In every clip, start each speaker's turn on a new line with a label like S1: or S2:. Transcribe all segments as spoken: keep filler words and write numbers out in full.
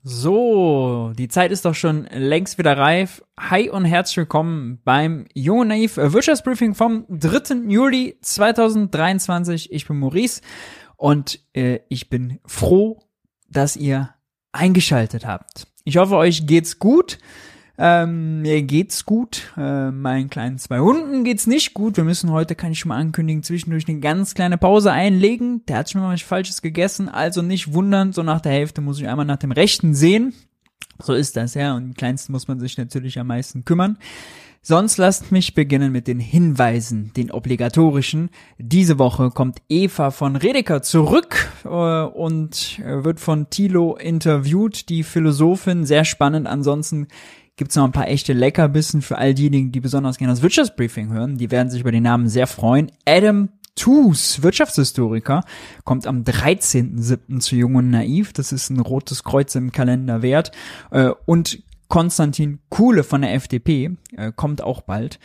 S1: So, die Zeit ist doch schon längst wieder reif. Hi und herzlich willkommen beim Jung und Naiv Wirtschaftsbriefing vom dritten Juli zweitausenddreiundzwanzig. Ich bin Maurice und äh, ich bin froh, dass ihr eingeschaltet habt. Ich hoffe, euch geht's gut. Ähm, mir geht's gut. Äh, meinen kleinen zwei Hunden geht's nicht gut. Wir müssen heute, kann ich schon mal ankündigen, zwischendurch eine ganz kleine Pause einlegen. Der hat schon mal was Falsches gegessen, also nicht wundern. So nach der Hälfte muss ich einmal nach dem Rechten sehen. So ist das, ja. Und im Kleinsten muss man sich natürlich am meisten kümmern. Sonst lasst mich beginnen mit den Hinweisen, den obligatorischen. Diese Woche kommt Eva von Redeker zurück äh, und wird von Thilo interviewt, die Philosophin. Sehr spannend. Ansonsten gibt's noch ein paar echte Leckerbissen für all diejenigen, die besonders gerne das Wirtschaftsbriefing hören. Die werden sich über den Namen sehr freuen. Adam Tooze, Wirtschaftshistoriker, kommt am dreizehnten siebten zu Jung und Naiv. Das ist ein rotes Kreuz im Kalender wert. Äh, und Konstantin Kuhle von der F D P äh, kommt auch bald.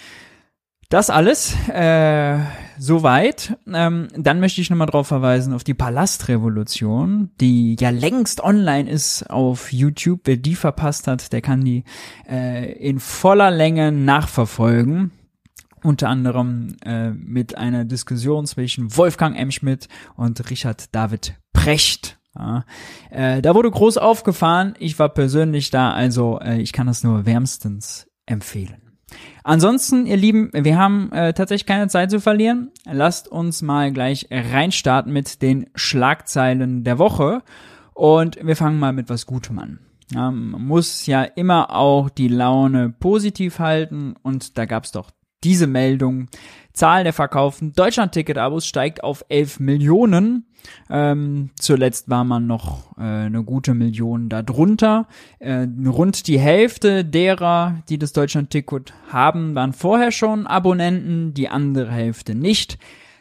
S1: Das alles äh, soweit. Ähm, dann möchte ich nochmal darauf verweisen auf die Palastrevolution, die ja längst online ist auf YouTube. Wer die verpasst hat, der kann die äh, in voller Länge nachverfolgen. Unter anderem äh, mit einer Diskussion zwischen Wolfgang M. Schmidt und Richard David Precht. Ja, äh, da wurde groß aufgefahren. Ich war persönlich da, also äh, ich kann das nur wärmstens empfehlen. Ansonsten, ihr Lieben, wir haben äh, tatsächlich keine Zeit zu verlieren. Lasst uns mal gleich reinstarten mit den Schlagzeilen der Woche. Und wir fangen mal mit was Gutem an. Ja, man muss ja immer auch die Laune positiv halten. Und da gab's doch diese Meldung. Zahl der verkauften Deutschland-Ticket-Abos steigt auf elf Millionen. Ähm, zuletzt war man noch äh, eine gute Million darunter. Äh, rund die Hälfte derer, die das Deutschland-Ticket haben, waren vorher schon Abonnenten, die andere Hälfte nicht.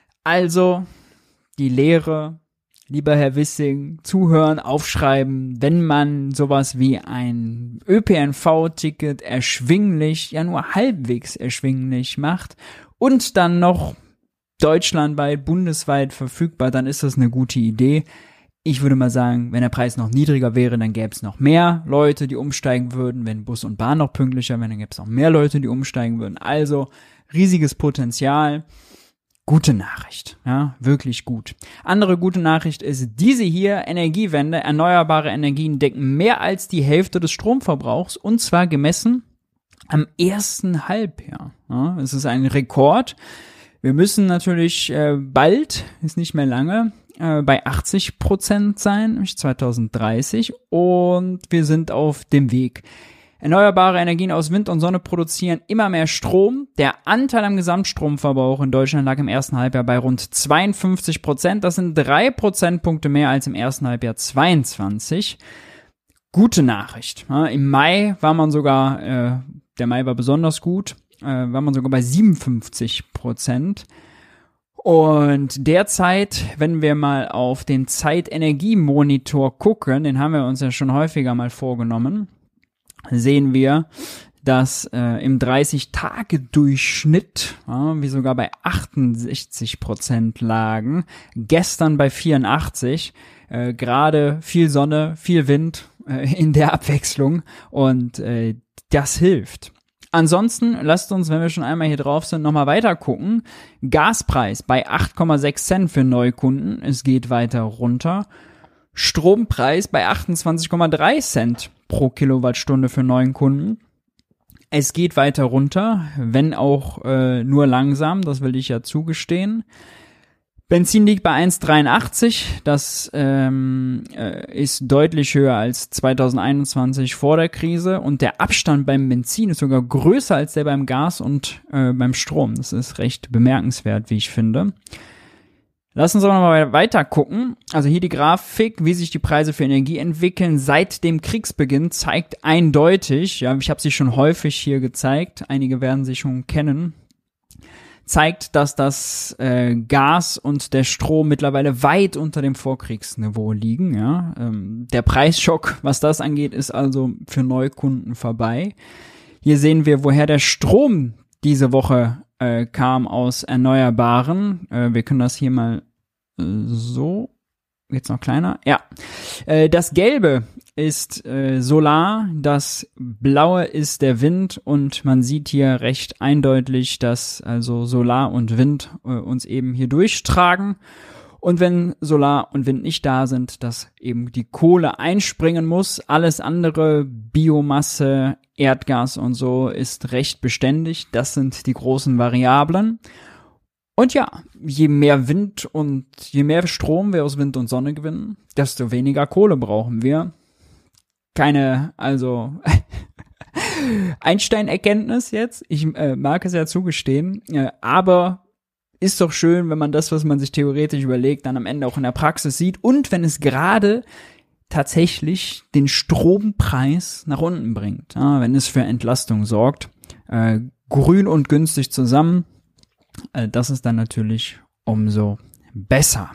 S1: Also die Lehre, lieber Herr Wissing, zuhören, aufschreiben, wenn man sowas wie ein Ö P N V-Ticket erschwinglich, ja nur halbwegs erschwinglich macht und dann noch deutschlandweit, bundesweit verfügbar, dann ist das eine gute Idee. Ich würde mal sagen, wenn der Preis noch niedriger wäre, dann gäbe es noch mehr Leute, die umsteigen würden. Wenn Bus und Bahn noch pünktlicher wären, dann gäbe es noch mehr Leute, die umsteigen würden. Also riesiges Potenzial. Gute Nachricht, ja, wirklich gut. Andere gute Nachricht ist diese hier, Energiewende, erneuerbare Energien decken mehr als die Hälfte des Stromverbrauchs und zwar gemessen am ersten Halbjahr. Ja, es ist ein Rekord. Wir müssen natürlich äh, bald, ist nicht mehr lange, äh, bei achtzig Prozent sein, nämlich zweitausenddreißig, und wir sind auf dem Weg. Erneuerbare Energien aus Wind und Sonne produzieren immer mehr Strom. Der Anteil am Gesamtstromverbrauch in Deutschland lag im ersten Halbjahr bei rund zweiundfünfzig Prozent. Das sind drei Prozentpunkte mehr als im ersten Halbjahr zweiundzwanzig. Gute Nachricht. Ja, im Mai war man sogar, äh, der Mai war besonders gut, äh, war man sogar bei siebenundfünfzig Prozent. Und derzeit, wenn wir mal auf den Zeitenergiemonitor gucken, den haben wir uns ja schon häufiger mal vorgenommen, sehen wir, dass äh, im dreißig-Tage-Durchschnitt ja, wir sogar bei achtundsechzig Prozent lagen, gestern bei vierundachtzig, äh, gerade viel Sonne, viel Wind äh, in der Abwechslung und äh, das hilft. Ansonsten lasst uns, wenn wir schon einmal hier drauf sind, nochmal weiter gucken. Gaspreis bei acht Komma sechs Cent für Neukunden, es geht weiter runter. Strompreis bei achtundzwanzig Komma drei Cent pro Kilowattstunde für neuen Kunden. Es geht weiter runter, wenn auch äh, nur langsam, das will ich ja zugestehen. Benzin liegt bei eins Komma dreiundachtzig, das ähm, äh, ist deutlich höher als zweitausendeinundzwanzig vor der Krise und der Abstand beim Benzin ist sogar größer als der beim Gas und äh, beim Strom. Das ist recht bemerkenswert, wie ich finde. Lass uns aber noch mal weiter gucken. Also hier die Grafik, wie sich die Preise für Energie entwickeln seit dem Kriegsbeginn, zeigt eindeutig, ja, ich habe sie schon häufig hier gezeigt, einige werden sie schon kennen, zeigt, dass das äh, Gas und der Strom mittlerweile weit unter dem Vorkriegsniveau liegen. Ja, ähm, der Preisschock, was das angeht, ist also für Neukunden vorbei. Hier sehen wir, woher der Strom diese Woche äh, kam aus Erneuerbaren. Äh, wir können das hier mal äh, so Jetzt noch kleiner? Ja. Äh, das Gelbe ist äh, Solar, das Blaue ist der Wind und man sieht hier recht eindeutig, dass also Solar und Wind äh, uns eben hier durchtragen. Und wenn Solar und Wind nicht da sind, dass eben die Kohle einspringen muss. Alles andere, Biomasse, Erdgas und so, ist recht beständig. Das sind die großen Variablen. Und ja, je mehr Wind und je mehr Strom wir aus Wind und Sonne gewinnen, desto weniger Kohle brauchen wir. Keine, also Einstein-Erkenntnis jetzt. Ich äh, mag es ja zugestehen, äh, aber ist doch schön, wenn man das, was man sich theoretisch überlegt, dann am Ende auch in der Praxis sieht und wenn es gerade tatsächlich den Strompreis nach unten bringt, ja, wenn es für Entlastung sorgt. Äh, grün und günstig zusammen. Das ist dann natürlich umso besser.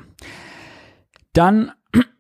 S1: Dann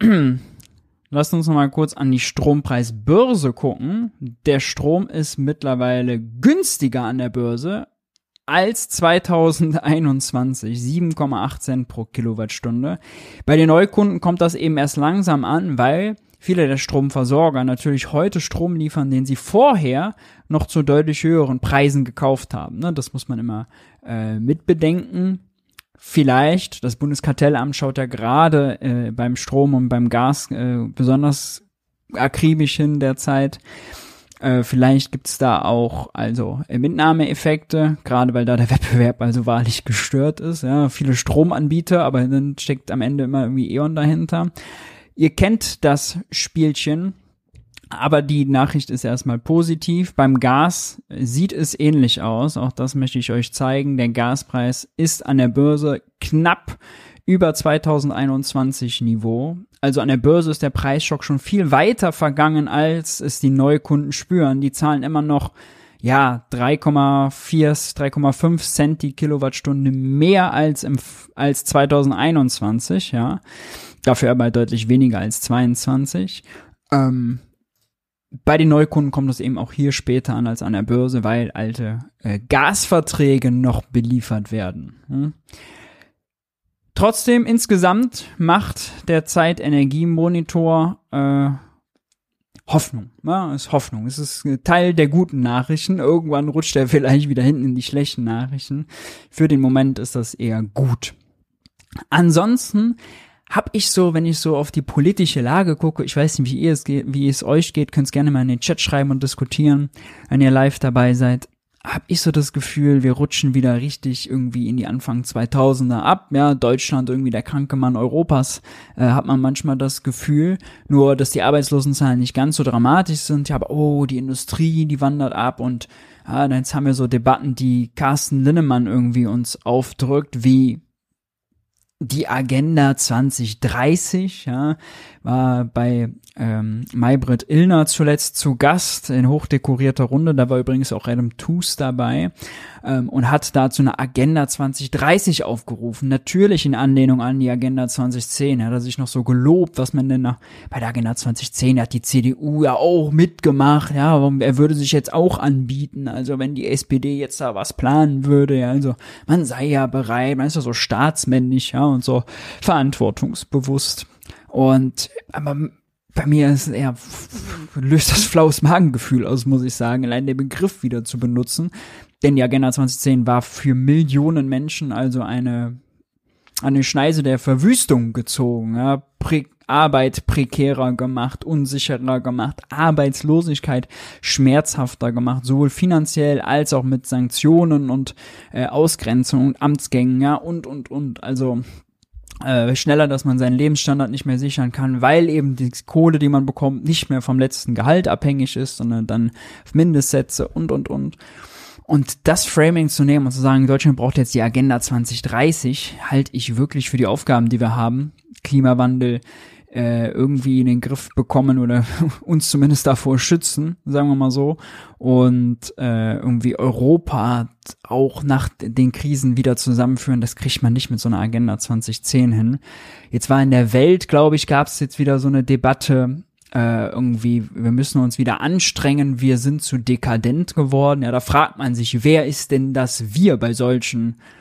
S1: lasst uns noch mal kurz an die Strompreisbörse gucken. Der Strom ist mittlerweile günstiger an der Börse als zweitausendeinundzwanzig. sieben Komma acht Cent pro Kilowattstunde. Bei den Neukunden kommt das eben erst langsam an, weil viele der Stromversorger natürlich heute Strom liefern, den sie vorher noch zu deutlich höheren Preisen gekauft haben. Ne, das muss man immer äh, mitbedenken. Vielleicht, das Bundeskartellamt schaut ja gerade äh, beim Strom und beim Gas äh, besonders akribisch hin derzeit. Äh, vielleicht gibt's da auch also Mitnahmeeffekte, gerade weil da der Wettbewerb also wahrlich gestört ist. Ja, viele Stromanbieter, aber dann steckt am Ende immer irgendwie E.ON dahinter. Ihr kennt das Spielchen, aber die Nachricht ist erstmal positiv. Beim Gas sieht es ähnlich aus. Auch das möchte ich euch zeigen. Der Gaspreis ist an der Börse knapp über zweitausendeinundzwanzig Niveau. Also an der Börse ist der Preisschock schon viel weiter vergangen, als es die Neukunden spüren. Die zahlen immer noch ja drei Komma vier, drei Komma fünf Cent die Kilowattstunde mehr als im als zweitausendeinundzwanzig, ja. Dafür aber deutlich weniger als zweiundzwanzig. Ähm, bei den Neukunden kommt es eben auch hier später an als an der Börse, weil alte äh, Gasverträge noch beliefert werden. Hm? Trotzdem, insgesamt macht der Zeitenergiemonitor äh, Hoffnung. Ja, ist Hoffnung. Es ist Teil der guten Nachrichten. Irgendwann rutscht er vielleicht wieder hinten in die schlechten Nachrichten. Für den Moment ist das eher gut. Ansonsten hab ich so, wenn ich so auf die politische Lage gucke, ich weiß nicht, wie ihr es geht, wie es euch geht, könnt es gerne mal in den Chat schreiben und diskutieren, wenn ihr live dabei seid. Hab ich so das Gefühl, wir rutschen wieder richtig irgendwie in die Anfang zweitausender ab. Ja, Deutschland irgendwie der kranke Mann Europas, äh, hat man manchmal das Gefühl. Nur, dass die Arbeitslosenzahlen nicht ganz so dramatisch sind. Ja, aber oh, die Industrie, die wandert ab und ja, dann jetzt haben wir so Debatten, die Carsten Linnemann irgendwie uns aufdrückt, wie die Agenda zwanzig dreißig, ja, war bei ähm, Maybrit Illner zuletzt zu Gast in hochdekorierter Runde, da war übrigens auch Adam Tooze dabei ähm, und hat dazu eine Agenda zwanzig dreißig aufgerufen, natürlich in Anlehnung an die Agenda zwanzig zehn, hat er sich noch so gelobt, was man denn nach, bei der Agenda zwanzig zehn hat die C D U ja auch mitgemacht, ja, er würde sich jetzt auch anbieten, also wenn die S P D jetzt da was planen würde, ja, also man sei ja bereit, man ist ja so staatsmännisch, ja, und so verantwortungsbewusst. Und aber bei mir ist eher löst das flaues Magengefühl aus, muss ich sagen, allein den Begriff wieder zu benutzen. Denn die Agenda zwanzig zehn war für Millionen Menschen also eine eine Schneise der Verwüstung gezogen, ja, Pre- Arbeit prekärer gemacht, unsicherer gemacht, Arbeitslosigkeit schmerzhafter gemacht, sowohl finanziell als auch mit Sanktionen und äh, Ausgrenzung und Amtsgängen, ja, und, und, und, also äh, schneller, dass man seinen Lebensstandard nicht mehr sichern kann, weil eben die Kohle, die man bekommt, nicht mehr vom letzten Gehalt abhängig ist, sondern dann auf Mindestsätze und, und, und. Und das Framing zu nehmen und zu sagen, Deutschland braucht jetzt die Agenda zwanzig dreißig, halte ich wirklich für die Aufgaben, die wir haben, Klimawandel äh, irgendwie in den Griff bekommen oder uns zumindest davor schützen, sagen wir mal so, und äh, irgendwie Europa auch nach den Krisen wieder zusammenführen, das kriegt man nicht mit so einer Agenda zwanzig zehn hin. Jetzt war in der Welt, glaube ich, gab es jetzt wieder so eine Debatte, Äh, irgendwie, wir müssen uns wieder anstrengen, wir sind zu dekadent geworden. Ja, da fragt man sich, wer ist denn das Wir bei solchen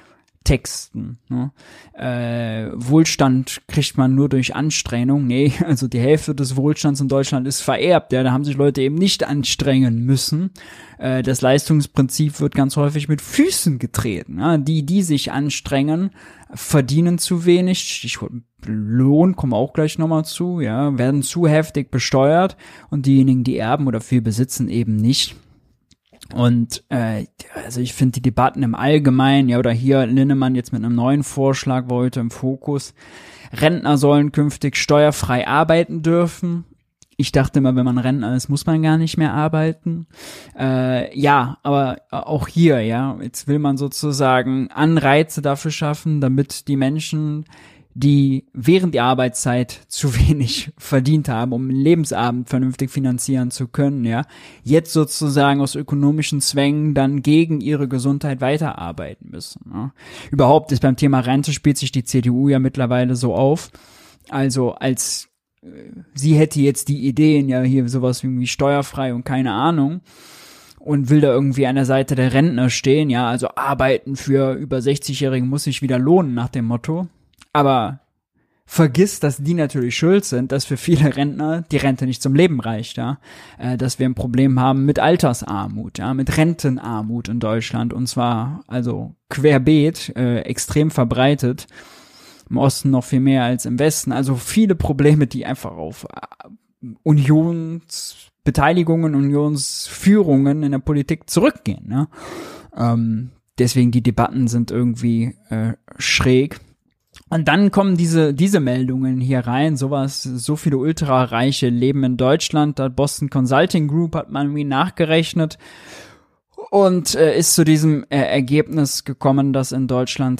S1: Texten. Ne? Äh, Wohlstand kriegt man nur durch Anstrengung. Nee, also die Hälfte des Wohlstands in Deutschland ist vererbt. Ja, da haben sich Leute eben nicht anstrengen müssen. Äh, das Leistungsprinzip wird ganz häufig mit Füßen getreten. Ja? Die, die sich anstrengen, verdienen zu wenig. Stichwort Lohn, kommen auch gleich nochmal zu. Ja, werden zu heftig besteuert und diejenigen, die erben oder viel besitzen, eben nicht. Und äh, also ich finde die Debatten im Allgemeinen, ja, oder hier Linnemann jetzt mit einem neuen Vorschlag war heute im Fokus, Rentner sollen künftig steuerfrei arbeiten dürfen. Ich dachte immer, wenn man Rentner ist, muss man gar nicht mehr arbeiten. Äh, ja, aber auch hier, ja, jetzt will man sozusagen Anreize dafür schaffen, damit die Menschen, die während der Arbeitszeit zu wenig verdient haben, um den Lebensabend vernünftig finanzieren zu können, ja, jetzt sozusagen aus ökonomischen Zwängen dann gegen ihre Gesundheit weiterarbeiten müssen. Ja. Überhaupt ist beim Thema Rente spielt sich die C D U ja mittlerweile so auf, also als äh, sie hätte jetzt die Ideen, ja, hier sowas wie steuerfrei und keine Ahnung, und will da irgendwie an der Seite der Rentner stehen, ja, also arbeiten für über sechzig-Jährigen muss sich wieder lohnen nach dem Motto. Aber vergiss, dass die natürlich schuld sind, dass für viele Rentner die Rente nicht zum Leben reicht, ja, äh, dass wir ein Problem haben mit Altersarmut, ja, mit Rentenarmut in Deutschland, und zwar also querbeet, äh, extrem verbreitet, im Osten noch viel mehr als im Westen, also viele Probleme, die einfach auf äh, Unionsbeteiligungen, Unionsführungen in der Politik zurückgehen, ne? Ähm, deswegen die Debatten sind irgendwie äh, schräg. Und dann kommen diese diese Meldungen hier rein, sowas, so viele Ultrareiche leben in Deutschland, da Boston Consulting Group hat man irgendwie nachgerechnet und äh, ist zu diesem äh, Ergebnis gekommen, dass in Deutschland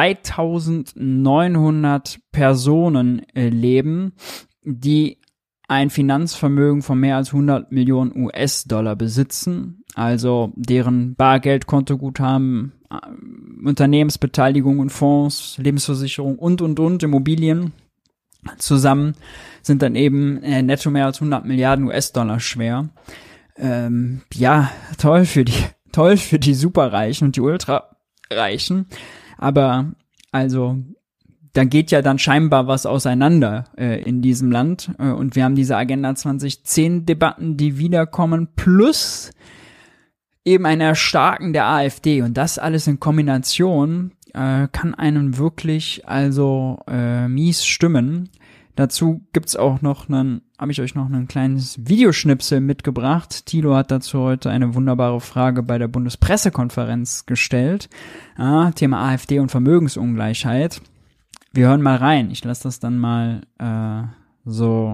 S1: zweitausendneunhundert Personen äh, leben, die ein Finanzvermögen von mehr als hundert Millionen U S-Dollar besitzen, also deren Bargeldkontoguthaben, Unternehmensbeteiligungen, Fonds, Lebensversicherung und, und, und, Immobilien zusammen sind dann eben äh, netto mehr als hundert Milliarden U S-Dollar schwer. Ähm, ja, toll für die, toll für die Superreichen und die Ultrareichen, aber also da geht ja dann scheinbar was auseinander äh, in diesem Land äh, und wir haben diese Agenda zwanzig zehn Debatten, die wiederkommen, plus eben ein Erstarken der AfD, und das alles in Kombination äh, kann einen wirklich also äh, mies stimmen. Dazu gibt's auch noch einen, habe ich euch noch ein kleines Videoschnipsel mitgebracht. Thilo hat dazu heute eine wunderbare Frage bei der Bundespressekonferenz gestellt. Ah, Thema AfD und Vermögensungleichheit. Wir hören mal rein. Ich lasse das dann mal äh, so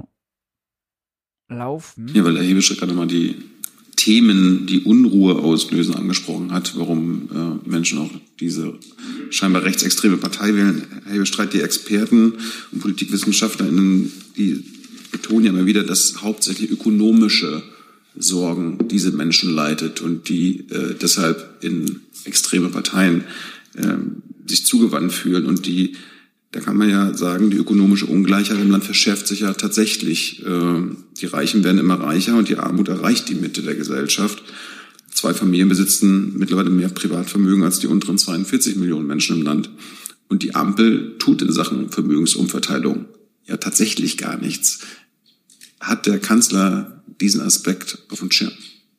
S1: laufen.
S2: Ja, weil Herr Hebestreit gerade mal die Themen, die Unruhe auslösen, angesprochen hat, warum äh, Menschen auch diese scheinbar rechtsextreme Partei wählen. Herr Hebestreit, die Experten und PolitikwissenschaftlerInnen, die betonen ja immer wieder, dass hauptsächlich ökonomische Sorgen diese Menschen leitet und die äh, deshalb in extreme Parteien äh, sich zugewandt fühlen. Und die, da kann man ja sagen, die ökonomische Ungleichheit im Land verschärft sich ja tatsächlich. Die Reichen werden immer reicher und die Armut erreicht die Mitte der Gesellschaft. Zwei Familien besitzen mittlerweile mehr Privatvermögen als die unteren zweiundvierzig Millionen Menschen im Land. Und die Ampel tut in Sachen Vermögensumverteilung ja tatsächlich gar nichts. Hat der Kanzler diesen Aspekt auf dem Schirm?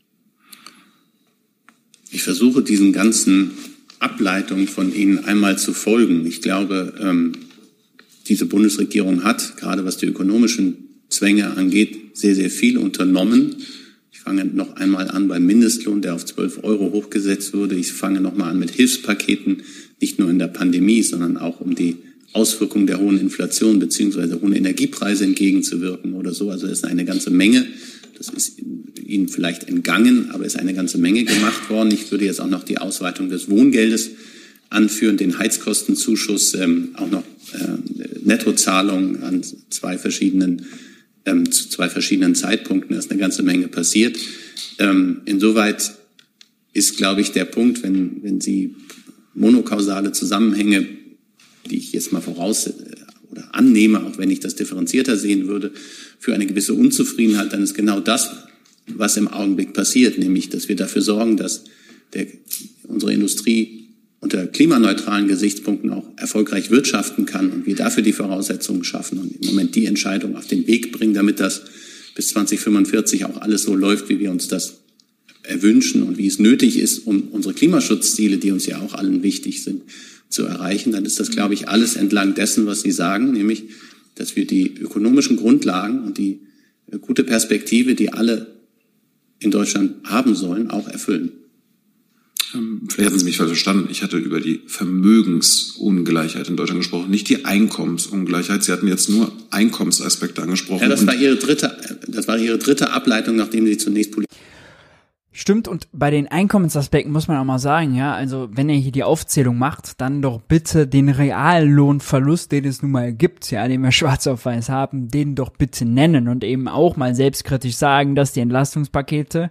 S3: Ich versuche diesen ganzen Ableitung von Ihnen einmal zu folgen. Ich glaube, ähm, diese Bundesregierung hat, gerade was die ökonomischen Zwänge angeht, sehr, sehr viel unternommen. Ich fange noch einmal an beim Mindestlohn, der auf zwölf Euro hochgesetzt wurde. Ich fange noch mal an mit Hilfspaketen, nicht nur in der Pandemie, sondern auch um die Auswirkungen der hohen Inflation bzw. hohen Energiepreise entgegenzuwirken oder so. Also es ist eine ganze Menge. Das ist Ihnen vielleicht entgangen, aber ist eine ganze Menge gemacht worden. Ich würde jetzt auch noch die Ausweitung des Wohngeldes anführen, den Heizkostenzuschuss, ähm, auch noch äh, Nettozahlungen an zwei verschiedenen, ähm, zu zwei verschiedenen Zeitpunkten. Da ist eine ganze Menge passiert. Ähm, insoweit ist, glaube ich, der Punkt, wenn, wenn Sie monokausale Zusammenhänge, die ich jetzt mal voraus äh, oder annehme, auch wenn ich das differenzierter sehen würde, für eine gewisse Unzufriedenheit, dann ist genau das, was im Augenblick passiert, nämlich, dass wir dafür sorgen, dass der, unsere Industrie unter klimaneutralen Gesichtspunkten auch erfolgreich wirtschaften kann und wir dafür die Voraussetzungen schaffen und im Moment die Entscheidung auf den Weg bringen, damit das bis zwanzig fünfundvierzig auch alles so läuft, wie wir uns das erwünschen und wie es nötig ist, um unsere Klimaschutzziele, die uns ja auch allen wichtig sind, zu erreichen, dann ist das, glaube ich, alles entlang dessen, was Sie sagen, nämlich, dass wir die ökonomischen Grundlagen und die gute Perspektive, die alle in Deutschland haben sollen, auch erfüllen.
S2: Vielleicht hatten Sie mich falsch verstanden. Ich hatte über die Vermögensungleichheit in Deutschland gesprochen, nicht die Einkommensungleichheit. Sie hatten jetzt nur Einkommensaspekte angesprochen.
S3: Ja, das war Ihre dritte, das war Ihre dritte Ableitung, nachdem Sie zunächst Politik.
S1: Stimmt, und bei den Einkommensaspekten muss man auch mal sagen, ja, also wenn er hier die Aufzählung macht, dann doch bitte den Reallohnverlust, den es nun mal gibt, ja, den wir schwarz auf weiß haben, den doch bitte nennen und eben auch mal selbstkritisch sagen, dass die Entlastungspakete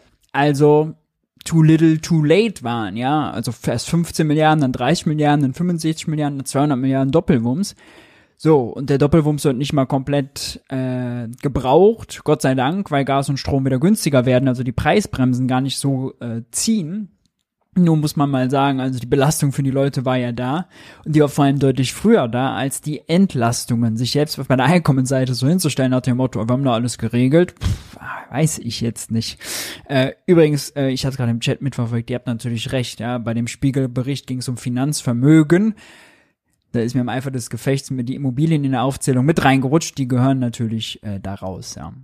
S1: also too little, too late waren, ja, also erst fünfzehn Milliarden, dann dreißig Milliarden, dann fünfundsechzig Milliarden, dann zweihundert Milliarden Doppelwumms. So, und der Doppelwumms wird nicht mal komplett äh, gebraucht, Gott sei Dank, weil Gas und Strom wieder günstiger werden, also die Preisbremsen gar nicht so äh, ziehen. Nun muss man mal sagen, also die Belastung für die Leute war ja da und die war vor allem deutlich früher da, als die Entlastungen, sich selbst auf der Einkommensseite so hinzustellen nach dem Motto, wir haben da alles geregelt, pff, weiß ich jetzt nicht. Äh, übrigens, äh, ich hatte gerade im Chat mitverfolgt, ihr habt natürlich recht, ja, bei dem Spiegelbericht ging es um Finanzvermögen. Da ist mir im Eifer des Gefechts mit die Immobilien in der Aufzählung mit reingerutscht, die gehören natürlich äh, da raus, ja.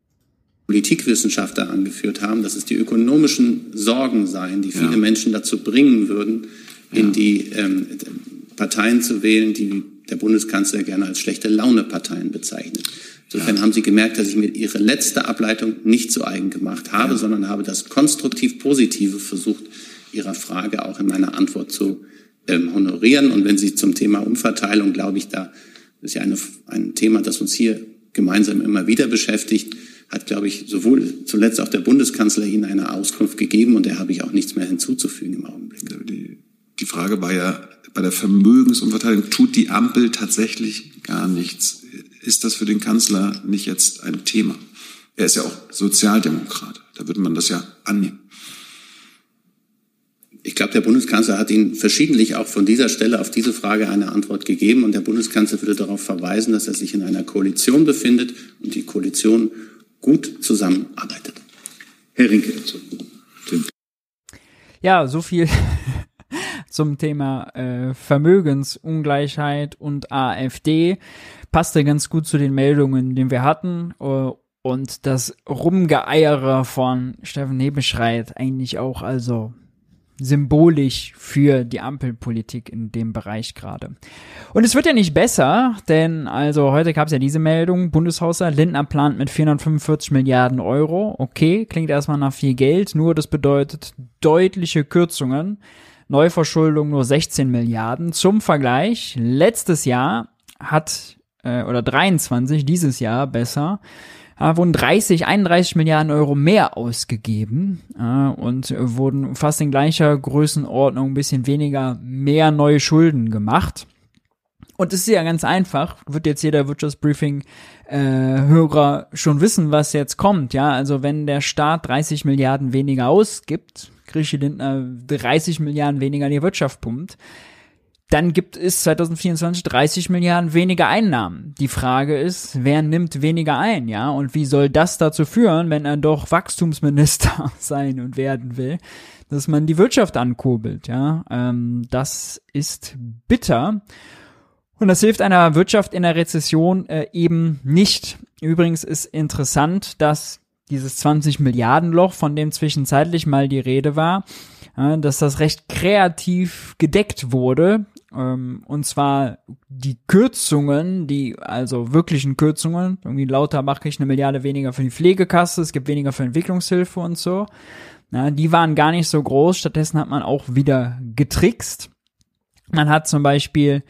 S3: Politikwissenschaftler angeführt haben, dass es die ökonomischen Sorgen seien, die viele ja. Menschen dazu bringen würden, in ja. die ähm, Parteien zu wählen, die der Bundeskanzler gerne als schlechte Laune-Parteien bezeichnet. Insofern ja. haben Sie gemerkt, dass ich mir Ihre letzte Ableitung nicht zu eigen gemacht habe, ja. sondern habe das konstruktiv Positive versucht, Ihrer Frage auch in meiner Antwort zu ähm, honorieren. Und wenn Sie zum Thema Umverteilung, glaube ich, da ist ja eine, ein Thema, das uns hier gemeinsam immer wieder beschäftigt, hat, glaube ich, sowohl zuletzt auch der Bundeskanzler Ihnen eine Auskunft gegeben und da habe ich auch nichts mehr hinzuzufügen im Augenblick.
S2: Die, die Frage war ja, bei der Vermögensumverteilung tut die Ampel tatsächlich gar nichts. Ist das für den Kanzler nicht jetzt ein Thema? Er ist ja auch Sozialdemokrat, da würde man das ja annehmen.
S3: Ich glaube, der Bundeskanzler hat Ihnen verschiedentlich auch von dieser Stelle auf diese Frage eine Antwort gegeben und der Bundeskanzler würde darauf verweisen, dass er sich in einer Koalition befindet und die Koalition gut zusammenarbeitet.
S4: Herr Rinke.
S1: Ja, so viel zum Thema äh, Vermögensungleichheit und AfD. Passte ganz gut zu den Meldungen, die wir hatten. Uh, und das Rumgeeiere von Steffen Hebestreit eigentlich auch also symbolisch für die Ampelpolitik in dem Bereich gerade. Und es wird ja nicht besser, denn also heute gab es ja diese Meldung, Bundeshaushalt, Lindner plant mit vierhundertfünfundvierzig Milliarden Euro. Okay, klingt erstmal nach viel Geld, nur das bedeutet deutliche Kürzungen. Neuverschuldung nur sechzehn Milliarden. Zum Vergleich, letztes Jahr hat, äh, oder dreiundzwanzig, dieses Jahr besser, äh, wurden dreißig, einunddreißig Milliarden Euro mehr ausgegeben äh, und wurden fast in gleicher Größenordnung ein bisschen weniger, mehr neue Schulden gemacht. Und es ist ja ganz einfach, wird jetzt jeder Wirtschaftsbriefing-Hörer äh, schon wissen, was jetzt kommt. Ja, also wenn der Staat dreißig Milliarden weniger ausgibt, Christi Lindner dreißig Milliarden weniger in die Wirtschaft pumpt, dann gibt es zwanzig vierundzwanzig dreißig Milliarden weniger Einnahmen. Die Frage ist, wer nimmt weniger ein, ja? Und wie soll das dazu führen, wenn er doch Wachstumsminister sein und werden will, dass man die Wirtschaft ankurbelt, ja? Ähm, das ist bitter. Und das hilft einer Wirtschaft in der Rezession äh, eben nicht. Übrigens ist interessant, dass dieses zwanzig Milliarden Loch, von dem zwischenzeitlich mal die Rede war, äh, dass das recht kreativ gedeckt wurde. Ähm, und zwar die Kürzungen, die, also wirklichen Kürzungen, irgendwie Lauterbach kriegt eine Milliarde weniger für die Pflegekasse, es gibt weniger für Entwicklungshilfe und so. Na, die waren gar nicht so groß, stattdessen hat man auch wieder getrickst. Man hat zum Beispiel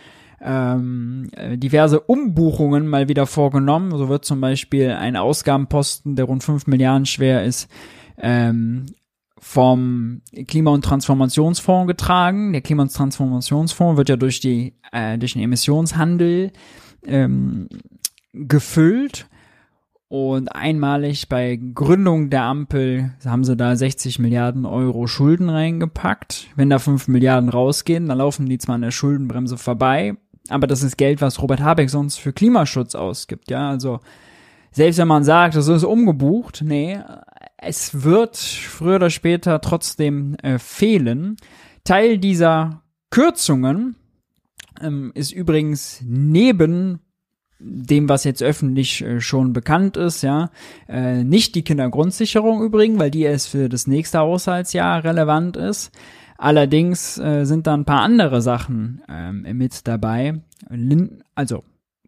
S1: ähm, diverse Umbuchungen mal wieder vorgenommen. So wird zum Beispiel ein Ausgabenposten, der rund fünf Milliarden schwer ist, ähm, vom Klima- und Transformationsfonds getragen. Der Klima- und Transformationsfonds wird ja durch die äh, durch den Emissionshandel ähm, gefüllt. Und einmalig bei Gründung der Ampel haben sie da sechzig Milliarden Euro Schulden reingepackt. Wenn da fünf Milliarden rausgehen, dann laufen die zwar an der Schuldenbremse vorbei, aber das ist Geld, was Robert Habeck sonst für Klimaschutz ausgibt. Ja, also selbst wenn man sagt, das ist umgebucht, nee, es wird früher oder später trotzdem äh, fehlen. Teil dieser Kürzungen ähm, ist übrigens neben dem, was jetzt öffentlich äh, schon bekannt ist, ja, äh, nicht die Kindergrundsicherung übrigens, weil die erst für das nächste Haushaltsjahr relevant ist. Allerdings äh, sind da ein paar andere Sachen ähm, mit dabei. Lin- also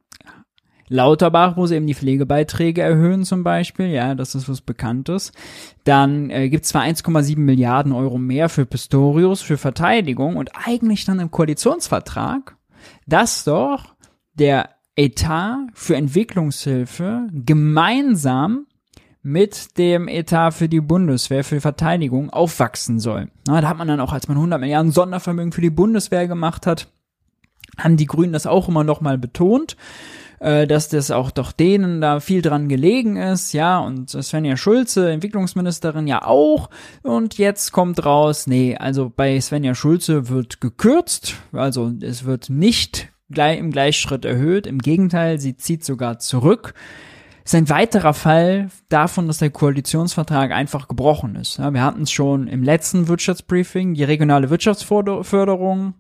S1: Lauterbach muss eben die Pflegebeiträge erhöhen zum Beispiel, ja, das ist was Bekanntes. Dann äh, gibt es zwar eins Komma sieben Milliarden Euro mehr für Pistorius, für Verteidigung und eigentlich dann im Koalitionsvertrag, dass doch der Etat für Entwicklungshilfe gemeinsam mit dem Etat für die Bundeswehr, für die Verteidigung aufwachsen soll. Na, da hat man dann auch, als man hundert Milliarden Sondervermögen für die Bundeswehr gemacht hat, haben die Grünen das auch immer noch mal betont, äh, dass das auch doch denen da viel dran gelegen ist, ja, und Svenja Schulze, Entwicklungsministerin, ja auch, und jetzt kommt raus, nee, also bei Svenja Schulze wird gekürzt, also es wird nicht gleich im Gleichschritt erhöht, im Gegenteil, sie zieht sogar zurück. Das ist ein weiterer Fall davon, dass der Koalitionsvertrag einfach gebrochen ist. Ja, wir hatten es schon im letzten Wirtschaftsbriefing, die regionale Wirtschaftsförderung,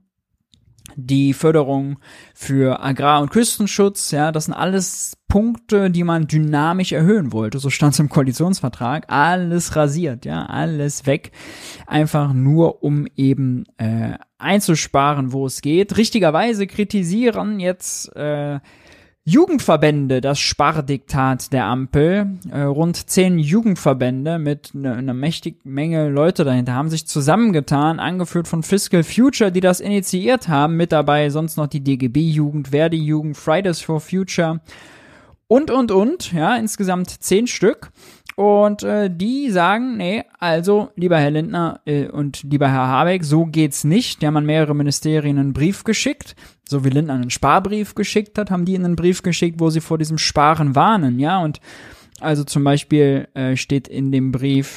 S1: die Förderung für Agrar- und Küstenschutz, ja, das sind alles Punkte, die man dynamisch erhöhen wollte. So stand es im Koalitionsvertrag. Alles rasiert, ja, alles weg. Einfach nur, um eben äh, einzusparen, wo es geht. Richtigerweise kritisieren jetzt äh, Jugendverbände das Spardiktat der Ampel. Äh, rund zehn Jugendverbände mit einer ne mächtigen Menge Leute dahinter haben sich zusammengetan, angeführt von Fiscal Future, die das initiiert haben. Mit dabei sonst noch die D G B-Jugend, Verdi-Jugend, Fridays for Future und, und, und. Ja, insgesamt zehn Stück. Und äh, die sagen, nee, also, lieber Herr Lindner äh, und lieber Herr Habeck, so geht's nicht. Die haben an mehrere Ministerien einen Brief geschickt, so wie Lindner einen Sparbrief geschickt hat, haben die einen Brief geschickt, wo sie vor diesem Sparen warnen, ja. Und also zum Beispiel äh, steht in dem Brief,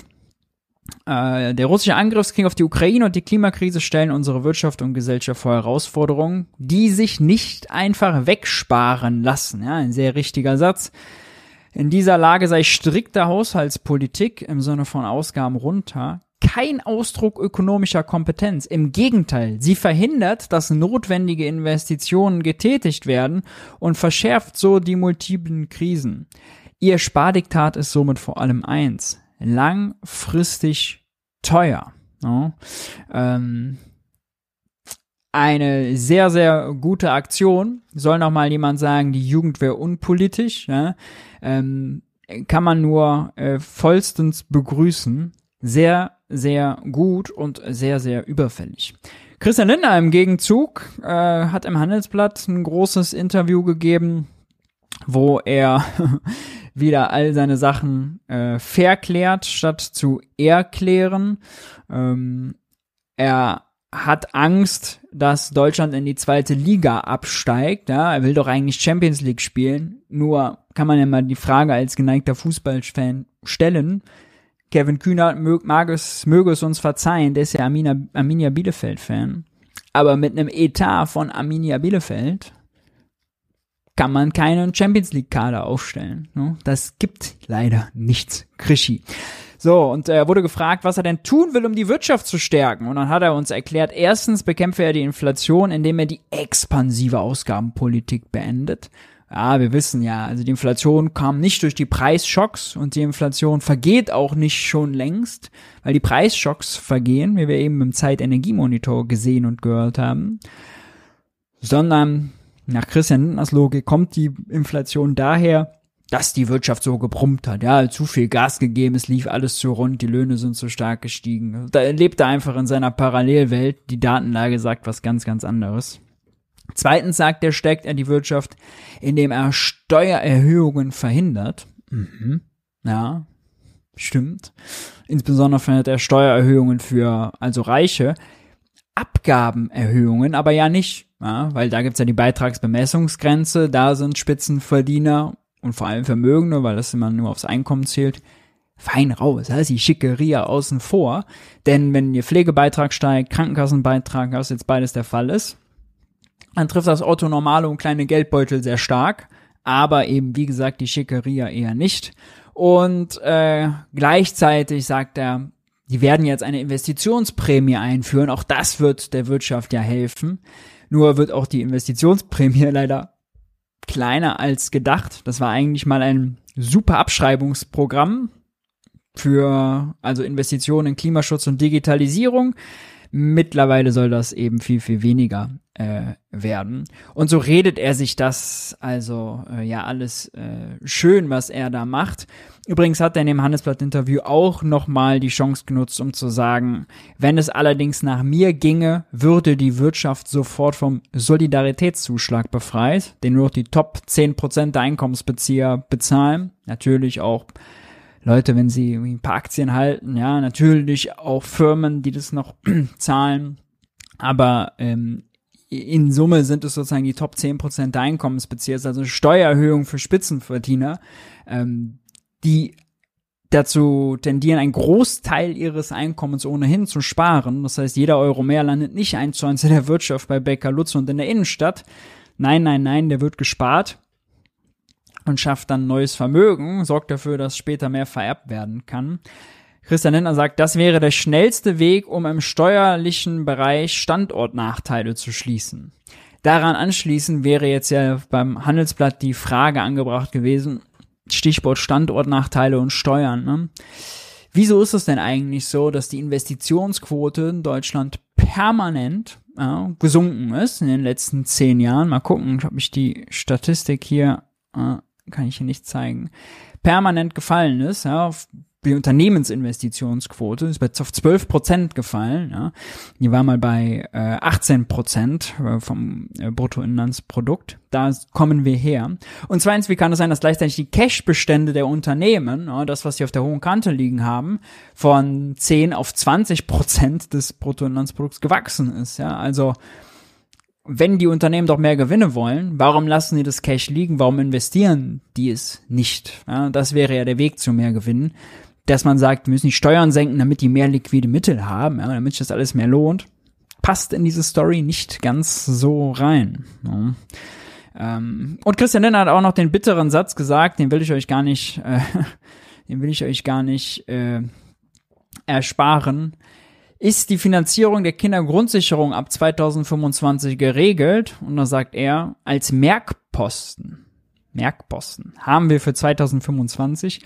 S1: äh, der russische Angriffskrieg auf die Ukraine und die Klimakrise stellen unsere Wirtschaft und Gesellschaft vor Herausforderungen, die sich nicht einfach wegsparen lassen. Ja, ein sehr richtiger Satz. In dieser Lage sei strikte Haushaltspolitik im Sinne von Ausgaben runter kein Ausdruck ökonomischer Kompetenz. Im Gegenteil, sie verhindert, dass notwendige Investitionen getätigt werden und verschärft so die multiplen Krisen. Ihr Spardiktat ist somit vor allem eins: langfristig teuer. Ja, ähm, eine sehr, sehr gute Aktion. Soll noch mal jemand sagen, die Jugend wäre unpolitisch, ja? ähm, kann man nur äh, vollstens begrüßen. Sehr, sehr gut und sehr, sehr überfällig. Christian Lindner im Gegenzug äh, hat im Handelsblatt ein großes Interview gegeben, wo er wieder all seine Sachen äh, verklärt, statt zu erklären. Ähm, er hat Angst, dass Deutschland in die zweite Liga absteigt. Ja, er will doch eigentlich Champions League spielen. Nur kann man ja mal die Frage als geneigter Fußballfan stellen. Kevin Kühnert mög, mag es, möge es uns verzeihen, der ist ja Arminia, Arminia Bielefeld-Fan. Aber mit einem Etat von Arminia Bielefeld kann man keinen Champions League-Kader aufstellen. Ne? Das gibt leider nichts. Krischi. So, und er wurde gefragt, was er denn tun will, um die Wirtschaft zu stärken. Und dann hat er uns erklärt, erstens bekämpfe er die Inflation, indem er die expansive Ausgabenpolitik beendet. Ja, wir wissen ja, also die Inflation kam nicht durch die Preisschocks und die Inflation vergeht auch nicht schon längst, weil die Preisschocks vergehen, wie wir eben im Zeitenergiemonitor gesehen und gehört haben, sondern nach Christian Lindners Logik kommt die Inflation daher, dass die Wirtschaft so gebrummt hat, ja, zu viel Gas gegeben, es lief alles zu rund, die Löhne sind zu stark gestiegen. Da lebt er einfach in seiner Parallelwelt, die Datenlage sagt was ganz, ganz anderes. Zweitens sagt er, stärkt er die Wirtschaft, indem er Steuererhöhungen verhindert. Mhm. Ja, stimmt. Insbesondere verhindert er Steuererhöhungen für, also Reiche, Abgabenerhöhungen, aber ja nicht, ja, weil da gibt's ja die Beitragsbemessungsgrenze, da sind Spitzenverdiener und vor allem Vermögende, weil das immer nur aufs Einkommen zählt, fein raus, da ist die Schickeria außen vor, denn wenn ihr Pflegebeitrag steigt, Krankenkassenbeitrag, was jetzt beides der Fall ist, dann trifft das Otto Normale und kleine Geldbeutel sehr stark, aber eben, wie gesagt, die Schickeria eher nicht. Und äh, gleichzeitig sagt er, die werden jetzt eine Investitionsprämie einführen, auch das wird der Wirtschaft ja helfen, nur wird auch die Investitionsprämie leider kleiner als gedacht. Das war eigentlich mal ein super Abschreibungsprogramm für also Investitionen in Klimaschutz und Digitalisierung. Mittlerweile soll das eben viel, viel weniger äh, werden. Und so redet er sich das also äh, ja alles äh, schön, was er da macht. Übrigens hat er in dem Handelsblatt-Interview auch nochmal die Chance genutzt, um zu sagen, wenn es allerdings nach mir ginge, würde die Wirtschaft sofort vom Solidaritätszuschlag befreit, den nur die Top zehn Prozent der Einkommensbezieher bezahlen. Natürlich auch Leute, wenn sie ein paar Aktien halten, ja, natürlich auch Firmen, die das noch zahlen, aber ähm, in Summe sind es sozusagen die Top zehn Prozent der Einkommensbezieher, also eine Steuererhöhung für Spitzenverdiener, ähm, die dazu tendieren, einen Großteil ihres Einkommens ohnehin zu sparen. Das heißt, jeder Euro mehr landet nicht eins zu eins in der Wirtschaft bei Bäcker Lutz und in der Innenstadt. Nein, nein, nein, der wird gespart und schafft dann neues Vermögen, sorgt dafür, dass später mehr vererbt werden kann. Christian Lindner sagt, das wäre der schnellste Weg, um im steuerlichen Bereich Standortnachteile zu schließen. Daran anschließend wäre jetzt ja beim Handelsblatt die Frage angebracht gewesen, Stichwort Standortnachteile und Steuern, ne? Wieso ist es denn eigentlich so, dass die Investitionsquote in Deutschland permanent ja, gesunken ist in den letzten zehn Jahren? Mal gucken, ob ich die Statistik hier äh, kann ich hier nicht zeigen, permanent gefallen ist, ja, auf die Unternehmensinvestitionsquote ist auf zwölf Prozent gefallen, ja. Die war mal bei äh, achtzehn Prozent vom äh, Bruttoinlandsprodukt. Da kommen wir her. Und zweitens, wie kann es sein, dass gleichzeitig die Cash-Bestände der Unternehmen, ja, das, was sie auf der hohen Kante liegen haben, von zehn auf zwanzig Prozent des Bruttoinlandsprodukts gewachsen ist, ja. Also, wenn die Unternehmen doch mehr Gewinne wollen, warum lassen die das Cash liegen? Warum investieren die es nicht? Ja, das wäre ja der Weg zu mehr Gewinnen, dass man sagt, wir müssen die Steuern senken, damit die mehr liquide Mittel haben, ja, damit sich das alles mehr lohnt. Passt in diese Story nicht ganz so rein. Ja. Ähm, und Christian Lindner hat auch noch den bitteren Satz gesagt, den will ich euch gar nicht, äh, den will ich euch gar nicht äh, ersparen. Ist die Finanzierung der Kindergrundsicherung ab zweitausendfünfundzwanzig geregelt? Und da sagt er, als Merkposten, Merkposten haben wir für zweitausendfünfundzwanzig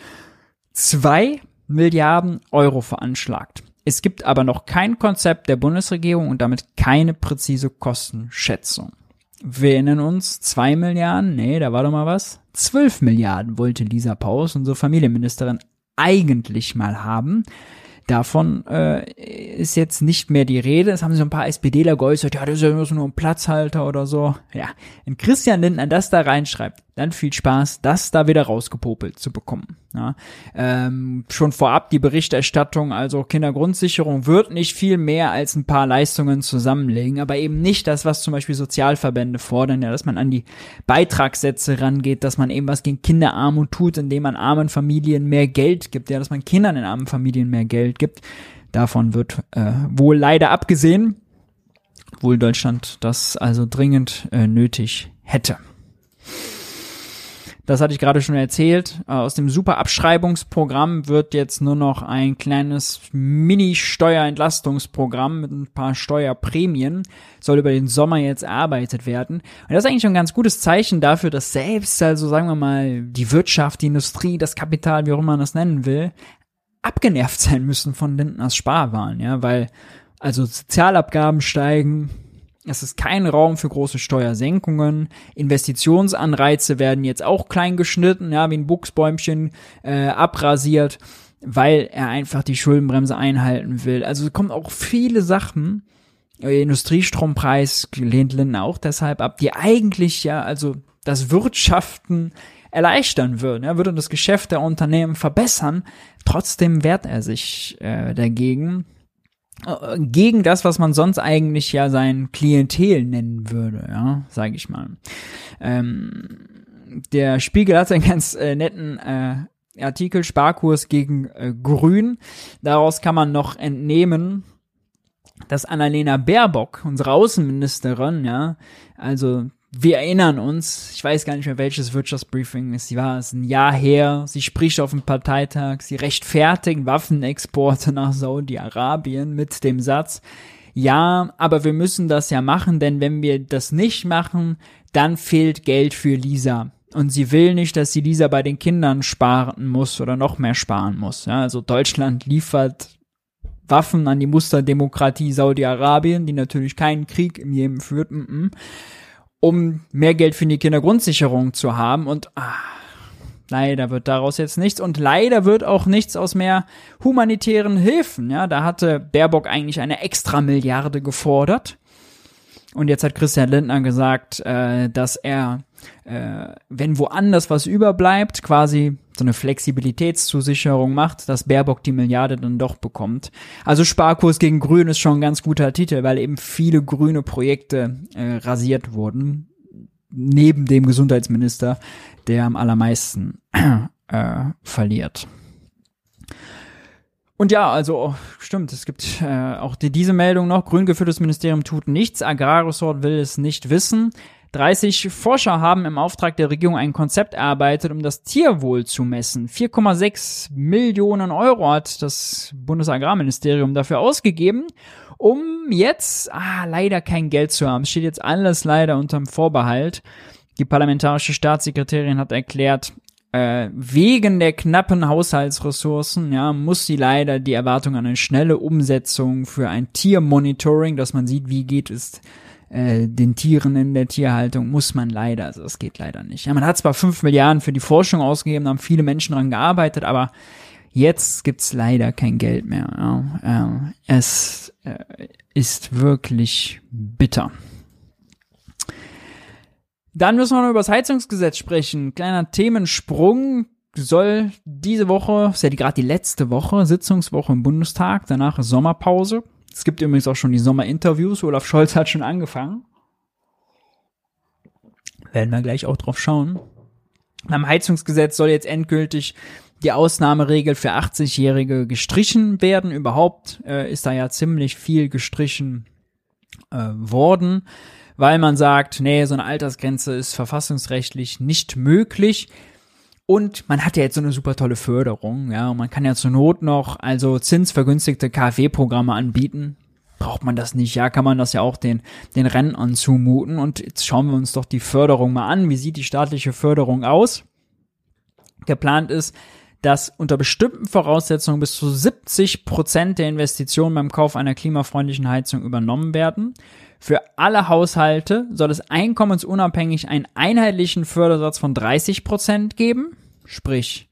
S1: zwei Milliarden Euro veranschlagt. Es gibt aber noch kein Konzept der Bundesregierung und damit keine präzise Kostenschätzung. Wir erinnern uns, zwei Milliarden, nee, da war doch mal was. zwölf Milliarden wollte Lisa Paus, unsere Familienministerin, eigentlich mal haben. Davon äh, ist jetzt nicht mehr die Rede. Es haben so ein paar SPDler geäußert, ja, das ist ja nur ein Platzhalter oder so. Ja, wenn Christian Lindner das da reinschreibt, dann viel Spaß, das da wieder rausgepopelt zu bekommen. Ja, ähm, schon vorab die Berichterstattung, also Kindergrundsicherung wird nicht viel mehr als ein paar Leistungen zusammenlegen, aber eben nicht das, was zum Beispiel Sozialverbände fordern, ja, dass man an die Beitragssätze rangeht, dass man eben was gegen Kinderarmut tut, indem man armen Familien mehr Geld gibt, ja, dass man Kindern in armen Familien mehr Geld gibt. Davon wird äh, wohl leider abgesehen, obwohl Deutschland das also dringend äh, nötig hätte. Das hatte ich gerade schon erzählt. Aus dem Super-Abschreibungsprogramm wird jetzt nur noch ein kleines Mini-Steuerentlastungsprogramm mit ein paar Steuerprämien. Soll über den Sommer jetzt erarbeitet werden. Und das ist eigentlich schon ein ganz gutes Zeichen dafür, dass selbst, also sagen wir mal, die Wirtschaft, die Industrie, das Kapital, wie auch immer man das nennen will, abgenervt sein müssen von Lindners Sparwahlen. Ja, weil also Sozialabgaben steigen, es ist kein Raum für große Steuersenkungen. Investitionsanreize werden jetzt auch klein geschnitten, ja, wie ein Buchsbäumchen äh, abrasiert, weil er einfach die Schuldenbremse einhalten will. Also es kommen auch viele Sachen, äh, Industriestrompreis lehnt Lindner auch deshalb ab, die eigentlich ja also das Wirtschaften erleichtern würden, ja, würde das Geschäft der Unternehmen verbessern. Trotzdem wehrt er sich äh, dagegen. Gegen das, was man sonst eigentlich ja sein Klientel nennen würde, ja, sage ich mal. Ähm, der Spiegel hat einen ganz äh, netten äh, Artikel, Sparkurs gegen äh, Grün. Daraus kann man noch entnehmen, dass Annalena Baerbock, unsere Außenministerin, ja, also wir erinnern uns, ich weiß gar nicht mehr, welches Wirtschaftsbriefing es war, es ist ein Jahr her, sie spricht auf dem Parteitag, sie rechtfertigt Waffenexporte nach Saudi-Arabien mit dem Satz, ja, aber wir müssen das ja machen, denn wenn wir das nicht machen, dann fehlt Geld für Lisa. Und sie will nicht, dass sie Lisa bei den Kindern sparen muss oder noch mehr sparen muss. Ja, also Deutschland liefert Waffen an die Musterdemokratie Saudi-Arabien, die natürlich keinen Krieg im Jemen führt, m-m, um mehr Geld für die Kindergrundsicherung zu haben. Und ah, leider wird daraus jetzt nichts. Und leider wird auch nichts aus mehr humanitären Hilfen. Ja, da hatte Baerbock eigentlich eine extra Milliarde gefordert. Und jetzt hat Christian Lindner gesagt, äh, dass er, äh, wenn woanders was überbleibt, quasi so eine Flexibilitätszusicherung macht, dass Baerbock die Milliarde dann doch bekommt. Also Sparkurs gegen Grün ist schon ein ganz guter Titel, weil eben viele grüne Projekte äh, rasiert wurden, neben dem Gesundheitsminister, der am allermeisten äh, verliert. Und ja, also stimmt, es gibt äh, auch die, diese Meldung noch, grün geführtes Ministerium tut nichts, Agrarressort will es nicht wissen. dreißig Forscher haben im Auftrag der Regierung ein Konzept erarbeitet, um das Tierwohl zu messen. vier Komma sechs Millionen Euro hat das Bundesagrarministerium dafür ausgegeben, um jetzt ah, leider kein Geld zu haben. Es steht jetzt alles leider unterm Vorbehalt. Die parlamentarische Staatssekretärin hat erklärt, Äh, wegen der knappen Haushaltsressourcen, ja, muss sie leider die Erwartung an eine schnelle Umsetzung für ein Tiermonitoring, dass man sieht, wie geht es äh, den Tieren in der Tierhaltung, muss man leider, also das geht leider nicht. Ja, man hat zwar fünf Milliarden für die Forschung ausgegeben, da haben viele Menschen dran gearbeitet, aber jetzt gibt's leider kein Geld mehr. Ja. Äh, es äh, ist wirklich bitter. Dann müssen wir noch über das Heizungsgesetz sprechen. Kleiner Themensprung soll diese Woche, ist ja gerade die letzte Woche, Sitzungswoche im Bundestag, danach ist Sommerpause. Es gibt übrigens auch schon die Sommerinterviews. Olaf Scholz hat schon angefangen. Werden wir gleich auch drauf schauen. Beim Heizungsgesetz soll jetzt endgültig die Ausnahmeregel für achtzigjährige gestrichen werden. Überhaupt äh, ist da ja ziemlich viel gestrichen äh, worden, weil man sagt, nee, so eine Altersgrenze ist verfassungsrechtlich nicht möglich. Und man hat ja jetzt so eine super tolle Förderung, ja, und man kann ja zur Not noch also zinsvergünstigte KfW-Programme anbieten. Braucht man das nicht, ja, kann man das ja auch den den Rentnern zumuten. Und jetzt schauen wir uns doch die Förderung mal an. Wie sieht die staatliche Förderung aus? Geplant ist, dass unter bestimmten Voraussetzungen bis zu siebzig Prozent der Investitionen beim Kauf einer klimafreundlichen Heizung übernommen werden. Für alle Haushalte soll es einkommensunabhängig einen einheitlichen Fördersatz von dreißig Prozent geben, sprich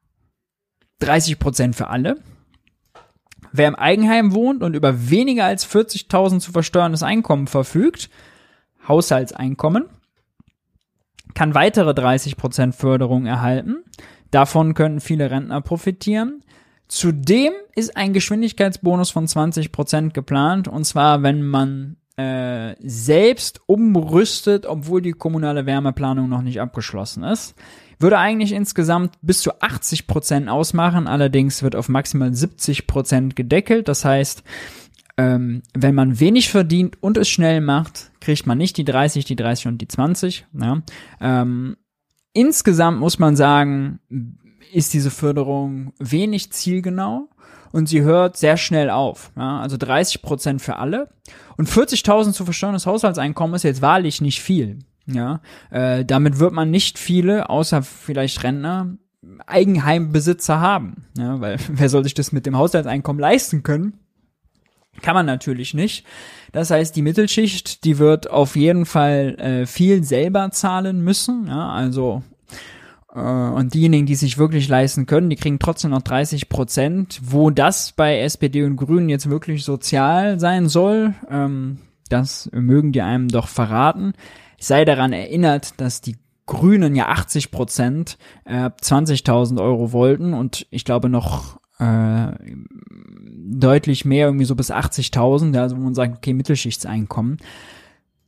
S1: dreißig Prozent für alle. Wer im Eigenheim wohnt und über weniger als vierzigtausend zu versteuerndes Einkommen verfügt, Haushaltseinkommen, kann weitere dreißig Prozent Förderung erhalten. Davon können viele Rentner profitieren. Zudem ist ein Geschwindigkeitsbonus von zwanzig Prozent geplant, und zwar, wenn man äh, selbst umrüstet, obwohl die kommunale Wärmeplanung noch nicht abgeschlossen ist. Würde eigentlich insgesamt bis zu achtzig Prozent ausmachen, allerdings wird auf maximal siebzig Prozent gedeckelt. Das heißt, ähm, wenn man wenig verdient und es schnell macht, kriegt man nicht die dreißig, die dreißig und die zwanzig. Ja. Ähm, insgesamt muss man sagen, ist diese Förderung wenig zielgenau und sie hört sehr schnell auf. Ja. Also dreißig Prozent für alle und vierzigtausend zu versteuerndes Haushaltseinkommen ist jetzt wahrlich nicht viel. Ja, äh, damit wird man nicht viele, außer vielleicht Rentner, Eigenheimbesitzer haben. Ja, weil wer soll sich das mit dem Haushaltseinkommen leisten können? Kann man natürlich nicht. Das heißt, die Mittelschicht, die wird auf jeden Fall äh, viel selber zahlen müssen. Ja, also äh, und diejenigen, die sich wirklich leisten können, die kriegen trotzdem noch dreißig Prozent. Wo das bei S P D und Grünen jetzt wirklich sozial sein soll, ähm, das mögen die einem doch verraten. Ich sei daran erinnert, dass die Grünen ja achtzig Prozent äh, zwanzigtausend Euro wollten und ich glaube noch äh, deutlich mehr, irgendwie so bis achtzigtausend, also wo man sagt, okay, Mittelschichtseinkommen.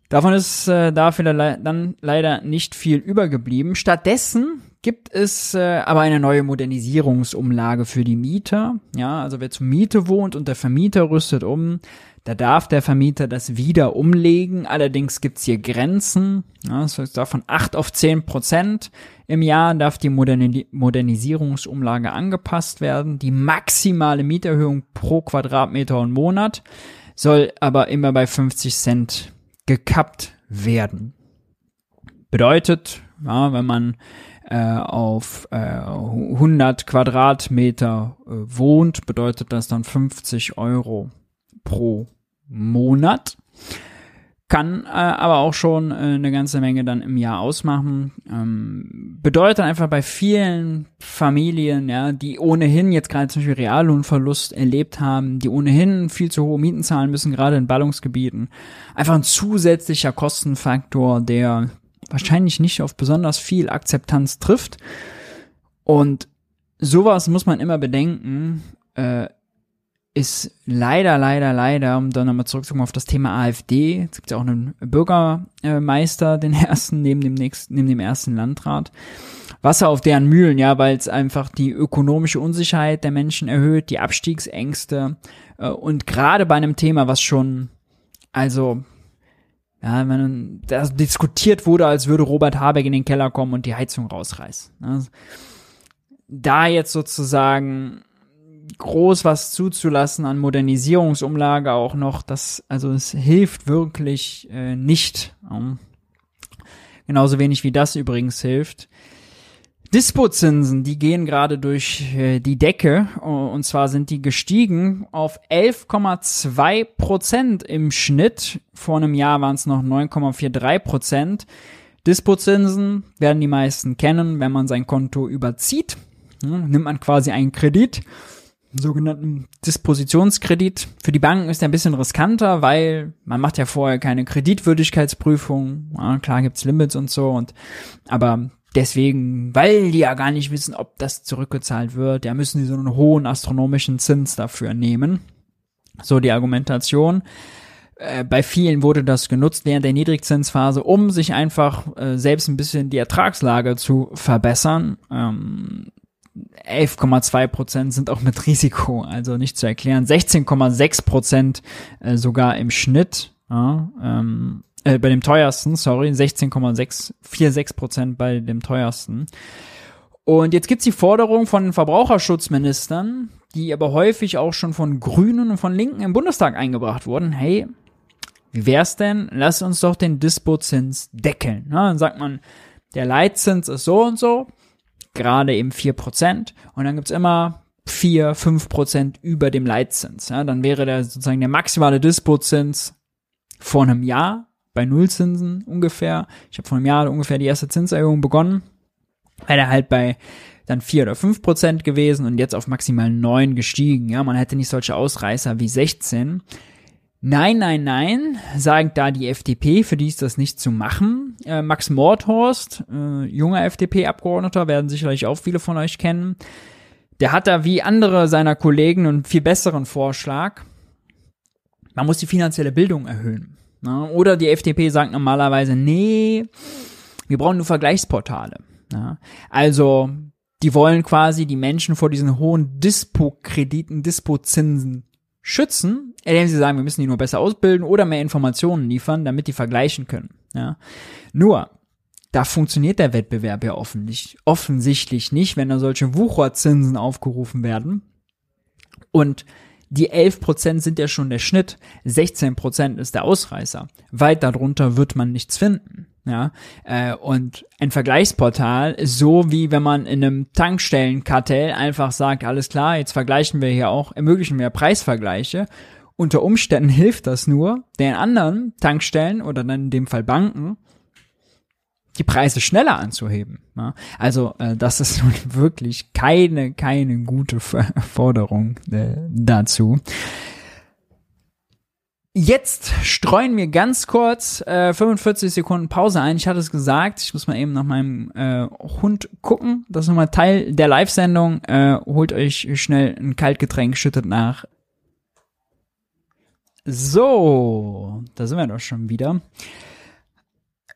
S1: Davon ist äh, dafür le- dann leider nicht viel übergeblieben. Stattdessen gibt es äh, aber eine neue Modernisierungsumlage für die Mieter. Ja, also wer zur Miete wohnt und der Vermieter rüstet um, da darf der Vermieter das wieder umlegen. Allerdings gibt's hier Grenzen. Ja, das heißt, davon acht auf zehn Prozent im Jahr darf die Moderni- Modernisierungsumlage angepasst werden. Die maximale Mieterhöhung pro Quadratmeter und Monat soll aber immer bei fünfzig Cent gekappt werden. Bedeutet, ja, wenn man äh, auf äh, hundert Quadratmeter äh, wohnt, bedeutet das dann fünfzig Euro pro Monat. Kann äh, aber auch schon äh, eine ganze Menge dann im Jahr ausmachen. Ähm, bedeutet einfach bei vielen Familien, ja, die ohnehin jetzt gerade zum Beispiel Reallohnverlust erlebt haben, die ohnehin viel zu hohe Mieten zahlen müssen, gerade in Ballungsgebieten, einfach ein zusätzlicher Kostenfaktor, der wahrscheinlich nicht auf besonders viel Akzeptanz trifft. Und sowas muss man immer bedenken, äh, ist leider, leider, leider, um dann nochmal zurückzukommen auf das Thema AfD, es gibt ja auch einen Bürgermeister, den ersten, neben dem nächsten, neben dem ersten Landrat, Wasser auf deren Mühlen, ja, weil es einfach die ökonomische Unsicherheit der Menschen erhöht, die Abstiegsängste äh, und gerade bei einem Thema, was schon, also, ja, wenn das diskutiert wurde, als würde Robert Habeck in den Keller kommen und die Heizung rausreißen. Ne? Da jetzt sozusagen groß was zuzulassen an Modernisierungsumlage auch noch, das, also es hilft wirklich äh, nicht. Um, genauso wenig wie das übrigens hilft. Dispozinsen, die gehen gerade durch äh, die Decke, und zwar sind die gestiegen auf elf Komma zwei Prozent im Schnitt. Vor einem Jahr waren es noch neun Komma drei vier Prozent. Dispozinsen werden die meisten kennen, wenn man sein Konto überzieht. Ja, nimmt man quasi einen Kredit, einen sogenannten Dispositionskredit. Für die Banken ist der ein bisschen riskanter, weil man macht ja vorher keine Kreditwürdigkeitsprüfung. Ja, klar gibt's Limits und so, und aber deswegen, weil die ja gar nicht wissen, ob das zurückgezahlt wird, ja, müssen die so einen hohen astronomischen Zins dafür nehmen. So die Argumentation. Äh, bei vielen wurde das genutzt während der Niedrigzinsphase, um sich einfach äh, selbst ein bisschen die Ertragslage zu verbessern. Ähm, elf Komma zwei Prozent sind auch mit Risiko, also nicht zu erklären. sechzehn Komma sechs Prozent äh, sogar im Schnitt, ja, ähm, äh, bei dem teuersten, sorry, sechzehn Komma sechs vier sechs Prozent bei dem teuersten. Und jetzt gibt's die Forderung von den Verbraucherschutzministern, die aber häufig auch schon von Grünen und von Linken im Bundestag eingebracht wurden. Hey, wie wär's denn? Lass uns doch den Dispozins deckeln. Ja, dann sagt man, der Leitzins ist so und so, gerade eben vier Prozent, und dann gibt's immer vier, fünf Prozent über dem Leitzins. Ja, dann wäre der sozusagen der maximale Dispozins vor einem Jahr bei Nullzinsen ungefähr. Ich habe vor einem Jahr ungefähr die erste Zinserhöhung begonnen, wäre er halt bei dann vier oder fünf Prozent gewesen und jetzt auf maximal neun gestiegen. Ja, man hätte nicht solche Ausreißer wie sechzehn. Nein, nein, nein, sagt da die F D P, für die ist das nicht zu machen. Äh, Max Mordhorst, äh, junger F D P-Abgeordneter, werden sicherlich auch viele von euch kennen. Der hat da wie andere seiner Kollegen einen viel besseren Vorschlag. Man muss die finanzielle Bildung erhöhen. Na? Oder die F D P sagt normalerweise, nee, wir brauchen nur Vergleichsportale. Na? Also, die wollen quasi die Menschen vor diesen hohen Dispo-Krediten, Dispo-Zinsen schützen, indem sie sagen, wir müssen die nur besser ausbilden oder mehr Informationen liefern, damit die vergleichen können. Ja. Nur, da funktioniert der Wettbewerb ja offensichtlich, offensichtlich nicht, wenn da solche Wucherzinsen aufgerufen werden. Und die elf Prozent sind ja schon der Schnitt, sechzehn Prozent ist der Ausreißer. Weit darunter wird man nichts finden. Ja, äh, und ein Vergleichsportal ist so, wie wenn man in einem Tankstellenkartell einfach sagt, alles klar, jetzt vergleichen wir hier auch, ermöglichen wir Preisvergleiche. Unter Umständen hilft das nur, den anderen Tankstellen oder dann in dem Fall Banken die Preise schneller anzuheben. Ja, also äh, das ist wirklich keine, keine gute Forderung äh, dazu. Jetzt streuen wir ganz kurz äh, fünfundvierzig Sekunden Pause ein. Ich hatte es gesagt, ich muss mal eben nach meinem äh, Hund gucken. Das ist nochmal Teil der Live-Sendung. Äh, holt euch schnell ein Kaltgetränk, schüttet nach. So, da sind wir doch schon wieder.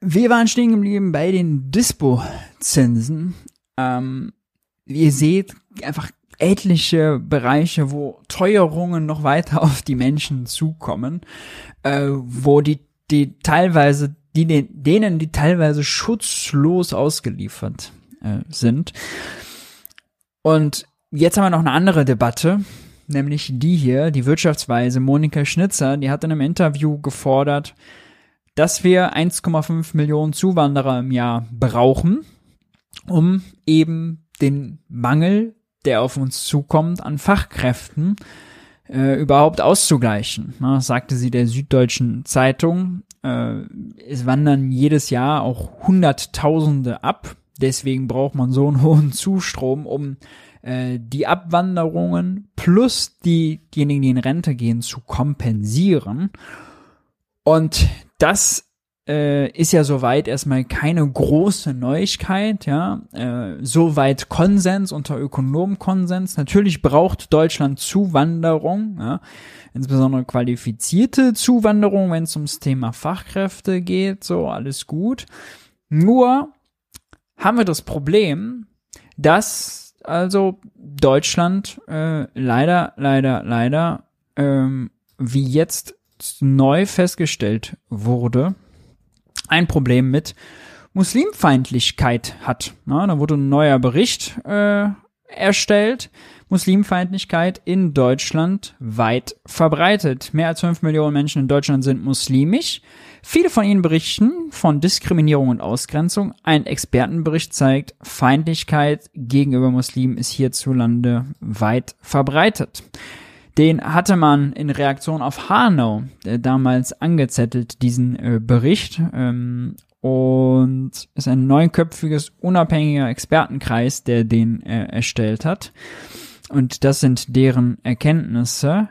S1: Wir waren stehen geblieben bei den Dispo-Zinsen. Ähm, ihr seht einfach etliche Bereiche, wo Teuerungen noch weiter auf die Menschen zukommen, äh, wo die, die teilweise, die, denen die teilweise schutzlos ausgeliefert äh, sind. Und jetzt haben wir noch eine andere Debatte, nämlich die hier, die Wirtschaftsweise Monika Schnitzer, die hat in einem Interview gefordert, dass wir eins Komma fünf Millionen Zuwanderer im Jahr brauchen, um eben den Mangel, der auf uns zukommt, an Fachkräften äh, überhaupt auszugleichen. Na, das sagte sie der Süddeutschen Zeitung. Äh, es wandern jedes Jahr auch Hunderttausende ab. Deswegen braucht man so einen hohen Zustrom, um äh, die Abwanderungen plus die, diejenigen, die in Rente gehen, zu kompensieren. Und das äh, ist ja soweit erstmal keine große Neuigkeit, ja, äh, soweit Konsens unter Ökonomen Konsens. Natürlich braucht Deutschland Zuwanderung, ja, insbesondere qualifizierte Zuwanderung, wenn es ums Thema Fachkräfte geht, so alles gut. Nur haben wir das Problem, dass also Deutschland äh, leider, leider, leider, ähm, wie jetzt neu festgestellt wurde, ein Problem mit Muslimfeindlichkeit hat. Na, da wurde ein neuer Bericht äh, erstellt. Muslimfeindlichkeit in Deutschland weit verbreitet. Mehr als fünf Millionen Menschen in Deutschland sind muslimisch. Viele von ihnen berichten von Diskriminierung und Ausgrenzung. Ein Expertenbericht zeigt, Feindlichkeit gegenüber Muslimen ist hierzulande weit verbreitet. Den hatte man in Reaktion auf Hanau äh, damals angezettelt, diesen äh, Bericht. Ähm, und ist ein neunköpfiges, unabhängiger Expertenkreis, der den äh, erstellt hat. Und das sind deren Erkenntnisse.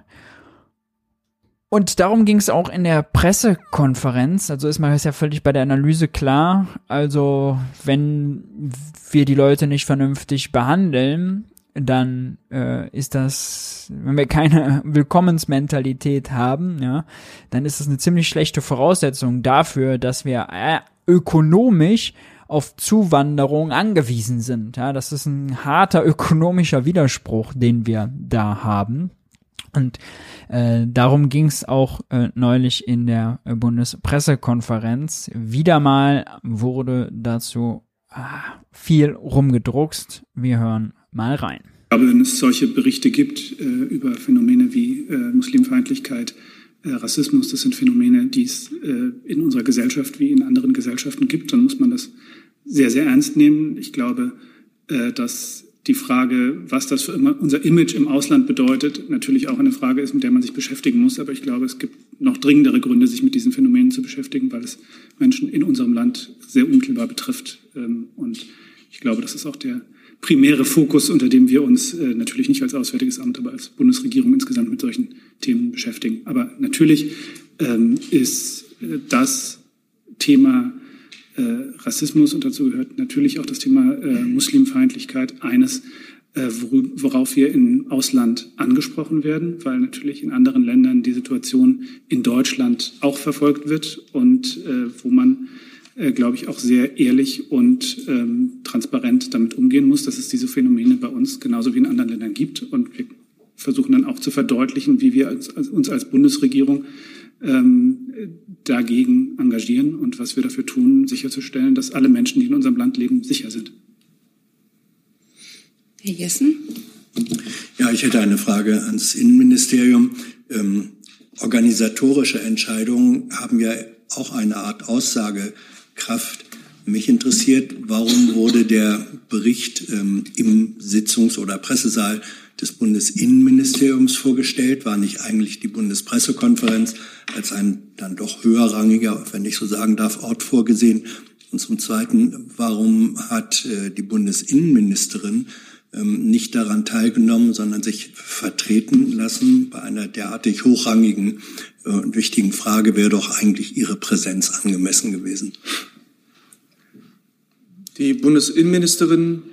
S1: Und darum ging es auch in der Pressekonferenz. Also ist mir das ja völlig bei der Analyse klar. Also wenn wir die Leute nicht vernünftig behandeln, dann äh, ist das, wenn wir keine Willkommensmentalität haben, ja, dann ist das eine ziemlich schlechte Voraussetzung dafür, dass wir äh, ökonomisch auf Zuwanderung angewiesen sind. Ja, das ist ein harter ökonomischer Widerspruch, den wir da haben. Und äh, darum ging es auch äh, neulich in der äh, Bundespressekonferenz. Wieder mal wurde dazu ah, viel rumgedruckst. Wir hören mal rein.
S4: Ich glaube, wenn es solche Berichte gibt äh, über Phänomene wie äh, Muslimfeindlichkeit, äh, Rassismus, das sind Phänomene, die es äh, in unserer Gesellschaft wie in anderen Gesellschaften gibt, dann muss man das sehr, sehr ernst nehmen. Ich glaube, äh, dass die Frage, was das für immer unser Image im Ausland bedeutet, natürlich auch eine Frage ist, mit der man sich beschäftigen muss. Aber ich glaube, es gibt noch dringendere Gründe, sich mit diesen Phänomenen zu beschäftigen, weil es Menschen in unserem Land sehr unmittelbar betrifft. Ähm, und ich glaube, das ist auch der primäre Fokus, unter dem wir uns äh, natürlich nicht als Auswärtiges Amt, aber als Bundesregierung insgesamt mit solchen Themen beschäftigen. Aber natürlich ähm, ist äh, das Thema äh, Rassismus, und dazu gehört natürlich auch das Thema äh, Muslimfeindlichkeit, eines, äh, worauf wir im Ausland angesprochen werden, weil natürlich in anderen Ländern die Situation in Deutschland auch verfolgt wird und äh, wo man Äh, glaube ich, auch sehr ehrlich und ähm, transparent damit umgehen muss, dass es diese Phänomene bei uns genauso wie in anderen Ländern gibt. Und wir versuchen dann auch zu verdeutlichen, wie wir als, als, uns als Bundesregierung ähm, dagegen engagieren und was wir dafür tun, sicherzustellen, dass alle Menschen, die in unserem Land leben, sicher sind.
S5: Herr Jessen?
S6: Ja, ich hätte eine Frage ans Innenministerium. Ähm, organisatorische Entscheidungen haben ja auch eine Art Aussage Kraft. Mich interessiert, warum wurde der Bericht ähm, im Sitzungs- oder Pressesaal des Bundesinnenministeriums vorgestellt? War nicht eigentlich die Bundespressekonferenz als ein dann doch höherrangiger, wenn ich so sagen darf, Ort vorgesehen? Und zum Zweiten, warum hat äh, die Bundesinnenministerin ähm, nicht daran teilgenommen, sondern sich vertreten lassen? Bei einer derartig hochrangigen äh, und wichtigen Frage wäre doch eigentlich ihre Präsenz angemessen gewesen.
S7: Die Bundesinnenministerin,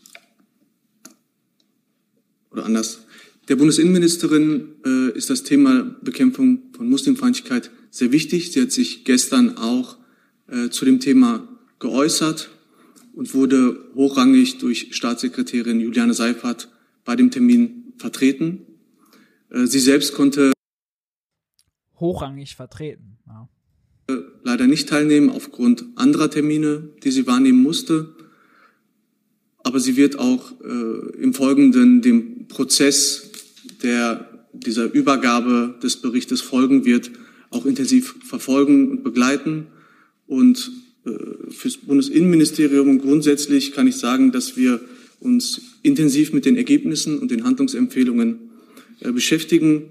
S7: oder anders, der Bundesinnenministerin äh, ist das Thema Bekämpfung von Muslimfeindlichkeit sehr wichtig. Sie hat sich gestern auch äh, zu dem Thema geäußert und wurde hochrangig durch Staatssekretärin Juliane Seiffert bei dem Termin vertreten. Äh, sie selbst konnte
S1: hochrangig vertreten, ja.
S7: äh, leider nicht teilnehmen aufgrund anderer Termine, die sie wahrnehmen musste. Aber sie wird auch äh, im Folgenden dem Prozess, der dieser Übergabe des Berichtes folgen wird, auch intensiv verfolgen und begleiten. Und äh, fürs Bundesinnenministerium grundsätzlich kann ich sagen, dass wir uns intensiv mit den Ergebnissen und den Handlungsempfehlungen äh, beschäftigen,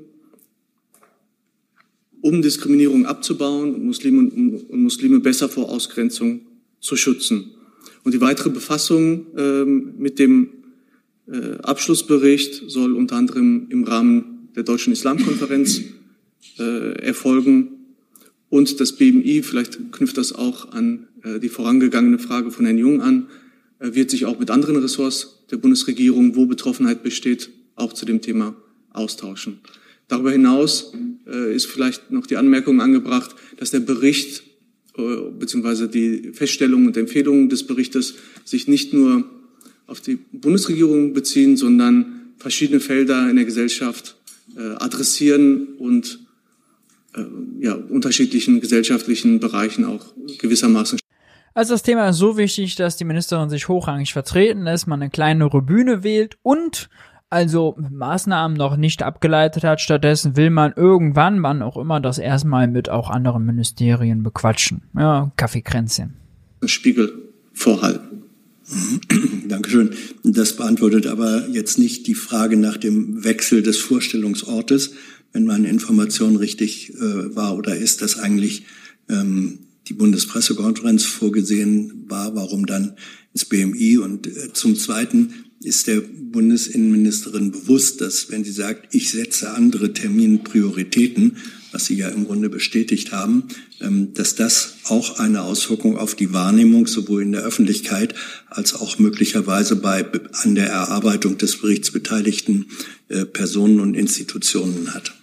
S7: um Diskriminierung abzubauen und Muslime und, und Muslime besser vor Ausgrenzung zu schützen. Und die weitere Befassung ähm, mit dem äh, Abschlussbericht soll unter anderem im Rahmen der Deutschen Islamkonferenz äh, erfolgen. Und das B M I, vielleicht knüpft das auch an äh, die vorangegangene Frage von Herrn Jung an, äh, wird sich auch mit anderen Ressorts der Bundesregierung, wo Betroffenheit besteht, auch zu dem Thema austauschen. Darüber hinaus äh, ist vielleicht noch die Anmerkung angebracht, dass der Bericht beziehungsweise die Feststellungen und Empfehlungen des Berichtes sich nicht nur auf die Bundesregierung beziehen, sondern verschiedene Felder in der Gesellschaft äh, adressieren und äh, ja, unterschiedlichen gesellschaftlichen Bereichen auch gewissermaßen.
S1: Also das Thema ist so wichtig, dass die Ministerin sich hochrangig vertreten lässt, man eine kleinere Bühne wählt und also Maßnahmen noch nicht abgeleitet hat. Stattdessen will man irgendwann, wann auch immer, das erstmal mit auch anderen Ministerien bequatschen. Ja, Kaffeekränzchen.
S7: Spiegel vorhalten.
S6: Dankeschön. Das beantwortet aber jetzt nicht die Frage nach dem Wechsel des Vorstellungsortes, wenn meine Information richtig äh, war oder ist, dass eigentlich ähm, die Bundespressekonferenz vorgesehen war, warum dann ins B M I? Und äh, zum Zweiten, ist der Bundesinnenministerin bewusst, dass wenn sie sagt, ich setze andere Terminprioritäten, was Sie ja im Grunde bestätigt haben, dass das auch eine Auswirkung auf die Wahrnehmung sowohl in der Öffentlichkeit als auch möglicherweise bei an der Erarbeitung des Berichts beteiligten Personen und Institutionen hat?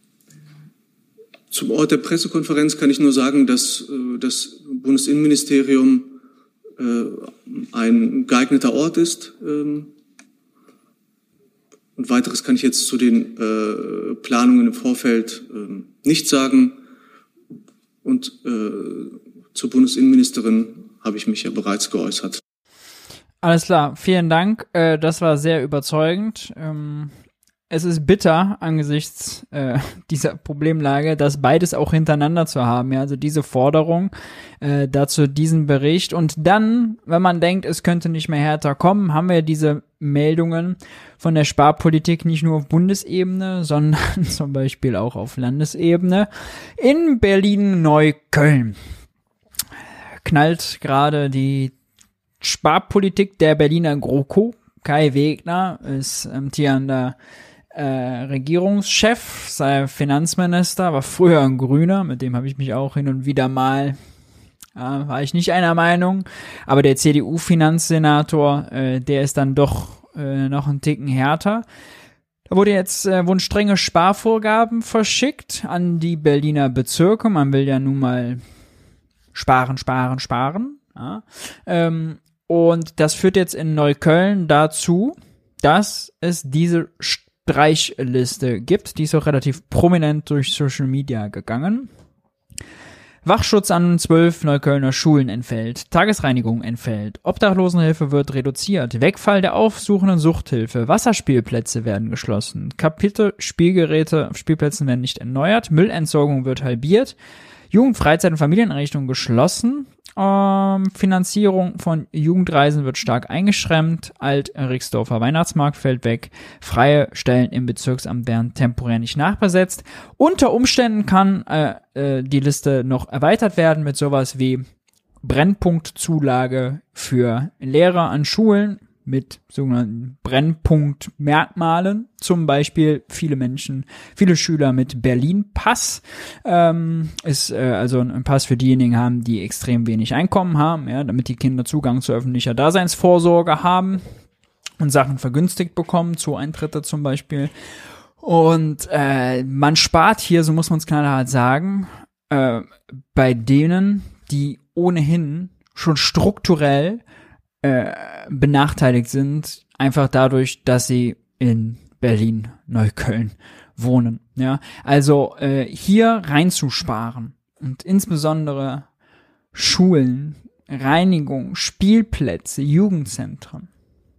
S7: Zum Ort der Pressekonferenz kann ich nur sagen, dass das Bundesinnenministerium ein geeigneter Ort ist. Und weiteres kann ich jetzt zu den Planungen im Vorfeld nicht sagen. Und zur Bundesinnenministerin habe ich mich ja bereits geäußert.
S1: Alles klar, vielen Dank. Das war sehr überzeugend. Es ist bitter angesichts äh, dieser Problemlage, das beides auch hintereinander zu haben. Ja? Also diese Forderung, äh, dazu diesen Bericht. Und dann, wenn man denkt, es könnte nicht mehr härter kommen, haben wir diese Meldungen von der Sparpolitik nicht nur auf Bundesebene, sondern zum Beispiel auch auf Landesebene. In Berlin-Neukölln knallt gerade die Sparpolitik der Berliner GroKo. Kai Wegner ist amtierender Äh, Regierungschef, sei Finanzminister, war früher ein Grüner, mit dem habe ich mich auch hin und wieder mal, äh, war ich nicht einer Meinung, aber der C D U-Finanzsenator, äh, der ist dann doch äh, noch einen Ticken härter. Da wurde jetzt, äh, wurden strenge Sparvorgaben verschickt an die Berliner Bezirke, man will ja nun mal sparen, sparen, sparen, ja. ähm, und das führt jetzt in Neukölln dazu, dass es diese Streichliste gibt. Die ist auch relativ prominent durch Social Media gegangen. Wachschutz an zwölf Neuköllner Schulen entfällt. Tagesreinigung entfällt. Obdachlosenhilfe wird reduziert. Wegfall der aufsuchenden Suchthilfe. Wasserspielplätze werden geschlossen. Kapitel Spielgeräte auf Spielplätzen werden nicht erneuert. Müllentsorgung wird halbiert. Jugend-, Freizeit- und Familieneinrichtungen geschlossen. Ähm, Finanzierung von Jugendreisen wird stark eingeschränkt. Alt-Rixdorfer Weihnachtsmarkt fällt weg. Freie Stellen im Bezirksamt werden temporär nicht nachbesetzt. Unter Umständen kann äh, äh, die Liste noch erweitert werden mit sowas wie Brennpunktzulage für Lehrer an Schulen mit sogenannten Brennpunktmerkmalen, zum Beispiel viele Menschen, viele Schüler mit Berlin-Pass, ähm, ist äh, also ein Pass für diejenigen haben, die extrem wenig Einkommen haben, ja, damit die Kinder Zugang zu öffentlicher Daseinsvorsorge haben und Sachen vergünstigt bekommen, Zoo-Eintritte zum Beispiel. Und äh, man spart hier, so muss man es knallhart sagen, äh, bei denen, die ohnehin schon strukturell äh, benachteiligt sind, einfach dadurch, dass sie in Berlin-Neukölln wohnen. Ja, also äh, hier reinzusparen und insbesondere Schulen, Reinigung, Spielplätze, Jugendzentren.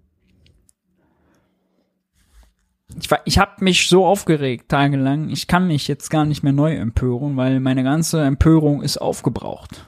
S1: Ich, war, ich habe mich so aufgeregt tagelang, ich kann mich jetzt gar nicht mehr neu empören, weil meine ganze Empörung ist aufgebraucht.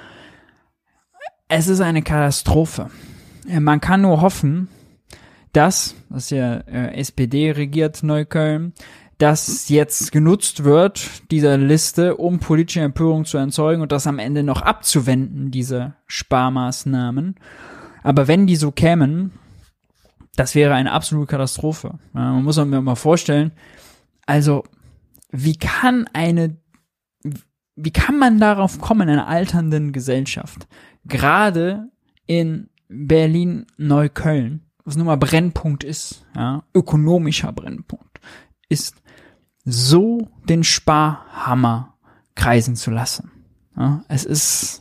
S1: Es ist eine Katastrophe. Man kann nur hoffen, dass, dass ja äh, S P D regiert Neukölln, dass jetzt genutzt wird, diese Liste, um politische Empörung zu erzeugen und das am Ende noch abzuwenden, diese Sparmaßnahmen. Aber wenn die so kämen, das wäre eine absolute Katastrophe. Ja, man muss sich mal vorstellen, also wie kann eine, wie kann man darauf kommen, in einer alternden Gesellschaft, gerade in Berlin-Neukölln, was nun mal Brennpunkt ist, ja, ökonomischer Brennpunkt, ist, so den Sparhammer kreisen zu lassen. Ja, es ist,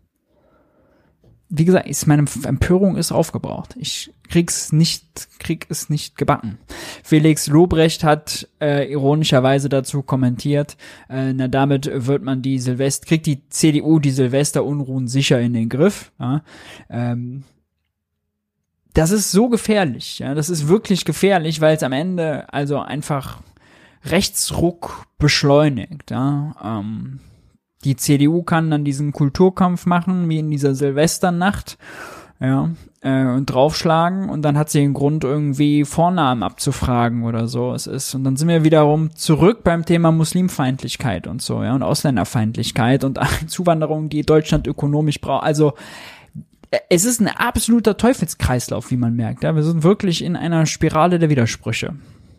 S1: wie gesagt, ist meine Empörung ist aufgebraucht. Ich krieg's nicht, krieg es nicht gebacken. Felix Lobrecht hat äh, ironischerweise dazu kommentiert, äh, na damit wird man die Silvester, kriegt die C D U die Silvesterunruhen sicher in den Griff. Ja, ähm, das ist so gefährlich, ja, das ist wirklich gefährlich, weil es am Ende also einfach Rechtsruck beschleunigt, ja. Ähm, die C D U kann dann diesen Kulturkampf machen, wie in dieser Silvesternacht, ja, äh, und draufschlagen und dann hat sie den Grund, irgendwie Vornamen abzufragen oder so. Es ist, und dann sind wir wiederum zurück beim Thema Muslimfeindlichkeit und so, ja, und Ausländerfeindlichkeit und Zuwanderung, die Deutschland ökonomisch braucht. Also, es ist ein absoluter Teufelskreislauf, wie man merkt, ja. Wir sind wirklich in einer Spirale der Widersprüche.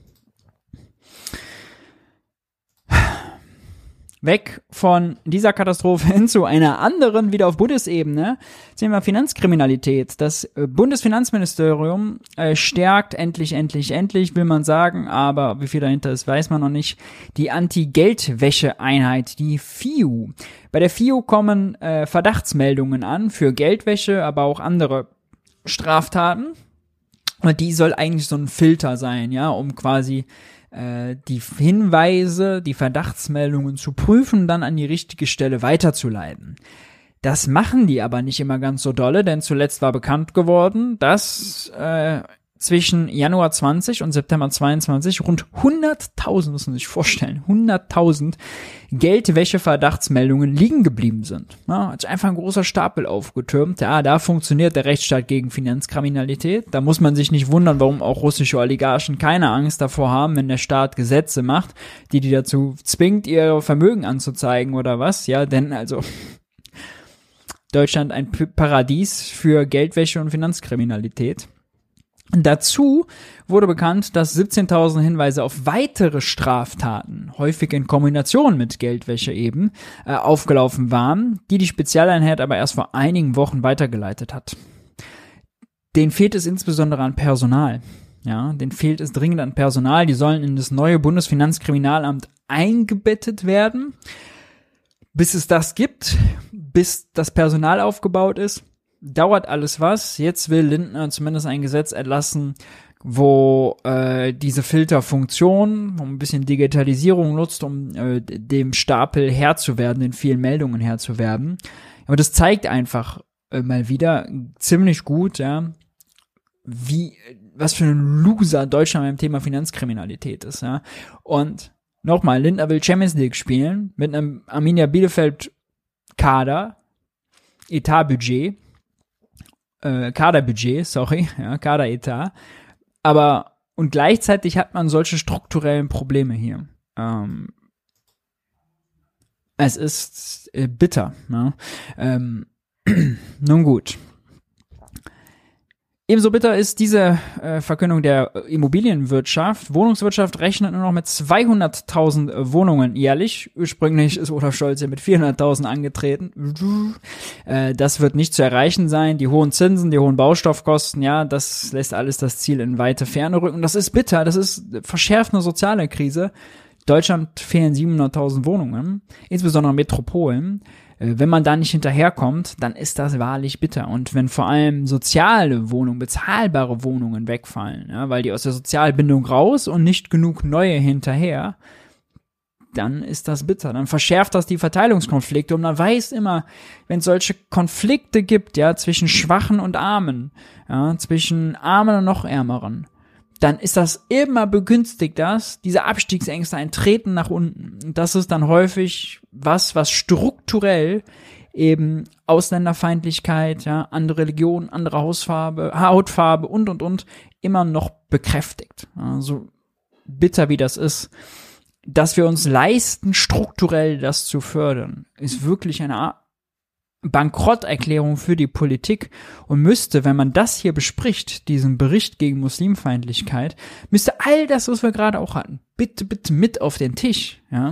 S1: Weg von dieser Katastrophe hin zu einer anderen, wieder auf Bundesebene, sehen wir Finanzkriminalität. Das Bundesfinanzministerium äh, stärkt endlich, endlich, endlich, will man sagen, aber wie viel dahinter ist, weiß man noch nicht, die Anti-Geldwäsche-Einheit, die F I U. Bei der F I U kommen äh, Verdachtsmeldungen an für Geldwäsche, aber auch andere Straftaten. Und die soll eigentlich so ein Filter sein, ja, um quasi die Hinweise, die Verdachtsmeldungen zu prüfen, dann an die richtige Stelle weiterzuleiten. Das machen die aber nicht immer ganz so dolle, denn zuletzt war bekannt geworden, dass äh, zwischen Januar zwanzig und September zweiundzwanzig rund hunderttausend, muss man sich vorstellen, hunderttausend Geldwäsche-Verdachtsmeldungen liegen geblieben sind. Ja, hat sich einfach ein großer Stapel aufgetürmt. Ja, da funktioniert der Rechtsstaat gegen Finanzkriminalität. Da muss man sich nicht wundern, warum auch russische Oligarchen keine Angst davor haben, wenn der Staat Gesetze macht, die die dazu zwingt, ihr Vermögen anzuzeigen oder was. Ja, denn also Deutschland ein Paradies für Geldwäsche und Finanzkriminalität. Dazu wurde bekannt, dass siebzehntausend Hinweise auf weitere Straftaten, häufig in Kombination mit Geldwäsche eben, äh, aufgelaufen waren, die die Spezialeinheit aber erst vor einigen Wochen weitergeleitet hat. Denen fehlt es insbesondere an Personal. Ja, denen fehlt es dringend an Personal. Die sollen in das neue Bundesfinanzkriminalamt eingebettet werden. Bis es das gibt, bis das Personal aufgebaut ist, dauert alles was. Jetzt will Lindner zumindest ein Gesetz erlassen, wo äh, diese Filterfunktion, wo ein bisschen Digitalisierung nutzt, um äh, dem Stapel Herr zu werden, den vielen Meldungen Herr zu werden. Aber das zeigt einfach äh, mal wieder ziemlich gut, ja, wie, was für ein Loser Deutschland beim Thema Finanzkriminalität ist, ja. Und nochmal, Lindner will Champions League spielen mit einem Arminia Bielefeld Kader, Etatbudget, äh, Kaderbudget, sorry, ja, Kaderetat, aber und gleichzeitig hat man solche strukturellen Probleme hier. Ähm, es ist äh, bitter, ne? Ähm, nun gut. Ebenso bitter ist diese äh, Verkündung der Immobilienwirtschaft. Wohnungswirtschaft rechnet nur noch mit zweihunderttausend Wohnungen jährlich. Ursprünglich ist Olaf Scholz ja mit vierhunderttausend angetreten. Äh, das wird nicht zu erreichen sein. Die hohen Zinsen, die hohen Baustoffkosten, ja, das lässt alles das Ziel in weite Ferne rücken. Und das ist bitter. Das ist verschärft eine soziale Krise. Deutschland fehlen siebenhunderttausend Wohnungen, insbesondere Metropolen. Wenn man da nicht hinterherkommt, dann ist das wahrlich bitter. Und wenn vor allem soziale Wohnungen, bezahlbare Wohnungen wegfallen, ja, weil die aus der Sozialbindung raus und nicht genug neue hinterher, dann ist das bitter. Dann verschärft das die Verteilungskonflikte und man weiß immer, wenn es solche Konflikte gibt, ja, zwischen Schwachen und Armen, ja, zwischen Armen und noch Ärmeren, dann ist das immer begünstigt, dass diese Abstiegsängste ein Treten nach unten. Und das ist dann häufig was, was strukturell eben Ausländerfeindlichkeit, ja, andere Religion, andere Hausfarbe, Hautfarbe und, und, und immer noch bekräftigt. Also bitter wie das ist, dass wir uns leisten, strukturell das zu fördern, ist wirklich eine Art Bankrotterklärung für die Politik und müsste, wenn man das hier bespricht, diesen Bericht gegen Muslimfeindlichkeit, müsste all das, was wir gerade auch hatten, bitte, bitte mit auf den Tisch, ja.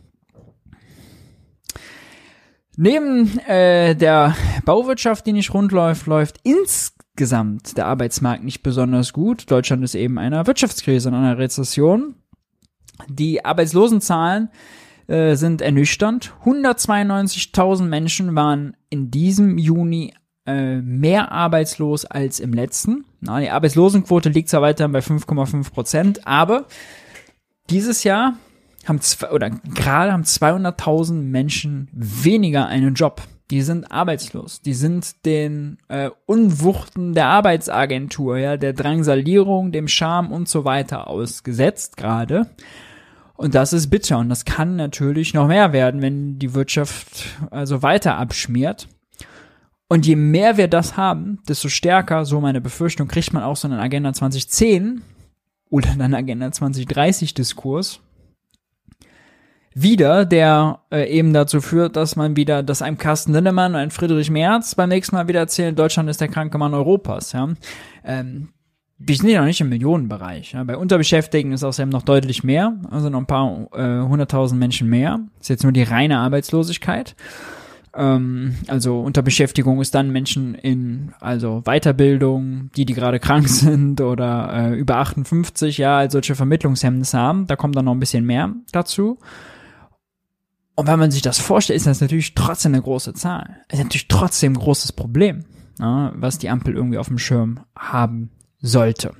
S1: Neben äh, der Bauwirtschaft, die nicht rund läuft, läuft insgesamt der Arbeitsmarkt nicht besonders gut. Deutschland ist eben in einer Wirtschaftskrise und einer Rezession. Die Arbeitslosenzahlen äh, sind ernüchternd. hundertzweiundneunzigtausend Menschen waren in diesem Juni äh, mehr arbeitslos als im letzten. Na, die Arbeitslosenquote liegt zwar weiterhin bei fünf Komma fünf Prozent, aber dieses Jahr haben zwei, oder gerade haben zweihunderttausend Menschen weniger einen Job. Die sind arbeitslos. Die sind den äh, Unwuchten der Arbeitsagentur, ja, der Drangsalierung, dem Charme und so weiter ausgesetzt gerade. Und das ist bitter und das kann natürlich noch mehr werden, wenn die Wirtschaft also weiter abschmiert. Und je mehr wir das haben, desto stärker, so meine Befürchtung, kriegt man auch so einen Agenda zwanzig zehn oder einen Agenda zwanzig dreißig Diskurs wieder, der äh, eben dazu führt, dass man wieder, dass einem Carsten Linnemann und ein Friedrich Merz beim nächsten Mal wieder erzählen, Deutschland ist der kranke Mann Europas. Ja. Ähm, wir sind ja noch nicht im Millionenbereich. Ja. Bei Unterbeschäftigten ist außerdem noch deutlich mehr, also noch ein paar äh, hunderttausend Menschen mehr. Das ist jetzt nur die reine Arbeitslosigkeit. Ähm, also Unterbeschäftigung ist dann Menschen in also Weiterbildung, die, die gerade krank sind oder äh, über achtundfünfzig, ja, als solche Vermittlungshemmnisse haben. Da kommt dann noch ein bisschen mehr dazu. Und wenn man sich das vorstellt, ist das natürlich trotzdem eine große Zahl. Ist natürlich trotzdem ein großes Problem, ja, was die Ampel irgendwie auf dem Schirm haben sollte.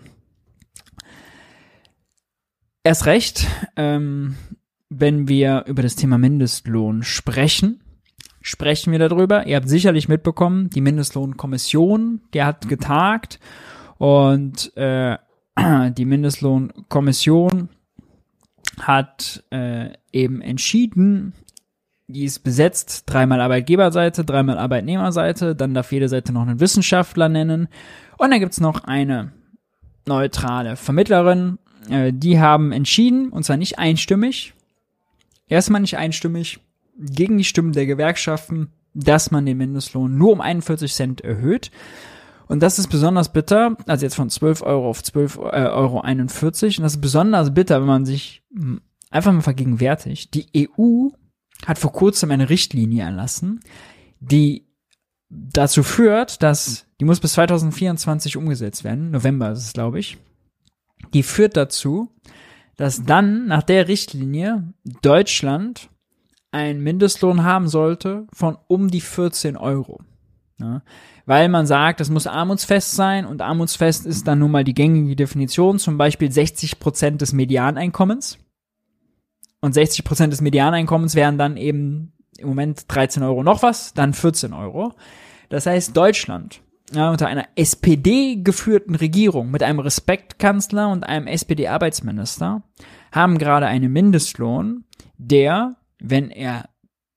S1: Erst recht, ähm, wenn wir über das Thema Mindestlohn sprechen, sprechen wir darüber. Ihr habt sicherlich mitbekommen, die Mindestlohnkommission, die hat getagt und äh, die Mindestlohnkommission hat äh, eben entschieden, die ist besetzt, dreimal Arbeitgeberseite, dreimal Arbeitnehmerseite, dann darf jede Seite noch einen Wissenschaftler nennen und dann gibt's noch eine neutrale Vermittlerin, äh, die haben entschieden, und zwar nicht einstimmig, erstmal nicht einstimmig, gegen die Stimmen der Gewerkschaften, dass man den Mindestlohn nur um einundvierzig Cent erhöht. Und das ist besonders bitter, also jetzt von zwölf Euro auf zwölf Euro einundvierzig. Und das ist besonders bitter, wenn man sich einfach mal vergegenwärtigt. Die E U hat vor kurzem eine Richtlinie erlassen, die dazu führt, dass, die muss bis zwanzig vierundzwanzig umgesetzt werden, November ist es, glaube ich. Die führt dazu, dass dann nach der Richtlinie Deutschland einen Mindestlohn haben sollte von um die vierzehn Euro. Ja, weil man sagt, das muss armutsfest sein und armutsfest ist dann nun mal die gängige Definition, zum Beispiel sechzig Prozent des Medianeinkommens. Und sechzig Prozent des Medianeinkommens wären dann eben im Moment dreizehn Euro noch was, dann vierzehn Euro. Das heißt, Deutschland, ja, unter einer S P D-geführten Regierung mit einem Respektkanzler und einem S P D-Arbeitsminister haben gerade einen Mindestlohn, der, wenn er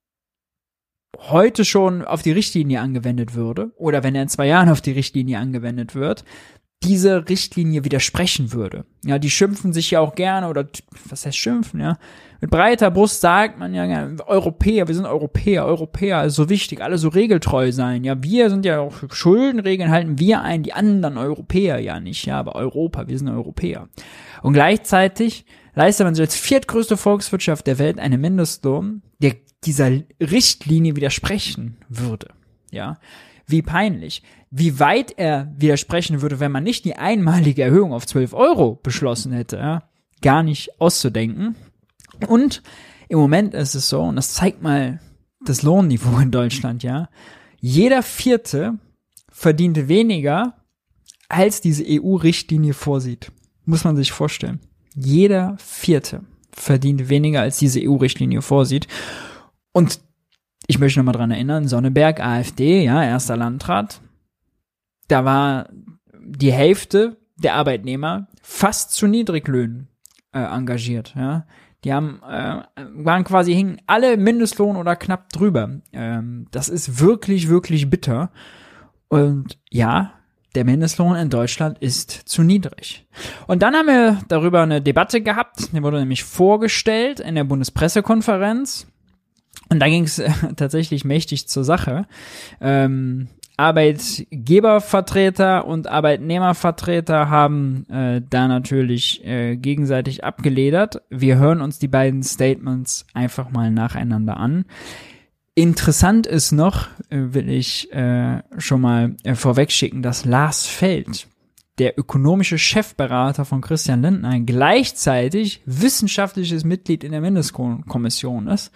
S1: heute schon auf die Richtlinie angewendet würde oder wenn er in zwei Jahren auf die Richtlinie angewendet wird, diese Richtlinie widersprechen würde. Ja, die schimpfen sich ja auch gerne oder was heißt schimpfen, ja? Mit breiter Brust sagt man ja gerne, Europäer, wir sind Europäer, Europäer ist so wichtig, alle so regeltreu sein. Ja, wir sind ja auch Schuldenregeln halten wir ein, die anderen Europäer ja nicht, ja, aber Europa, wir sind Europäer. Und gleichzeitig leistet man sich als viertgrößte Volkswirtschaft der Welt einen Mindestlohn, der dieser Richtlinie widersprechen würde, ja. Wie peinlich. Wie weit er widersprechen würde, wenn man nicht die einmalige Erhöhung auf zwölf Euro beschlossen hätte, ja, gar nicht auszudenken. Und im Moment ist es so, und das zeigt mal das Lohnniveau in Deutschland, ja. Jeder Vierte verdient weniger, als diese E U-Richtlinie vorsieht. Muss man sich vorstellen. Jeder Vierte verdient weniger, als diese E U-Richtlinie vorsieht. Und ich möchte nochmal dran erinnern, Sonneberg, AfD, ja, erster Landrat, da war die Hälfte der Arbeitnehmer fast zu Niedriglöhnen äh, engagiert, ja. Die haben, äh, waren quasi, hingen alle Mindestlohn oder knapp drüber. Ähm, das ist wirklich, wirklich bitter. Und ja, der Mindestlohn in Deutschland ist zu niedrig. Und dann haben wir darüber eine Debatte gehabt, die wurde nämlich vorgestellt in der Bundespressekonferenz. Und da ging es äh, tatsächlich mächtig zur Sache. Ähm, Arbeitgebervertreter und Arbeitnehmervertreter haben äh, da natürlich äh, gegenseitig abgeledert. Wir hören uns die beiden Statements einfach mal nacheinander an. Interessant ist noch, äh, will ich äh, schon mal äh, vorwegschicken, dass Lars Feld, der ökonomische Chefberater von Christian Lindner, gleichzeitig wissenschaftliches Mitglied in der Mindestkommission ist,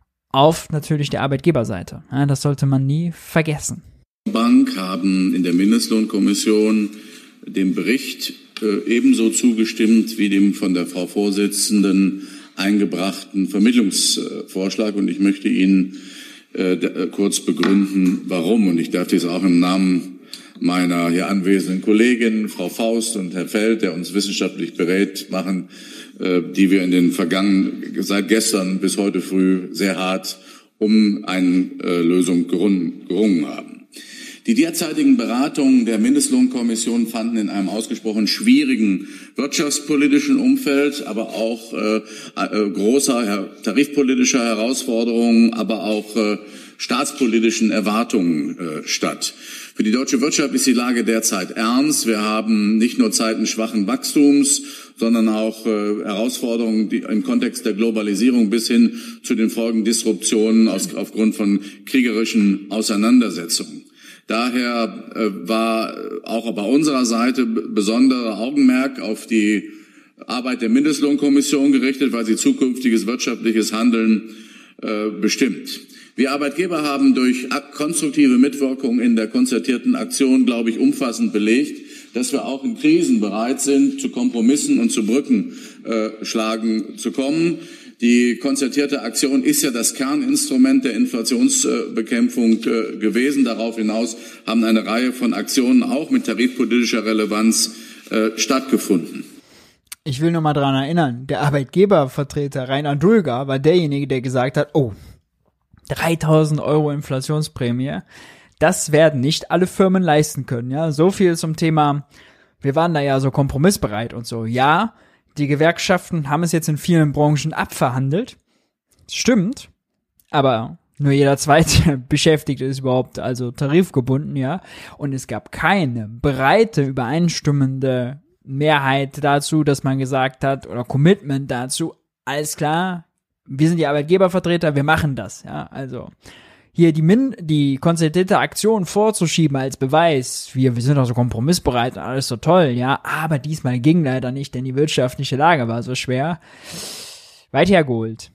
S1: auf natürlich der Arbeitgeberseite. Ja, das sollte man nie vergessen.
S5: Bank haben in der Mindestlohnkommission dem Bericht äh, ebenso zugestimmt wie dem von der Frau Vorsitzenden eingebrachten Vermittlungsvorschlag. Und ich möchte Ihnen äh, d- kurz begründen, warum. Und ich darf dies auch im Namen meiner hier anwesenden Kollegin, Frau Faust und Herr Feld, der uns wissenschaftlich berät, machen, äh, die wir in den vergangenen, seit gestern bis heute früh sehr hart um eine äh, Lösung gerungen, gerungen haben. Die derzeitigen Beratungen der Mindestlohnkommission fanden in einem ausgesprochen schwierigen wirtschaftspolitischen Umfeld, aber auch äh, äh, großer tarifpolitischer Herausforderungen, aber auch äh, staatspolitischen Erwartungen äh, statt. Für die deutsche Wirtschaft ist die Lage derzeit ernst. Wir haben nicht nur Zeiten schwachen Wachstums, sondern auch äh, Herausforderungen die im Kontext der Globalisierung bis hin zu den Folgen Disruptionen aus, aufgrund von kriegerischen Auseinandersetzungen. Daher äh, war auch bei unserer Seite besonderer Augenmerk auf die Arbeit der Mindestlohnkommission gerichtet, weil sie zukünftiges wirtschaftliches Handeln äh, bestimmt. Wir Arbeitgeber haben durch konstruktive Mitwirkung in der konzertierten Aktion, glaube ich, umfassend belegt, dass wir auch in Krisen bereit sind, zu Kompromissen und zu Brückenschlagen äh, zu kommen. Die konzertierte Aktion ist ja das Kerninstrument der Inflationsbekämpfung äh, gewesen. Darauf hinaus haben eine Reihe von Aktionen auch mit tarifpolitischer Relevanz äh, stattgefunden.
S1: Ich will nur mal dran erinnern, der Arbeitgebervertreter Rainer Dulger war derjenige, der gesagt hat, oh, dreitausend Euro Inflationsprämie, das werden nicht alle Firmen leisten können. Ja, so viel zum Thema, wir waren da ja so kompromissbereit und so. Ja, die Gewerkschaften haben es jetzt in vielen Branchen abverhandelt. Stimmt, aber nur jeder zweite Beschäftigte ist überhaupt also tarifgebunden, ja. Und es gab keine breite, übereinstimmende Mehrheit dazu, dass man gesagt hat, oder Commitment dazu, alles klar, wir sind die Arbeitgebervertreter, wir machen das, ja. Also hier die Min die konzertierte Aktion vorzuschieben als Beweis, wir, wir sind auch so kompromissbereit, alles so toll, ja, aber diesmal ging leider nicht, denn die wirtschaftliche Lage war so schwer. Weit hergeholt.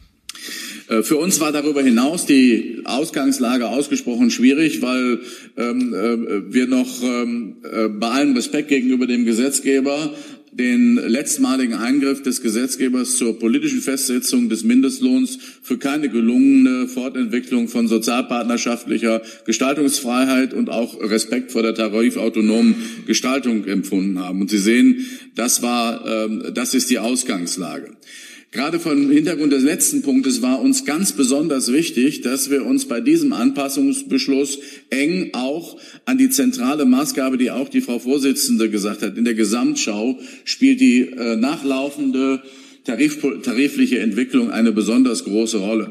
S5: Für uns war darüber hinaus die Ausgangslage ausgesprochen schwierig, weil ähm, äh, wir noch ähm, äh, bei allem Respekt gegenüber dem Gesetzgeber den letztmaligen Eingriff des Gesetzgebers zur politischen Festsetzung des Mindestlohns für keine gelungene Fortentwicklung von sozialpartnerschaftlicher Gestaltungsfreiheit und auch Respekt vor der tarifautonomen Gestaltung empfunden haben. Und Sie sehen, das war, ähm, das ist die Ausgangslage. Gerade vom Hintergrund des letzten Punktes war uns ganz besonders wichtig, dass wir uns bei diesem Anpassungsbeschluss eng auch an die zentrale Maßgabe, die auch die Frau Vorsitzende gesagt hat, in der Gesamtschau spielt die äh, nachlaufende Tarif, tarifliche Entwicklung eine besonders große Rolle.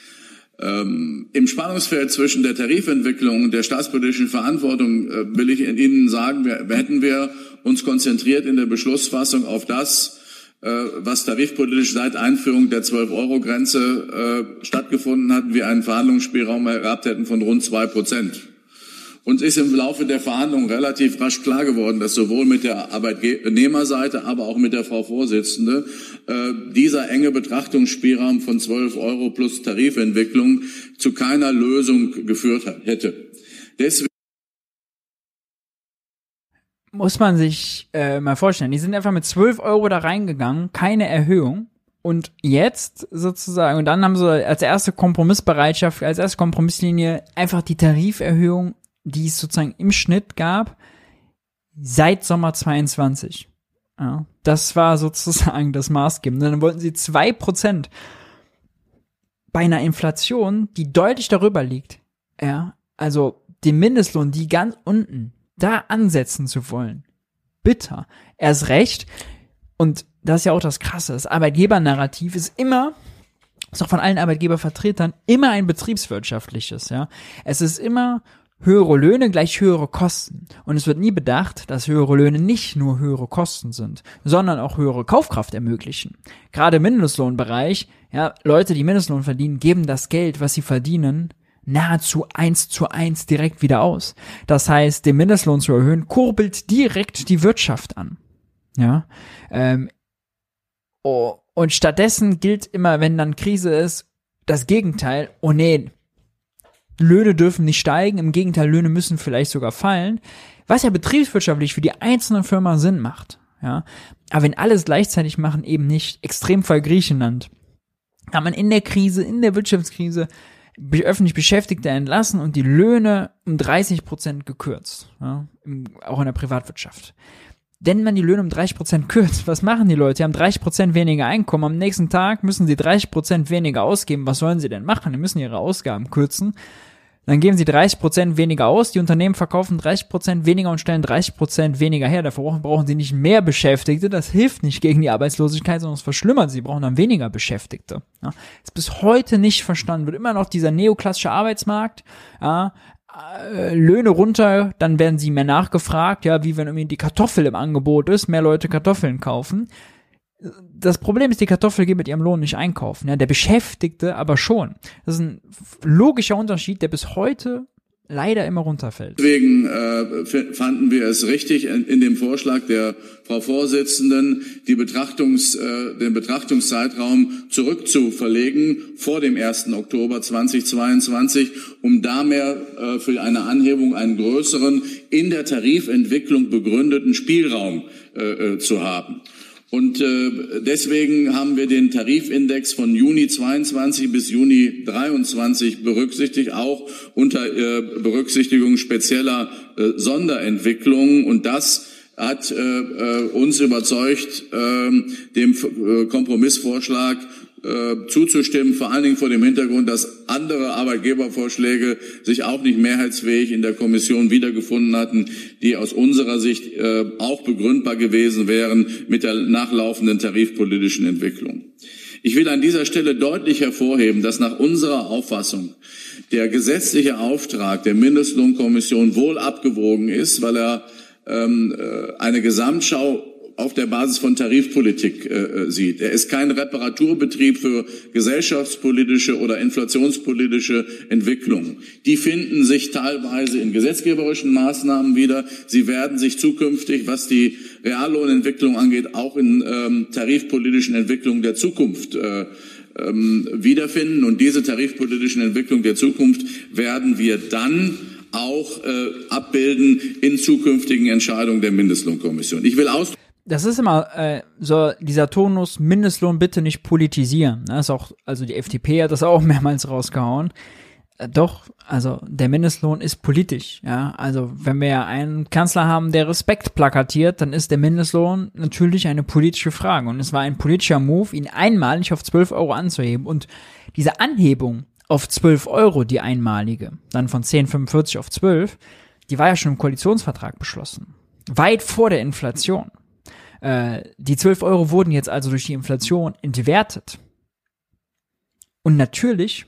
S5: Ähm, im Spannungsfeld zwischen der Tarifentwicklung und der staatspolitischen Verantwortung äh, will ich Ihnen sagen, wir, hätten wir uns konzentriert in der Beschlussfassung auf das, was tarifpolitisch seit Einführung der zwölf-Euro-Grenze äh, stattgefunden hat, wir einen Verhandlungsspielraum gehabt hätten von rund zwei Prozent. Uns ist im Laufe der Verhandlungen relativ rasch klar geworden, dass sowohl mit der Arbeitnehmerseite, aber auch mit der Frau Vorsitzende äh, dieser enge Betrachtungsspielraum von zwölf Euro plus Tarifentwicklung zu keiner Lösung geführt hat, hätte. Deswegen
S1: muss man sich äh, mal vorstellen, die sind einfach mit zwölf Euro da reingegangen, keine Erhöhung. Und jetzt sozusagen, und dann haben sie als erste Kompromissbereitschaft, als erste Kompromisslinie einfach die Tariferhöhung, die es sozusagen im Schnitt gab, seit Sommer zweiundzwanzig. Ja, das war sozusagen das Maßgebende. Dann wollten sie zwei Prozent bei einer Inflation, die deutlich darüber liegt. Ja, also den Mindestlohn, die ganz unten, da ansetzen zu wollen. Bitter. Erst recht. Und das ist ja auch das Krasse. Das Arbeitgebernarrativ ist immer, ist auch von allen Arbeitgebervertretern, immer ein betriebswirtschaftliches, ja. Es ist immer höhere Löhne gleich höhere Kosten. Und es wird nie bedacht, dass höhere Löhne nicht nur höhere Kosten sind, sondern auch höhere Kaufkraft ermöglichen. Gerade im Mindestlohnbereich, ja, Leute, die Mindestlohn verdienen, geben das Geld, was sie verdienen, nahezu eins zu eins direkt wieder aus. Das heißt, den Mindestlohn zu erhöhen, kurbelt direkt die Wirtschaft an. Ja, ähm, oh, und stattdessen gilt immer, wenn dann Krise ist, das Gegenteil. Oh nee, Löhne dürfen nicht steigen, im Gegenteil, Löhne müssen vielleicht sogar fallen, was ja betriebswirtschaftlich für die einzelne Firma Sinn macht. Ja, aber wenn alles gleichzeitig machen, eben nicht. Extremfall Griechenland. Hat man in der Krise, in der Wirtschaftskrise öffentlich Beschäftigte entlassen und die Löhne um dreißig Prozent gekürzt, ja, auch in der Privatwirtschaft. Wenn man die Löhne um dreißig Prozent kürzt, was machen die Leute? Die haben dreißig Prozent weniger Einkommen, am nächsten Tag müssen sie dreißig Prozent weniger ausgeben. Was sollen sie denn machen? Die müssen ihre Ausgaben kürzen. Dann geben sie dreißig Prozent weniger aus, die Unternehmen verkaufen dreißig Prozent weniger und stellen dreißig Prozent weniger her. Dafür brauchen sie nicht mehr Beschäftigte, das hilft nicht gegen die Arbeitslosigkeit, sondern es verschlimmert sie, sie brauchen dann weniger Beschäftigte. Ja, ist bis heute nicht verstanden, wird immer noch dieser neoklassische Arbeitsmarkt, ja, äh, Löhne runter, dann werden sie mehr nachgefragt, ja, wie wenn irgendwie die Kartoffel im Angebot ist, mehr Leute Kartoffeln kaufen. Das Problem ist, die Kartoffel geht mit ihrem Lohn nicht einkaufen, ja, der Beschäftigte aber schon. Das ist ein logischer Unterschied, der bis heute leider immer runterfällt.
S5: Deswegen äh, fanden wir es richtig, in, in dem Vorschlag der Frau Vorsitzenden, die Betrachtungs, äh, den Betrachtungszeitraum zurückzuverlegen vor dem ersten Oktober zweitausendzweiundzwanzig, um da mehr äh, für eine Anhebung einen größeren, in der Tarifentwicklung begründeten Spielraum äh, zu haben. Und äh, deswegen haben wir den Tarifindex von Juni zweiundzwanzig bis Juni dreiundzwanzig berücksichtigt, auch unter äh, Berücksichtigung spezieller äh, Sonderentwicklungen. Und das hat äh, uns überzeugt, äh, dem äh, Kompromissvorschlag äh, zuzustimmen, vor allen Dingen vor dem Hintergrund, dass andere Arbeitgebervorschläge sich auch nicht mehrheitsfähig in der Kommission wiedergefunden hatten, die aus unserer Sicht äh, auch begründbar gewesen wären mit der nachlaufenden tarifpolitischen Entwicklung. Ich will an dieser Stelle deutlich hervorheben, dass nach unserer Auffassung der gesetzliche Auftrag der Mindestlohnkommission wohl abgewogen ist, weil er ähm, eine Gesamtschau auf der Basis von Tarifpolitik äh, sieht. Er ist kein Reparaturbetrieb für gesellschaftspolitische oder inflationspolitische Entwicklungen. Die finden sich teilweise in gesetzgeberischen Maßnahmen wieder. Sie werden sich zukünftig, was die Reallohnentwicklung angeht, auch in ähm, tarifpolitischen Entwicklungen der Zukunft äh, ähm, wiederfinden. Und diese tarifpolitischen Entwicklungen der Zukunft werden wir dann auch äh, abbilden in zukünftigen Entscheidungen der Mindestlohnkommission. Ich will aus
S1: Das ist immer äh, so dieser Tonus, Mindestlohn bitte nicht politisieren. Das ist auch, also die F D P hat das auch mehrmals rausgehauen. Äh, doch, also der Mindestlohn ist politisch. Ja, also wenn wir einen Kanzler haben, der Respekt plakatiert, dann ist der Mindestlohn natürlich eine politische Frage. Und es war ein politischer Move, ihn einmalig auf zwölf Euro anzuheben. Und diese Anhebung auf zwölf Euro, die einmalige, dann von zehn Komma fünfundvierzig auf zwölf, die war ja schon im Koalitionsvertrag beschlossen. Weit vor der Inflation. Äh, die zwölf Euro wurden jetzt also durch die Inflation entwertet. Und natürlich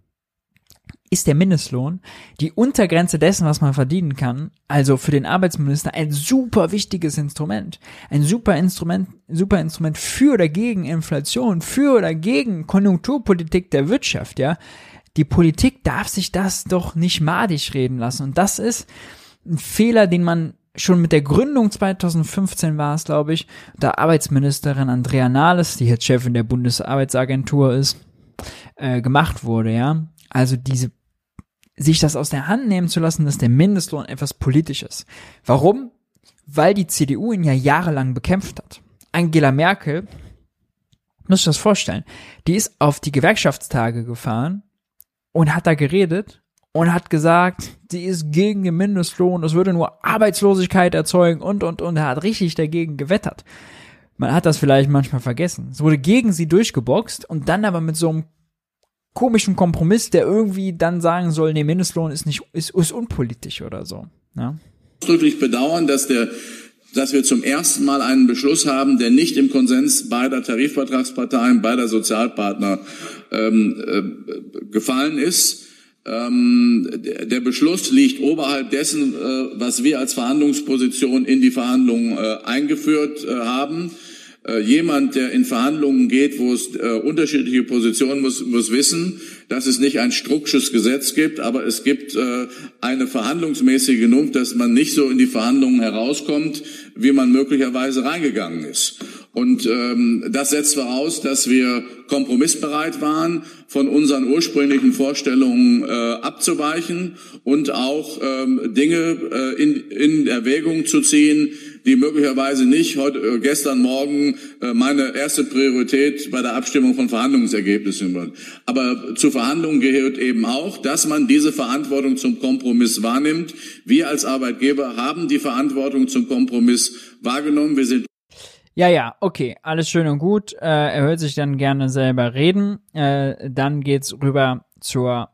S1: ist der Mindestlohn die Untergrenze dessen, was man verdienen kann, also für den Arbeitsminister ein super wichtiges Instrument. Ein super Instrument, super Instrument für oder gegen Inflation, für oder gegen Konjunkturpolitik der Wirtschaft, ja. die Politik darf sich das doch nicht madig reden lassen. Und das ist ein Fehler, den man schon mit der Gründung zwanzig fünfzehn war es, glaube ich, der Arbeitsministerin Andrea Nahles, die jetzt Chefin der Bundesarbeitsagentur ist, äh, gemacht wurde, ja. Also diese, sich das aus der Hand nehmen zu lassen, dass der Mindestlohn etwas Politisches. Warum? Weil die C D U ihn ja jahrelang bekämpft hat. Angela Merkel, muss ich das vorstellen, die ist auf die Gewerkschaftstage gefahren und hat da geredet und hat gesagt, sie ist gegen den Mindestlohn, es würde nur Arbeitslosigkeit erzeugen und, und, und. Er hat richtig dagegen gewettert. Man hat das vielleicht manchmal vergessen. Es wurde gegen sie durchgeboxt und dann aber mit so einem komischen Kompromiss, der irgendwie dann sagen soll, nee, Mindestlohn ist nicht, ist, ist unpolitisch oder so. Ja?
S5: Ausdrücklich bedauern, dass der, dass wir zum ersten Mal einen Beschluss haben, der nicht im Konsens beider Tarifvertragsparteien, beider Sozialpartner ähm, äh, gefallen ist. Ähm, der, der Beschluss liegt oberhalb dessen, äh, was wir als Verhandlungsposition in die Verhandlungen äh, eingeführt äh, haben. Äh, jemand, der in Verhandlungen geht, wo es äh, unterschiedliche Positionen muss, muss wissen, dass es nicht ein Strucksches Gesetz gibt, aber es gibt äh, eine verhandlungsmäßige Genug, dass man nicht so in die Verhandlungen herauskommt, wie man möglicherweise reingegangen ist. Und ähm, das setzt voraus, dass wir kompromissbereit waren, von unseren ursprünglichen Vorstellungen äh, abzuweichen und auch ähm, Dinge äh, in, in Erwägung zu ziehen, die möglicherweise nicht heute, äh, gestern Morgen äh, meine erste Priorität bei der Abstimmung von Verhandlungsergebnissen waren. Aber zu Verhandlungen gehört eben auch, dass man diese Verantwortung zum Kompromiss wahrnimmt. Wir als Arbeitgeber haben die Verantwortung zum Kompromiss wahrgenommen. Wir sind
S1: Ja, ja, okay, alles schön und gut. Äh, er hört sich dann gerne selber reden. Äh, dann geht's rüber zur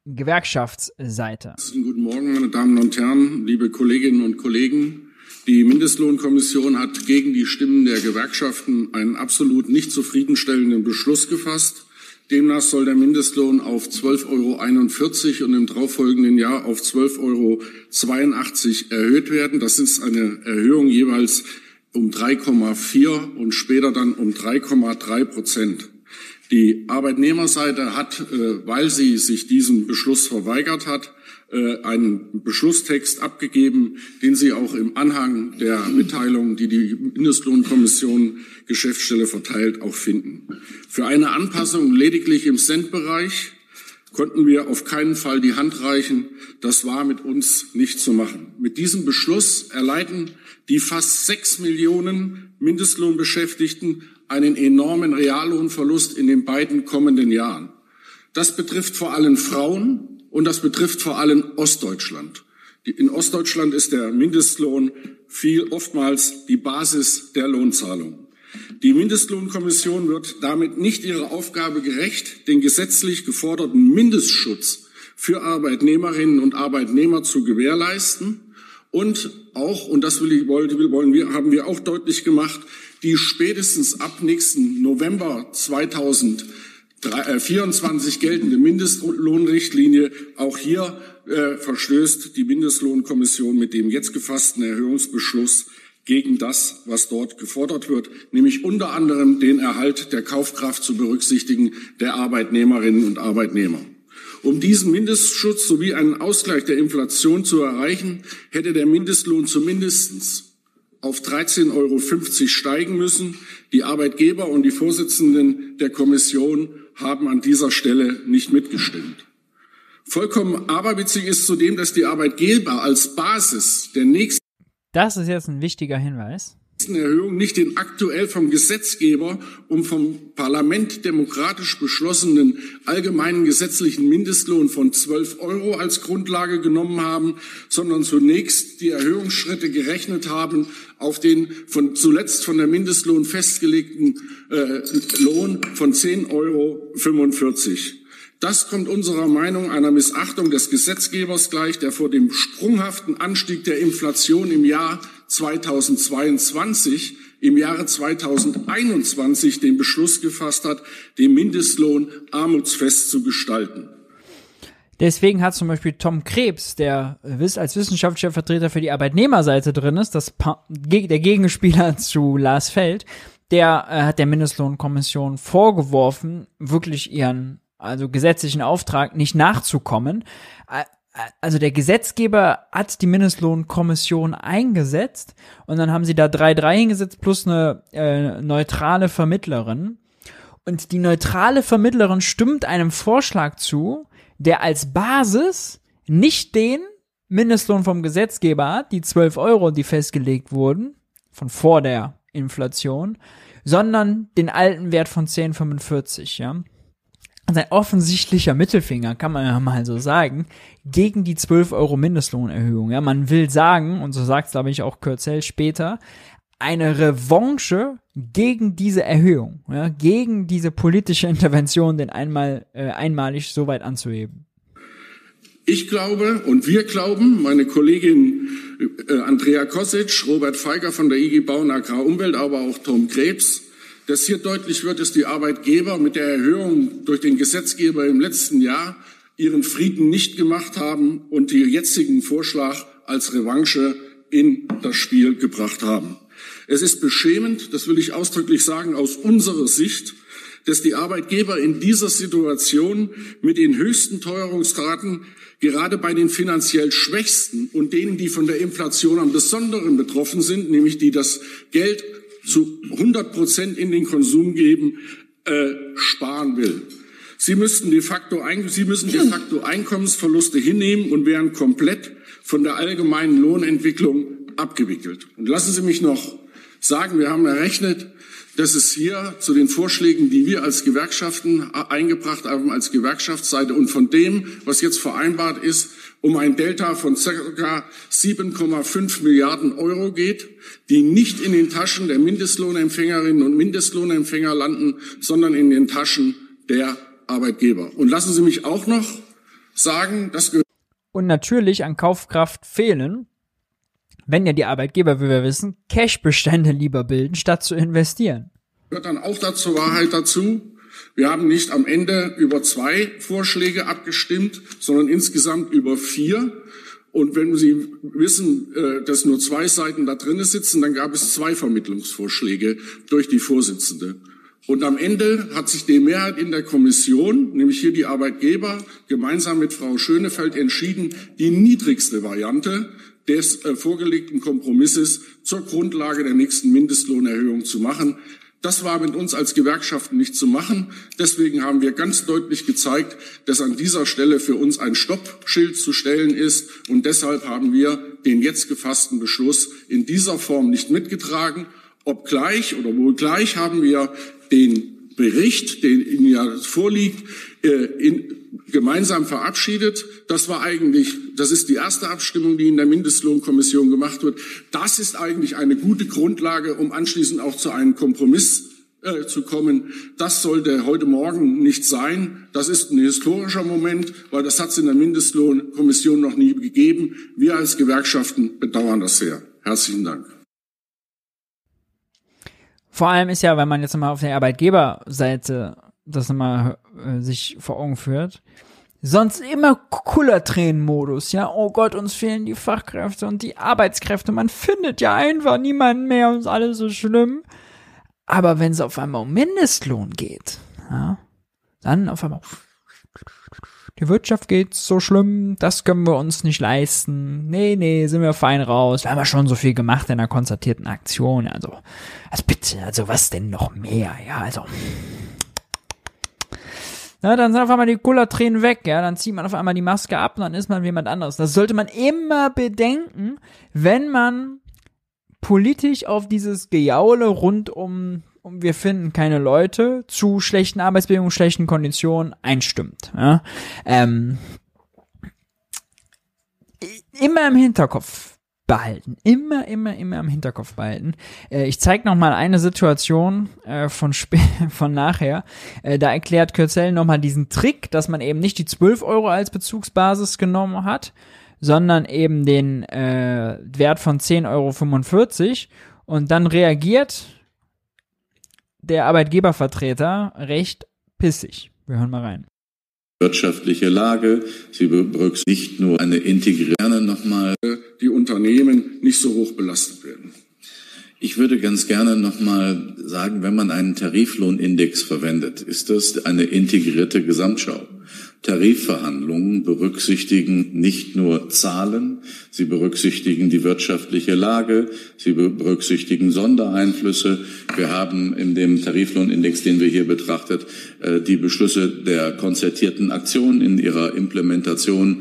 S1: Gewerkschaftsseite.
S8: Guten Morgen, meine Damen und Herren, liebe Kolleginnen und Kollegen. Die Mindestlohnkommission hat gegen die Stimmen der Gewerkschaften einen absolut nicht zufriedenstellenden Beschluss gefasst. Demnach soll der Mindestlohn auf zwölf Euro einundvierzig und im darauffolgenden Jahr auf zwölf Euro zweiundachtzig erhöht werden. Das ist eine Erhöhung jeweils um drei Komma vier und später dann um drei Komma drei Prozent. Die Arbeitnehmerseite hat, weil sie sich diesem Beschluss verweigert hat, einen Beschlusstext abgegeben, den Sie auch im Anhang der Mitteilung, die die Mindestlohnkommission Geschäftsstelle verteilt, auch finden. Für eine Anpassung lediglich im Centbereich konnten wir auf keinen Fall die Hand reichen. Das war mit uns nicht zu machen. Mit diesem Beschluss erleiden die fast sechs Millionen Mindestlohnbeschäftigten einen enormen Reallohnverlust in den beiden kommenden Jahren. Das betrifft vor allem Frauen und das betrifft vor allem Ostdeutschland. In Ostdeutschland ist der Mindestlohn viel oftmals die Basis der Lohnzahlung. Die Mindestlohnkommission wird damit nicht ihrer Aufgabe gerecht, den gesetzlich geforderten Mindestschutz für Arbeitnehmerinnen und Arbeitnehmer zu gewährleisten. Und auch, und das will ich, wollen wir, haben wir auch deutlich gemacht, die spätestens ab nächsten November zweitausendvierundzwanzig geltende Mindestlohnrichtlinie, auch hier äh, verstößt die Mindestlohnkommission mit dem jetzt gefassten Erhöhungsbeschluss gegen das, was dort gefordert wird, nämlich unter anderem den Erhalt der Kaufkraft zu berücksichtigen der Arbeitnehmerinnen und Arbeitnehmer. Um diesen Mindestschutz sowie einen Ausgleich der Inflation zu erreichen, hätte der Mindestlohn zumindest auf dreizehn Euro fünfzig steigen müssen. Die Arbeitgeber und die Vorsitzenden der Kommission haben an dieser Stelle nicht mitgestimmt. Vollkommen aberwitzig ist zudem, dass die Arbeitgeber als Basis der nächsten
S1: Das ist jetzt ein wichtiger Hinweis.
S8: Erhöhung nicht den aktuell vom Gesetzgeber und vom Parlament demokratisch beschlossenen allgemeinen gesetzlichen Mindestlohn von zwölf Euro als Grundlage genommen haben, sondern zunächst die Erhöhungsschritte gerechnet haben auf den von zuletzt von der Mindestlohn festgelegten äh, Lohn von zehn Euro fünfundvierzig. Das kommt unserer Meinung einer Missachtung des Gesetzgebers gleich, der vor dem sprunghaften Anstieg der Inflation im Jahr zweitausendzweiundzwanzig, im Jahre zweitausendeinundzwanzig den Beschluss gefasst hat, den Mindestlohn armutsfest zu gestalten.
S1: Deswegen hat zum Beispiel Tom Krebs, der als wissenschaftlicher Vertreter für die Arbeitnehmerseite drin ist, das pa- der Gegenspieler zu Lars Feld, der äh, hat der Mindestlohnkommission vorgeworfen, wirklich ihren also gesetzlichen Auftrag, nicht nachzukommen. Also der Gesetzgeber hat die Mindestlohnkommission eingesetzt und dann haben sie da drei drei hingesetzt plus eine äh, neutrale Vermittlerin. Und die neutrale Vermittlerin stimmt einem Vorschlag zu, der als Basis nicht den Mindestlohn vom Gesetzgeber hat, die zwölf Euro, die festgelegt wurden, von vor der Inflation, sondern den alten Wert von zehn Komma fünfundvierzig, ja. Also ein offensichtlicher Mittelfinger, kann man ja mal so sagen, gegen die zwölf Euro Mindestlohnerhöhung. Ja, man will sagen, und so sagt es, glaube ich, auch Kürzel später, eine Revanche gegen diese Erhöhung, ja, gegen diese politische Intervention, den einmal äh, einmalig so weit anzuheben.
S8: Ich glaube und wir glauben, meine Kollegin äh, Andrea Kosic, Robert Feiger von der I G Bau und Agrarumwelt, aber auch Tom Krebs, dass hier deutlich wird, dass die Arbeitgeber mit der Erhöhung durch den Gesetzgeber im letzten Jahr ihren Frieden nicht gemacht haben und den jetzigen Vorschlag als Revanche in das Spiel gebracht haben. Es ist beschämend, das will ich ausdrücklich sagen, aus unserer Sicht, dass die Arbeitgeber in dieser Situation mit den höchsten Teuerungsraten gerade bei den finanziell Schwächsten und denen, die von der Inflation am besonderen betroffen sind, nämlich die das Geld zu hundert Prozent in den Konsum geben, äh, sparen will. Sie müssten de facto, Sie müssen de facto Einkommensverluste hinnehmen und wären komplett von der allgemeinen Lohnentwicklung abgewickelt. Und lassen Sie mich noch sagen, wir haben errechnet, dass es hier zu den Vorschlägen, die wir als Gewerkschaften eingebracht haben, als Gewerkschaftsseite und von dem, was jetzt vereinbart ist, um ein Delta von ca. sieben Komma fünf Milliarden Euro geht, die nicht in den Taschen der Mindestlohnempfängerinnen und Mindestlohnempfänger landen, sondern in den Taschen der Arbeitgeber. Und lassen Sie mich auch noch sagen, dass
S1: und natürlich an Kaufkraft fehlen, wenn ja die Arbeitgeber, wie wir wissen, Cashbestände lieber bilden, statt zu investieren.
S8: Gehört dann auch dazu Wahrheit dazu. Wir haben nicht am Ende über zwei Vorschläge abgestimmt, sondern insgesamt über vier. Und wenn Sie wissen, dass nur zwei Seiten da drin sitzen, dann gab es zwei Vermittlungsvorschläge durch die Vorsitzende. Und am Ende hat sich die Mehrheit in der Kommission, nämlich hier die Arbeitgeber, gemeinsam mit Frau Schönefeld entschieden, die niedrigste Variante des äh, vorgelegten Kompromisses zur Grundlage der nächsten Mindestlohnerhöhung zu machen. Das war mit uns als Gewerkschaften nicht zu machen. Deswegen haben wir ganz deutlich gezeigt, dass an dieser Stelle für uns ein Stoppschild zu stellen ist. Und deshalb haben wir den jetzt gefassten Beschluss in dieser Form nicht mitgetragen. Obgleich oder wohl gleich haben wir den Bericht, den Ihnen ja vorliegt, äh, in gemeinsam verabschiedet. Das war eigentlich, das ist die erste Abstimmung, die in der Mindestlohnkommission gemacht wird. Das ist eigentlich eine gute Grundlage, um anschließend auch zu einem Kompromiss äh, zu kommen. Das sollte heute Morgen nicht sein. Das ist ein historischer Moment, weil das hat es in der Mindestlohnkommission noch nie gegeben. Wir als Gewerkschaften bedauern das sehr. Herzlichen Dank.
S1: Vor allem ist ja, wenn man jetzt mal auf der Arbeitgeberseite das nochmal äh, sich vor Augen führt, sonst immer Kullertränen-Modus, ja, oh Gott, uns fehlen die Fachkräfte und die Arbeitskräfte, man findet ja einfach niemanden mehr und ist alles so schlimm. Aber wenn es auf einmal um Mindestlohn geht, ja, dann auf einmal, die Wirtschaft geht so schlimm, das können wir uns nicht leisten, nee, nee, sind wir fein raus, wir haben ja schon so viel gemacht in der konzertierten Aktion, also, also bitte, also was denn noch mehr, ja, also... Na, dann sind auf einmal die Kullertränen weg, ja, dann zieht man auf einmal die Maske ab und dann ist man jemand anderes. Das sollte man immer bedenken, wenn man politisch auf dieses Gejaule rund um, um wir finden keine Leute zu schlechten Arbeitsbedingungen, schlechten Konditionen einstimmt, ja. Ähm, immer im Hinterkopf behalten. Immer, immer, immer im Hinterkopf behalten. Äh, ich zeige nochmal eine Situation äh, von sp- von nachher. Äh, da erklärt Kürzel nochmal diesen Trick, dass man eben nicht die zwölf Euro als Bezugsbasis genommen hat, sondern eben den äh, Wert von zehn Komma fünfundvierzig Euro und dann reagiert der Arbeitgebervertreter recht pissig. Wir hören mal rein.
S5: Wirtschaftliche Lage, sie berücksichtigt nicht nur eine integrierte nochmal.
S8: Die Unternehmen nicht so hoch belastet werden.
S5: Ich würde ganz gerne nochmal sagen, wenn man einen Tariflohnindex verwendet, ist das eine integrierte Gesamtschau. Tarifverhandlungen berücksichtigen nicht nur Zahlen, sie berücksichtigen die wirtschaftliche Lage, sie berücksichtigen Sondereinflüsse. Wir haben in dem Tariflohnindex, den wir hier betrachtet, die Beschlüsse der konzertierten Aktion in ihrer Implementation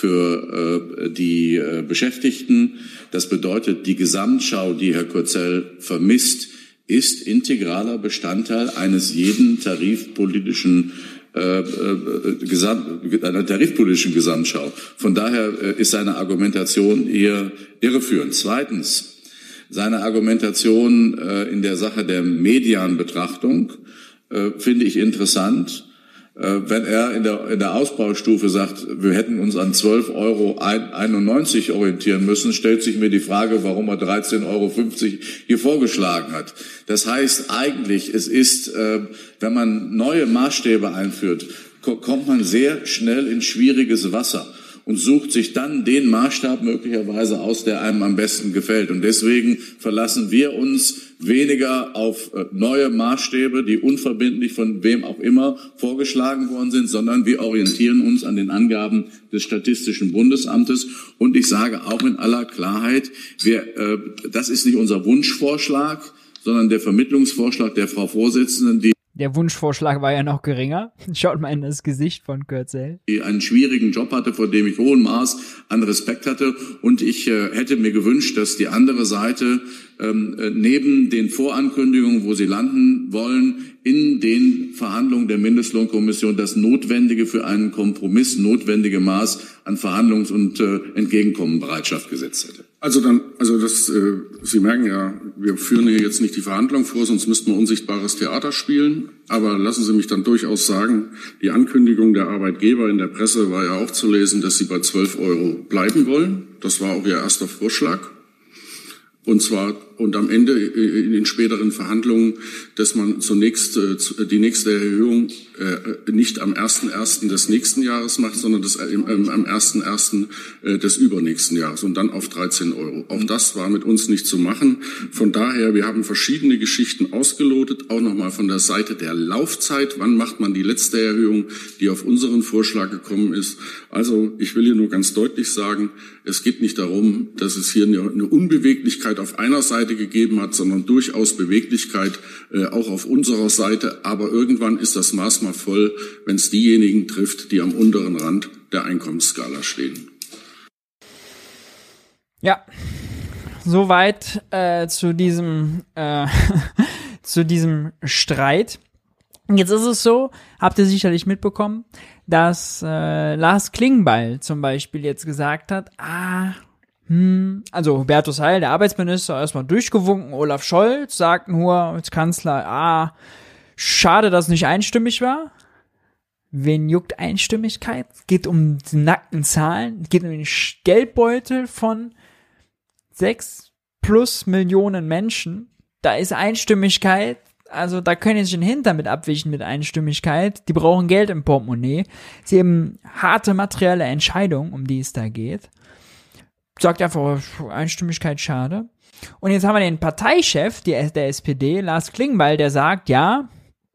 S5: für die Beschäftigten. Das bedeutet, die Gesamtschau, die Herr Kurzel vermisst, ist integraler Bestandteil eines jeden tarifpolitischen Äh, äh, Gesamt, einer tarifpolitischen Gesamtschau. Von daher äh, ist seine Argumentation eher irreführend. Zweitens, seine Argumentation äh, in der Sache der Medianbetrachtung äh, finde ich interessant. Äh, wenn er in der, in der Ausbaustufe sagt, wir hätten uns an zwölf Euro einundneunzig orientieren müssen, stellt sich mir die Frage, warum er dreizehn Euro fünfzig hier vorgeschlagen hat. Das heißt eigentlich, es ist, äh, wenn man neue Maßstäbe einführt, ko- kommt man sehr schnell in schwieriges Wasser und sucht sich dann den Maßstab möglicherweise aus, der einem am besten gefällt. Und deswegen verlassen wir uns weniger auf äh, neue Maßstäbe, die unverbindlich von wem auch immer vorgeschlagen worden sind, sondern wir orientieren uns an den Angaben des Statistischen Bundesamtes. Und ich sage auch in aller Klarheit, wir, äh, das ist nicht unser Wunschvorschlag, sondern der Vermittlungsvorschlag der Frau Vorsitzenden, die
S1: Der Wunschvorschlag war ja noch geringer. Schaut mal in das Gesicht von Kurzel.
S5: Die einen schwierigen Job hatte, vor dem ich hohen Maß an Respekt hatte. Und ich äh, hätte mir gewünscht, dass die andere Seite ähm, äh, neben den Vorankündigungen, wo sie landen wollen, in den Verhandlungen der Mindestlohnkommission das notwendige für einen Kompromiss, notwendige Maß an Verhandlungs- und äh, Entgegenkommenbereitschaft gesetzt hätte.
S8: Also dann, also das, äh, Sie merken ja, wir führen hier jetzt nicht die Verhandlung vor, sonst müssten wir unsichtbares Theater spielen. Aber lassen Sie mich dann durchaus sagen, die Ankündigung der Arbeitgeber in der Presse war ja auch zu lesen, dass sie bei zwölf Euro bleiben wollen. Das war auch Ihr erster Vorschlag. Und zwar, und am Ende in den späteren Verhandlungen, dass man zunächst äh, die nächste Erhöhung äh, nicht am ersten ersten des nächsten Jahres macht, sondern das, äh, am ersten ersten äh, des übernächsten Jahres und dann auf dreizehn Euro. Auch das war mit uns nicht zu machen. Von daher, wir haben verschiedene Geschichten ausgelotet, auch nochmal von der Seite der Laufzeit. Wann macht man die letzte Erhöhung, die auf unseren Vorschlag gekommen ist? Also, ich will hier nur ganz deutlich sagen, es geht nicht darum, dass es hier eine, eine Unbeweglichkeit auf einer Seite gegeben hat, sondern durchaus Beweglichkeit äh, auch auf unserer Seite. Aber irgendwann ist das Maß mal voll, wenn es diejenigen trifft, die am unteren Rand der Einkommensskala stehen.
S1: Ja, soweit äh, zu diesem äh, zu diesem Streit. Jetzt ist es so, habt ihr sicherlich mitbekommen, dass äh, Lars Klingbeil zum Beispiel jetzt gesagt hat, ah, hm, also Hubertus Heil, der Arbeitsminister, erstmal durchgewunken, Olaf Scholz sagt nur als Kanzler, ah, schade, dass es nicht einstimmig war. Wen juckt Einstimmigkeit? Es geht um die nackten Zahlen, es geht um den Geldbeutel von sechs plus Millionen Menschen. Da ist Einstimmigkeit, also da können die sich den Hintern mit abwischen mit Einstimmigkeit. Die brauchen Geld im Portemonnaie. Sie haben harte materielle Entscheidungen, um die es da geht. Sagt einfach, Einstimmigkeit schade. Und jetzt haben wir den Parteichef der, der S P D, Lars Klingbeil, der sagt, ja,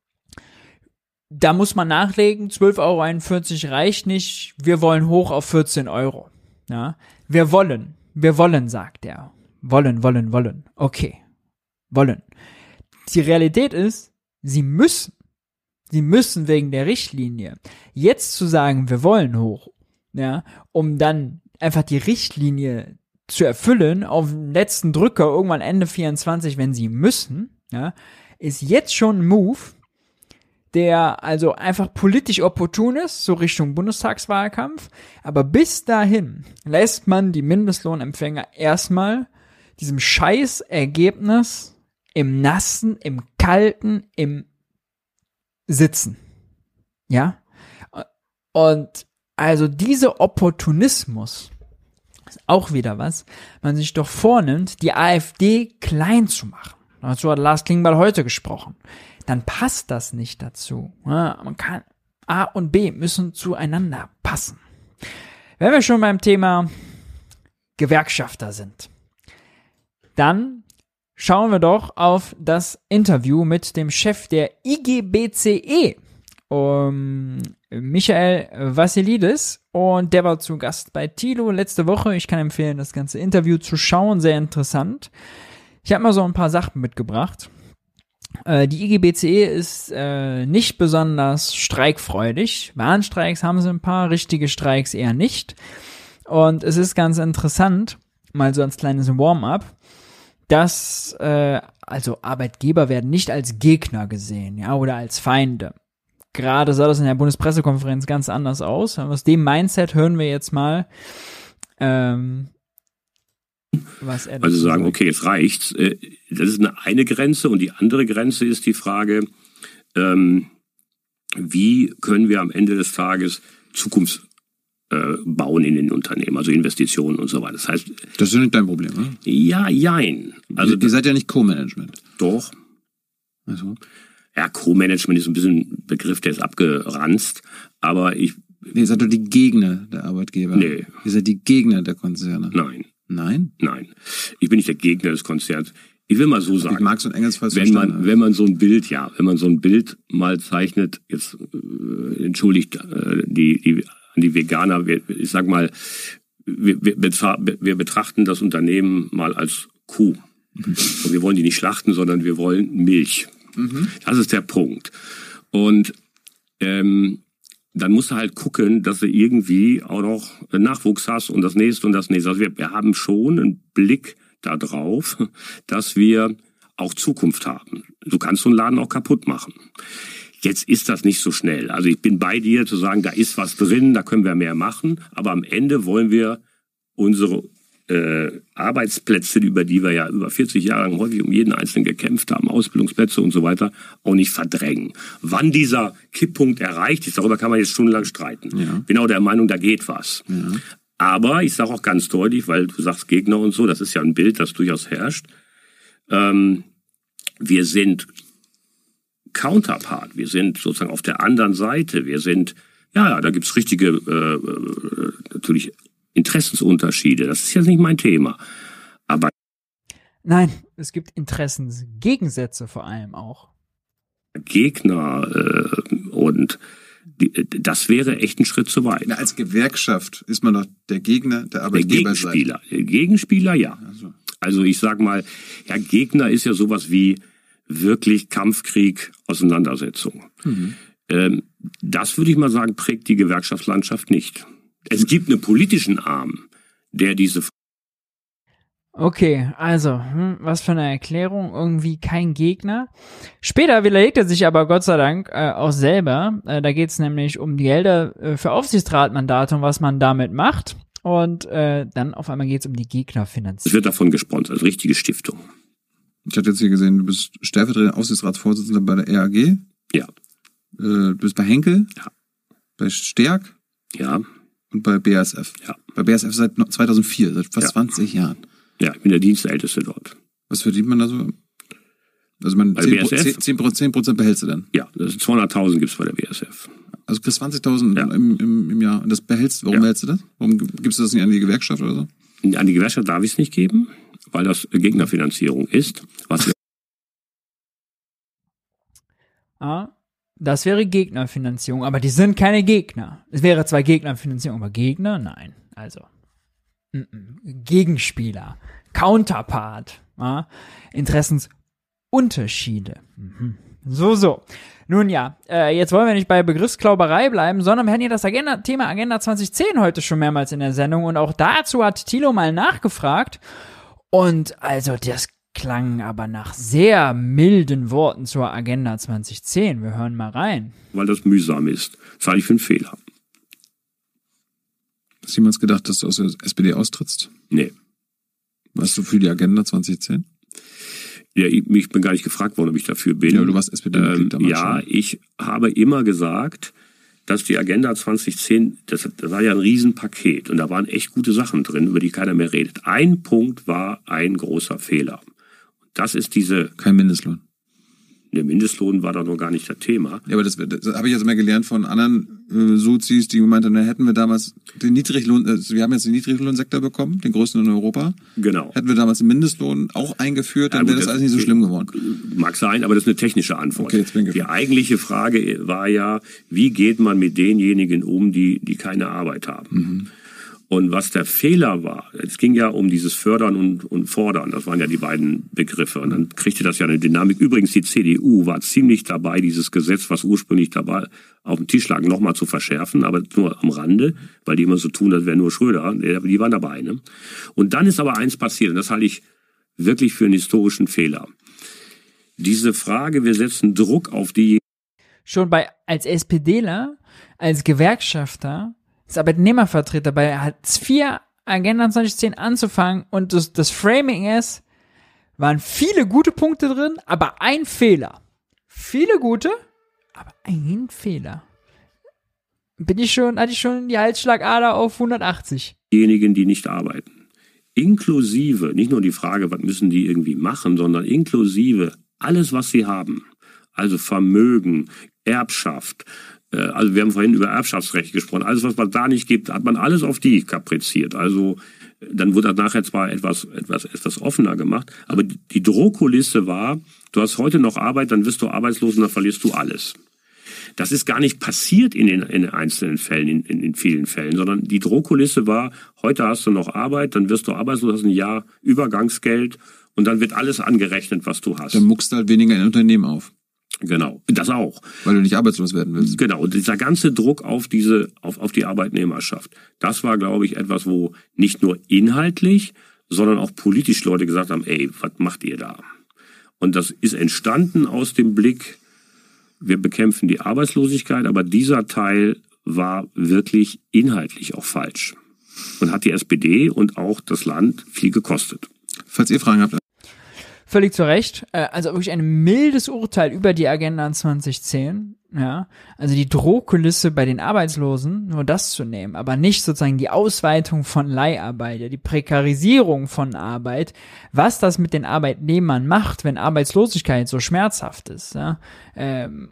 S1: da muss man nachlegen, zwölf Euro einundvierzig reicht nicht, wir wollen hoch auf vierzehn Euro. Ja, wir wollen, wir wollen, sagt er. Wollen, wollen, wollen. Okay, wollen. Die Realität ist, sie müssen, sie müssen wegen der Richtlinie jetzt zu sagen, wir wollen hoch, ja, um dann einfach die Richtlinie zu erfüllen, auf den letzten Drücker irgendwann Ende vierundzwanzig, wenn sie müssen, ja, ist jetzt schon ein Move, der also einfach politisch opportun ist, so Richtung Bundestagswahlkampf, aber bis dahin lässt man die Mindestlohnempfänger erstmal diesem Scheißergebnis im Nassen, im Kalten, im Sitzen. Ja? Und also dieser Opportunismus ist auch wieder was, man sich doch vornimmt, die AfD klein zu machen. Dazu hat Lars Klingbeil heute gesprochen. Dann passt das nicht dazu. Ja, man kann, A und B müssen zueinander passen. Wenn wir schon beim Thema Gewerkschafter sind, dann schauen wir doch auf das Interview mit dem Chef der I G B C E, um, Michael Vassilidis, und der war zu Gast bei Thilo letzte Woche. Ich kann empfehlen, das ganze Interview zu schauen, sehr interessant. Ich habe mal so ein paar Sachen mitgebracht. Äh, die I G B C E ist äh, nicht besonders streikfreudig. Warnstreiks haben sie ein paar, richtige Streiks eher nicht. Und es ist ganz interessant, mal so als kleines Warm-up, dass äh, also Arbeitgeber werden nicht als Gegner gesehen, ja, oder als Feinde. Gerade sah das in der Bundespressekonferenz ganz anders aus. Aus dem Mindset hören wir jetzt mal, ähm, was er
S9: also sagen, okay, jetzt reicht's. Das ist eine, eine Grenze, und die andere Grenze ist die Frage, ähm, wie können wir am Ende des Tages Zukunft äh, bauen in den Unternehmen, also Investitionen und so weiter. Das heißt,
S2: das ist ja nicht dein Problem, oder?
S9: Ja, jein. Also
S2: ihr, ihr seid ja nicht Co-Management.
S9: Doch.
S2: Also.
S9: Ja, Co-Management ist ein bisschen ein Begriff, der ist abgeranzt, aber ich...
S2: Nee, ihr seid doch die Gegner der Arbeitgeber.
S9: Nee.
S2: Ihr seid die Gegner der Konzerne.
S9: Nein.
S2: Nein?
S9: Nein. Ich bin nicht der Gegner des Konzerns. Ich will mal so sagen.
S2: Ich Marx und Engels falls
S9: wenn man, wenn man so ein Bild, ja, wenn man so ein Bild mal zeichnet, jetzt äh, entschuldigt äh, die, die, die Veganer, wir, ich sag mal, wir, wir, wir betrachten das Unternehmen mal als Kuh. Mhm. Und wir wollen die nicht schlachten, sondern wir wollen Milch. Mhm. Das ist der Punkt. Und ähm, dann musst du halt gucken, dass du irgendwie auch noch Nachwuchs hast und das nächste und das nächste. Also wir, wir haben schon einen Blick darauf, dass wir auch Zukunft haben. Du kannst so einen Laden auch kaputt machen. Jetzt ist das nicht so schnell. Also ich bin bei dir zu sagen, da ist was drin, da können wir mehr machen. Aber am Ende wollen wir unsere äh, Arbeitsplätze, über die wir ja über vierzig Jahre lang häufig um jeden Einzelnen gekämpft haben, Ausbildungsplätze und so weiter, auch nicht verdrängen. Wann dieser Kipppunkt erreicht ist, darüber kann man jetzt stundenlang streiten. Ja. Bin auch der Meinung, da geht was. Ja. Aber ich sage auch ganz deutlich, weil du sagst Gegner und so, das ist ja ein Bild, das durchaus herrscht. Ähm, wir sind Counterpart, wir sind sozusagen auf der anderen Seite, wir sind, ja, da gibt's richtige, äh, natürlich Interessensunterschiede, das ist jetzt nicht mein Thema. Aber
S1: nein, es gibt Interessensgegensätze vor allem auch.
S9: Gegner äh, und die, das wäre echt ein Schritt zu weit.
S2: Na, als Gewerkschaft ist man doch der Gegner der Arbeitgeber.
S9: Der Gegenspieler, der Gegenspieler, ja. Also. also ich sag mal, ja, Gegner ist ja sowas wie wirklich Kampfkrieg, Auseinandersetzung. Mhm. Ähm, das würde ich mal sagen, prägt die Gewerkschaftslandschaft nicht. Es gibt einen politischen Arm, der diese...
S1: Okay, also, hm, was für eine Erklärung, irgendwie kein Gegner. Später widerlegt er sich aber Gott sei Dank äh, auch selber. Äh, da geht es nämlich um die Gelder äh, für Aufsichtsratmandate und was man damit macht. Und äh, dann auf einmal geht es um die Gegnerfinanzierung.
S9: Es wird davon gesponsert, als richtige Stiftung.
S2: Ich hatte jetzt hier gesehen, du bist stellvertretender Aufsichtsratsvorsitzender bei der R A G.
S9: Ja.
S2: Äh, du bist bei Henkel.
S9: Ja.
S2: Bei Stärk.
S9: Ja.
S2: Und bei B A S F.
S9: Ja.
S2: Bei B A S F seit zweitausendvier, seit fast ja. zwanzig Jahren.
S9: Ja, ich bin der Dienstälteste dort.
S2: Was verdient man da so? Also man zehn Prozent behältst du dann?
S9: Ja, das sind zweihunderttausend gibt's bei der B A S F.
S2: Also kriegst zwanzigtausend ja. im, im, im Jahr. Und das behältst du? Warum ja. behältst du das? Warum gibst du das nicht an die Gewerkschaft oder so?
S9: An die Gewerkschaft darf ich es nicht geben, weil das Gegnerfinanzierung ist. Was
S1: ah, das wäre Gegnerfinanzierung, aber die sind keine Gegner. Es wäre zwar Gegnerfinanzierung, aber Gegner? Nein. Also, n-n. Gegenspieler, Counterpart, ja? Interessensunterschiede. Mhm. So, so. Nun ja, äh, jetzt wollen wir nicht bei Begriffsklauberei bleiben, sondern wir hatten hier das Agenda, Thema Agenda zwanzig zehn heute schon mehrmals in der Sendung und auch dazu hat Thilo mal nachgefragt und also das klang aber nach sehr milden Worten zur Agenda zwanzig zehn. Wir hören mal rein.
S9: Weil das mühsam ist. Das halte ich für einen Fehler.
S2: Hast du jemals gedacht, dass du aus der S P D austrittst?
S9: Nee.
S2: Warst du für die Agenda zwanzig zehn?
S9: Ja, ich, ich bin gar nicht gefragt worden, ob ich dafür bin.
S2: Ja, du warst S P D-Mitglied damals
S9: Ja,
S2: schon.
S9: Ich habe immer gesagt, dass die Agenda zwanzig zehn, das, das war ja ein Riesenpaket und da waren echt gute Sachen drin, über die keiner mehr redet. Ein Punkt war ein großer Fehler. Das ist diese...
S2: Kein Mindestlohn.
S9: Der Mindestlohn war da noch gar nicht das Thema.
S2: Ja, aber das, das habe ich jetzt mal gelernt von anderen äh, Sozis, die gemeint haben, da hätten wir damals den Niedriglohn, also wir haben jetzt den Niedriglohnsektor bekommen, den größten in Europa.
S9: Genau.
S2: Hätten wir damals den Mindestlohn auch eingeführt, dann ja, wäre das, das alles nicht so schlimm geworden.
S9: Mag sein, aber das ist eine technische Antwort.
S2: Okay, jetzt bin ich
S9: die eigentliche Frage war ja, wie geht man mit denjenigen um, die, die keine Arbeit haben? Mhm. Und was der Fehler war, es ging ja um dieses Fördern und, und Fordern, das waren ja die beiden Begriffe. Und dann kriegte das ja eine Dynamik. Übrigens, die C D U war ziemlich dabei, dieses Gesetz, was ursprünglich dabei auf dem Tisch lag, nochmal zu verschärfen, aber nur am Rande, weil die immer so tun, das wäre nur Schröder. Die waren dabei. Ne? Und dann ist aber eins passiert, und das halte ich wirklich für einen historischen Fehler. Diese Frage, wir setzen Druck auf die...
S1: Schon bei als SPDler, als Gewerkschafter, als Arbeitnehmervertreter bei Hartz vier Agenda zwanzig zehn anzufangen und das, das Framing ist, waren viele gute Punkte drin, aber ein Fehler. Viele gute, aber ein Fehler. Bin ich schon, hatte ich schon die Halsschlagader auf hundertachtzig.
S9: Diejenigen, die nicht arbeiten. Inklusive, nicht nur die Frage, was müssen die irgendwie machen, sondern inklusive alles, was sie haben. Also Vermögen, Erbschaft, also wir haben vorhin über Erbschaftsrecht gesprochen. Alles, was man da nicht gibt, hat man alles auf die kapriziert. Also dann wurde das nachher zwar etwas, etwas, etwas offener gemacht, aber die Drohkulisse war, du hast heute noch Arbeit, dann wirst du arbeitslos und dann verlierst du alles. Das ist gar nicht passiert in den, in den einzelnen Fällen, in, in, in vielen Fällen, sondern die Drohkulisse war, heute hast du noch Arbeit, dann wirst du arbeitslos, hast ein Jahr Übergangsgeld und dann wird alles angerechnet, was du hast.
S2: Dann muckst du halt weniger in Unternehmen auf.
S9: Genau, das auch.
S2: Weil du nicht arbeitslos werden willst.
S9: Genau, und dieser ganze Druck auf diese, auf, auf die Arbeitnehmerschaft, das war, glaube ich, etwas, wo nicht nur inhaltlich, sondern auch politisch Leute gesagt haben, ey, was macht ihr da? Und das ist entstanden aus dem Blick, wir bekämpfen die Arbeitslosigkeit, aber dieser Teil war wirklich inhaltlich auch falsch. Und hat die S P D und auch das Land viel gekostet.
S2: Falls ihr Fragen habt.
S1: Völlig zu Recht. Also wirklich ein mildes Urteil über die Agenda zwanzig zehn. Ja, also die Drohkulisse bei den Arbeitslosen, nur das zu nehmen, aber nicht sozusagen die Ausweitung von Leiharbeit, ja, die Prekarisierung von Arbeit, was das mit den Arbeitnehmern macht, wenn Arbeitslosigkeit so schmerzhaft ist. Ja, ähm,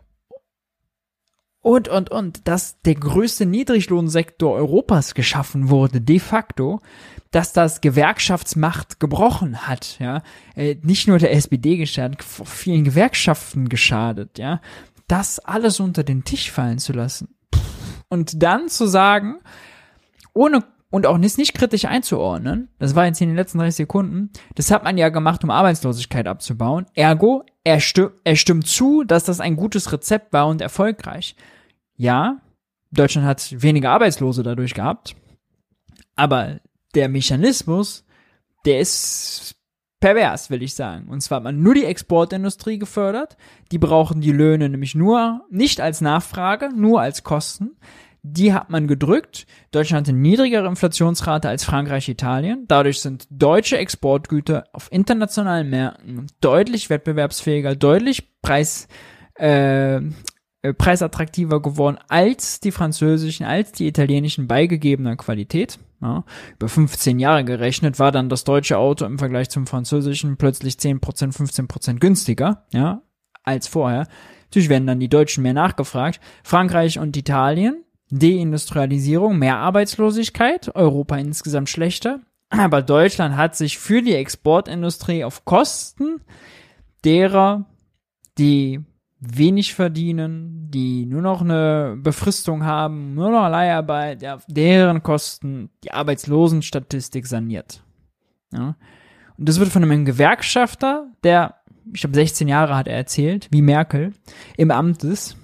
S1: und, und, und, dass der größte Niedriglohnsektor Europas geschaffen wurde, de facto, dass das Gewerkschaftsmacht gebrochen hat, ja, äh, nicht nur der S P D geschadet, vielen Gewerkschaften geschadet, ja, das alles unter den Tisch fallen zu lassen. Und dann zu sagen, ohne, und auch nicht, nicht kritisch einzuordnen, das war jetzt in den letzten dreißig Sekunden, das hat man ja gemacht, um Arbeitslosigkeit abzubauen, ergo, er, sti- er stimmt zu, dass das ein gutes Rezept war und erfolgreich. Ja, Deutschland hat weniger Arbeitslose dadurch gehabt, aber der Mechanismus, der ist pervers, will ich sagen. Und zwar hat man nur die Exportindustrie gefördert. Die brauchen die Löhne nämlich nur, nicht als Nachfrage, nur als Kosten. Die hat man gedrückt. Deutschland hat eine niedrigere Inflationsrate als Frankreich, Italien. Dadurch sind deutsche Exportgüter auf internationalen Märkten deutlich wettbewerbsfähiger, deutlich preis, äh, preisattraktiver geworden als die französischen, als die italienischen bei gegebener Qualität. Ja, über fünfzehn Jahre gerechnet war dann das deutsche Auto im Vergleich zum französischen plötzlich zehn Prozent, fünfzehn Prozent günstiger, ja, als vorher. Natürlich werden dann die Deutschen mehr nachgefragt. Frankreich und Italien, Deindustrialisierung, mehr Arbeitslosigkeit, Europa insgesamt schlechter. Aber Deutschland hat sich für die Exportindustrie auf Kosten derer, die wenig verdienen, die nur noch eine Befristung haben, nur noch Leiharbeit, ja, deren Kosten die Arbeitslosenstatistik saniert. Ja. Und das wird von einem Gewerkschafter, der, ich glaube, sechzehn Jahre hat er erzählt, wie Merkel, im Amt ist,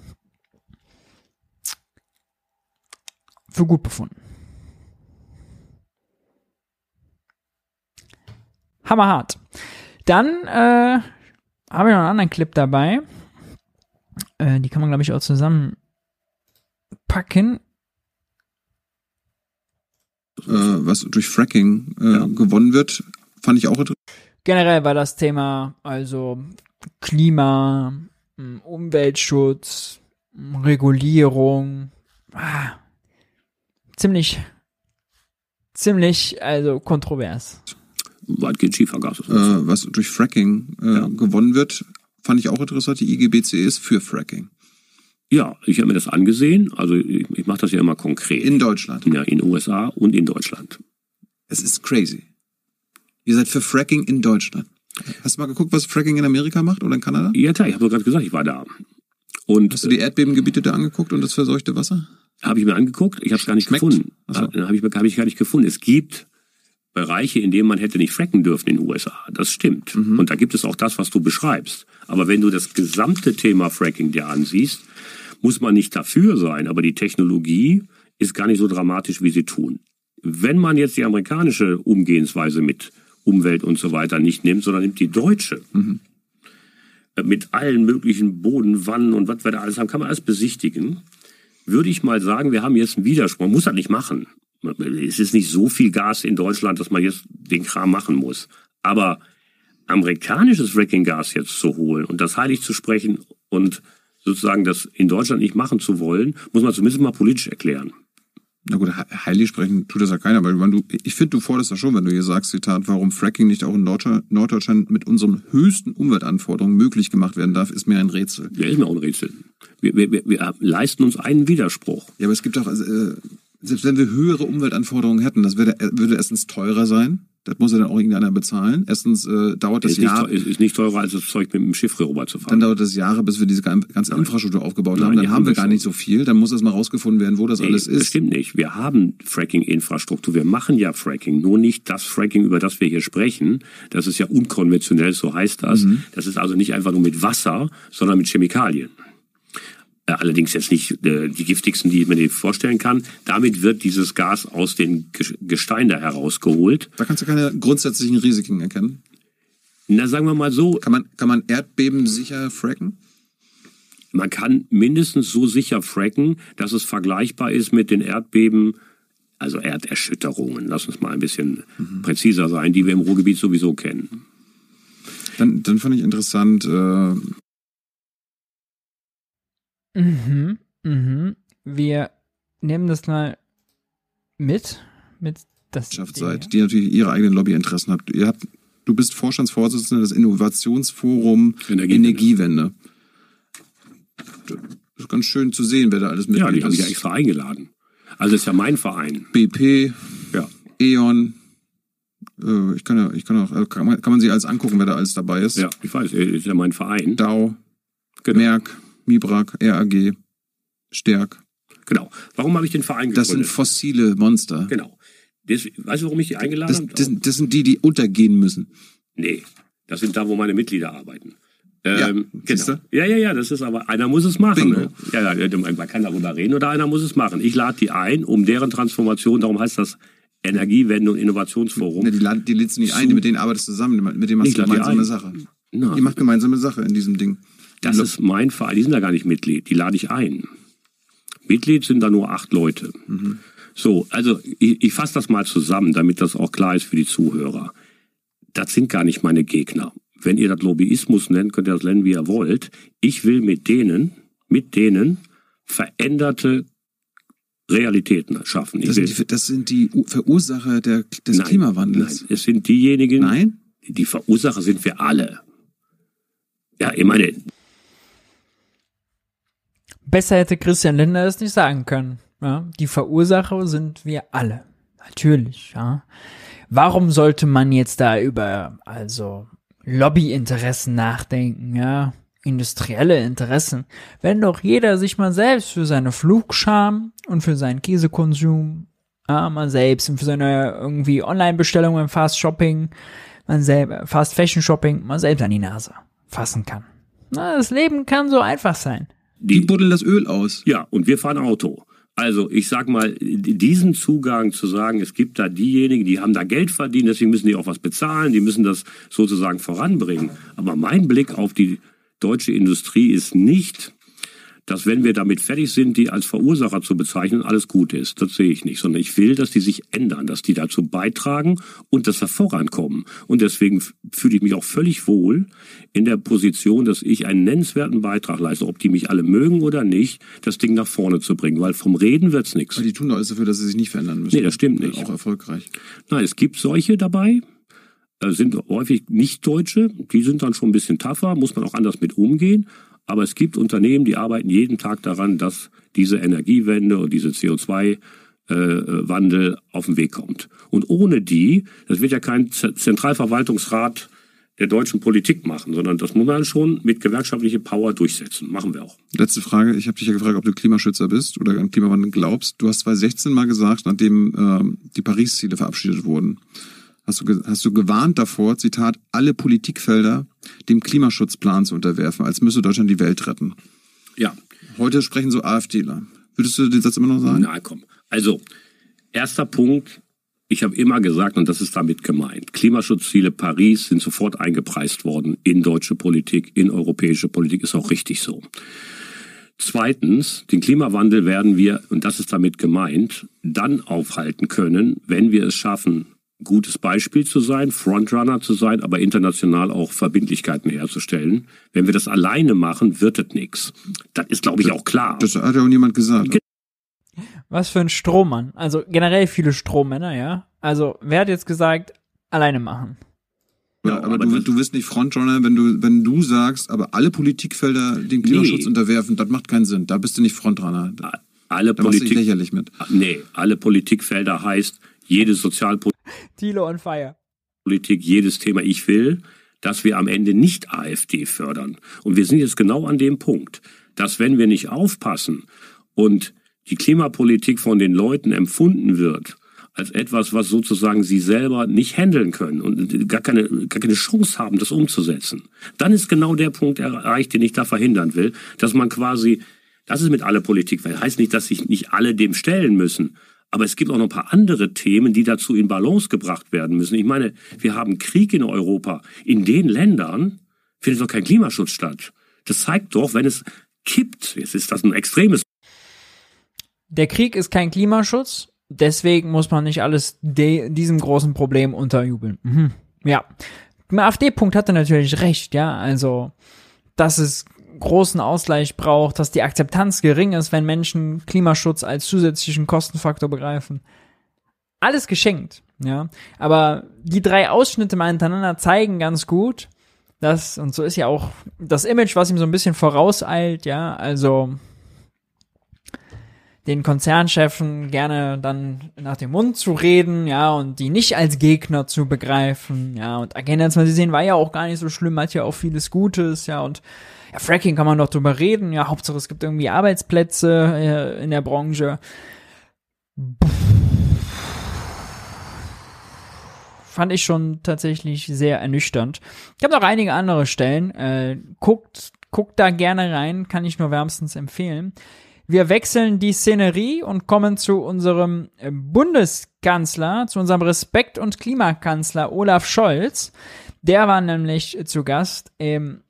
S1: für gut befunden. Hammerhart. Dann äh, habe ich noch einen anderen Clip dabei. Äh, die kann man, glaube ich, auch zusammenpacken.
S2: Äh, was durch Fracking äh, ja. gewonnen wird, fand ich auch interessant.
S1: Generell war das Thema also Klima, Umweltschutz, Regulierung, ah, ziemlich, ziemlich, also kontrovers.
S9: Weitgehend Schiefergas.
S2: Äh, was durch Fracking äh, ja. gewonnen wird, fand ich auch interessant, die I G B C ist für Fracking.
S9: Ja, ich habe mir das angesehen. Also ich, ich mache das ja immer konkret.
S2: In Deutschland?
S9: Ja, in den U S A und in Deutschland.
S2: Es ist crazy. Ihr seid für Fracking in Deutschland. Hast du mal geguckt, was Fracking in Amerika macht oder in Kanada?
S9: Ja klar, ich habe gerade gesagt, ich war da. Und
S2: hast du die Erdbebengebiete da angeguckt und das verseuchte Wasser?
S9: Habe ich mir angeguckt, ich habe es gar nicht
S2: Schmeckt?
S9: gefunden.
S2: So.
S9: Habe ich, hab ich gar nicht gefunden. Es gibt Bereiche, in denen man hätte nicht fracken dürfen in den U S A. Das stimmt. Mhm. Und da gibt es auch das, was du beschreibst. Aber wenn du das gesamte Thema Fracking dir ansiehst, muss man nicht dafür sein. Aber die Technologie ist gar nicht so dramatisch, wie sie tun. Wenn man jetzt die amerikanische Umgehensweise mit Umwelt und so weiter nicht nimmt, sondern nimmt die deutsche, mhm. mit allen möglichen Boden, Wannen und was wir da alles haben, kann man alles besichtigen, würde ich mal sagen, wir haben jetzt einen Widerspruch. Man muss das nicht machen. Es ist nicht so viel Gas in Deutschland, dass man jetzt den Kram machen muss. Aber amerikanisches Fracking-Gas jetzt zu holen und das heilig zu sprechen und sozusagen das in Deutschland nicht machen zu wollen, muss man zumindest mal politisch erklären.
S2: Na gut, heilig sprechen tut das ja keiner, weil wenn du, ich finde, du forderst das schon, wenn du hier sagst, Zitat, warum Fracking nicht auch in Norddeutschland mit unseren höchsten Umweltanforderungen möglich gemacht werden darf, ist mir ein Rätsel.
S9: Ja, ist mir auch ein Rätsel. Wir, wir, wir, wir leisten uns einen Widerspruch.
S2: Ja, aber es gibt auch, also, äh, selbst wenn wir höhere Umweltanforderungen hätten, das würde, würde erstens teurer sein. Das muss ja dann auch irgendeiner bezahlen. Erstens äh, dauert das Jahr...
S9: Es ist nicht teurer, als das Zeug mit dem Schiff rüber zu fahren.
S2: Dann dauert das Jahre, bis wir diese ganze Infrastruktur aufgebaut Nein, haben. Dann haben wir gar nicht so viel. Dann muss erst mal rausgefunden werden, wo das nee, alles ist.
S9: Das stimmt nicht. Wir haben Fracking-Infrastruktur. Wir machen ja Fracking. Nur nicht das Fracking, über das wir hier sprechen. Das ist ja unkonventionell, so heißt das. Mhm. Das ist also nicht einfach nur mit Wasser, sondern mit Chemikalien. Allerdings jetzt nicht äh, die giftigsten, die man sich vorstellen kann. Damit wird dieses Gas aus den Gestein da herausgeholt.
S2: Da kannst du keine grundsätzlichen Risiken erkennen?
S9: Na, sagen wir mal so.
S2: Kann man, kann man Erdbeben sicher fracken?
S9: Man kann mindestens so sicher fracken, dass es vergleichbar ist mit den Erdbeben, also Erderschütterungen, lass uns mal ein bisschen mhm. präziser sein, die wir im Ruhrgebiet sowieso kennen.
S2: Dann, dann fand ich interessant... Äh
S1: Mhm, mhm. Wir nehmen das mal mit, mit das
S2: seid, die natürlich ihre eigenen Lobbyinteressen habt. Ihr habt, du bist Vorstandsvorsitzender des Innovationsforum Energiewende. Energiewende. Das ist ganz schön zu sehen, wer da alles mitmacht.
S9: Ja, die habe ich ja extra eingeladen. Also ist ja mein Verein.
S2: B P,
S9: ja.
S2: E.ON. Äh, ich kann ja, ich kann auch, kann man, kann man sich alles angucken, wer da alles dabei ist.
S9: Ja, ich weiß, ist ja mein Verein.
S2: Dow,
S9: genau.
S2: Merck, Mibrak, R A G, Stärk.
S9: Genau. Warum habe ich den Verein gegründet?
S2: Das sind fossile Monster.
S9: Genau. Das, weißt du, warum ich die eingeladen habe?
S2: Das, das, das sind die, die untergehen müssen.
S9: Nee, das sind da, wo meine Mitglieder arbeiten.
S2: Ja,
S9: ähm, genau. ja, ja, ja, das ist aber, einer muss es machen. Ne? Ja, ja, man kann darüber reden oder einer muss es machen. Ich lade die ein, um deren Transformation, darum heißt das Energiewende- und Innovationsforum.
S2: Ne, die, lad, die lädst du nicht ein, mit denen arbeitest du zusammen, mit denen machst du gemeinsame Sache. Na. Die macht gemeinsame Sache in diesem Ding.
S9: Das ist mein Verein, die sind da gar nicht Mitglied, die lade ich ein. Mitglied sind da nur acht Leute. Mhm. So, also ich, ich fasse das mal zusammen, damit das auch klar ist für die Zuhörer. Das sind gar nicht meine Gegner. Wenn ihr das Lobbyismus nennt, könnt ihr das nennen, wie ihr wollt. Ich will mit denen, mit denen veränderte Realitäten schaffen.
S2: Das sind, die, das sind die Verursacher der, des
S9: nein,
S2: Klimawandels.
S9: Nein, es sind diejenigen,
S2: nein?
S9: Die Verursacher sind wir alle. Ja, ich meine...
S1: Besser hätte Christian Lindner es nicht sagen können. Ja, die Verursacher sind wir alle. Natürlich, ja. Warum sollte man jetzt da über, also, Lobbyinteressen nachdenken, ja? Industrielle Interessen. Wenn doch jeder sich mal selbst für seine Flugscham und für seinen Käsekonsum, ja, mal selbst und für seine irgendwie Online-Bestellungen im Fast-Shopping, man selber, Fast-Fashion-Shopping, mal selbst an die Nase fassen kann. Na, das Leben kann so einfach sein.
S2: Die buddeln das Öl aus.
S9: Ja, und wir fahren Auto. Also ich sag mal, diesen Zugang zu sagen, es gibt da diejenigen, die haben da Geld verdient, deswegen müssen die auch was bezahlen, die müssen das sozusagen voranbringen. Aber mein Blick auf die deutsche Industrie ist nicht, dass wenn wir damit fertig sind, die als Verursacher zu bezeichnen, alles gut ist. Das sehe ich nicht, sondern ich will, dass die sich ändern, dass die dazu beitragen und dass wir vorankommen. Und deswegen fühle ich mich auch völlig wohl in der Position, dass ich einen nennenswerten Beitrag leiste, ob die mich alle mögen oder nicht, das Ding nach vorne zu bringen, weil vom Reden wird's nichts.
S2: Aber die tun doch alles dafür, dass sie sich nicht verändern müssen.
S9: Nee, das stimmt nicht.
S2: Auch erfolgreich.
S9: Nein, es gibt solche dabei, sind häufig nicht Deutsche, die sind dann schon ein bisschen tougher, muss man auch anders mit umgehen. Aber es gibt Unternehmen, die arbeiten jeden Tag daran, dass diese Energiewende und diese C O zwei Wandel auf den Weg kommt. Und ohne die, das wird ja kein Zentralverwaltungsrat der deutschen Politik machen, sondern das muss man schon mit gewerkschaftlicher Power durchsetzen. Machen wir auch.
S2: Letzte Frage. Ich habe dich ja gefragt, ob du Klimaschützer bist oder an Klimawandel glaubst. Du hast zwanzig sechzehn mal gesagt, nachdem äh, die Paris-Ziele verabschiedet wurden, hast du, hast du gewarnt davor, Zitat, alle Politikfelder dem Klimaschutzplan zu unterwerfen, als müsse Deutschland die Welt retten.
S9: Ja.
S2: Heute sprechen so AfDler. Würdest du den Satz immer noch sagen?
S9: Na komm. Also, erster Punkt, ich habe immer gesagt, und das ist damit gemeint, Klimaschutzziele Paris sind sofort eingepreist worden in deutsche Politik, in europäische Politik, ist auch richtig so. Zweitens, den Klimawandel werden wir, und das ist damit gemeint, dann aufhalten können, wenn wir es schaffen, gutes Beispiel zu sein, Frontrunner zu sein, aber international auch Verbindlichkeiten herzustellen. Wenn wir das alleine machen, wird es nichts. Das ist, glaube ich, auch klar.
S2: Das hat ja auch niemand gesagt.
S1: Was für ein Strohmann. Also generell viele Strohmänner, ja. Also wer hat jetzt gesagt, alleine machen?
S2: Ja, aber, aber du, du bist nicht Frontrunner, wenn du, wenn du sagst, aber alle Politikfelder den Klimaschutz nee. unterwerfen, das macht keinen Sinn. Da bist du nicht Frontrunner. Da,
S9: alle
S2: da
S9: Politik,
S2: machst du dich lächerlich mit.
S9: Nee, alle Politikfelder heißt, jede Sozialpolitik,
S1: Thilo on fire.
S9: Politik, jedes Thema, ich will, dass wir am Ende nicht AfD fördern. Und wir sind jetzt genau an dem Punkt, dass wenn wir nicht aufpassen und die Klimapolitik von den Leuten empfunden wird als etwas, was sozusagen sie selber nicht handeln können und gar keine, gar keine Chance haben, das umzusetzen, dann ist genau der Punkt erreicht, den ich da verhindern will, dass man quasi, das ist mit aller Politik, weil heißt nicht, dass sich nicht alle dem stellen müssen, aber es gibt auch noch ein paar andere Themen, die dazu in Balance gebracht werden müssen. Ich meine, wir haben Krieg in Europa. In den Ländern findet doch kein Klimaschutz statt. Das zeigt doch, wenn es kippt, jetzt ist das ein extremes.
S1: Der Krieg ist kein Klimaschutz, deswegen muss man nicht alles de- diesem großen Problem unterjubeln. Mhm. Ja, im AfD-Punkt hat er natürlich recht, ja, also, dass es großen Ausgleich braucht, dass die Akzeptanz gering ist, wenn Menschen Klimaschutz als zusätzlichen Kostenfaktor begreifen. Alles geschenkt, ja, aber die drei Ausschnitte mal hintereinander zeigen ganz gut, dass, und so ist ja auch das Image, was ihm so ein bisschen vorauseilt, ja, also den Konzernchefen gerne dann nach dem Mund zu reden, ja, und die nicht als Gegner zu begreifen, ja, und Agenda zwanzig zehn war ja auch gar nicht so schlimm, hat ja auch vieles Gutes, ja, und ja, Fracking kann man doch drüber reden, ja, Hauptsache es gibt irgendwie Arbeitsplätze äh, in der Branche. Fand ich schon tatsächlich sehr ernüchternd. Ich habe noch einige andere Stellen, äh, guckt, guckt da gerne rein, kann ich nur wärmstens empfehlen. Wir wechseln die Szenerie und kommen zu unserem Bundeskanzler, zu unserem Respekt- und Klimakanzler Olaf Scholz. Der war nämlich zu Gast im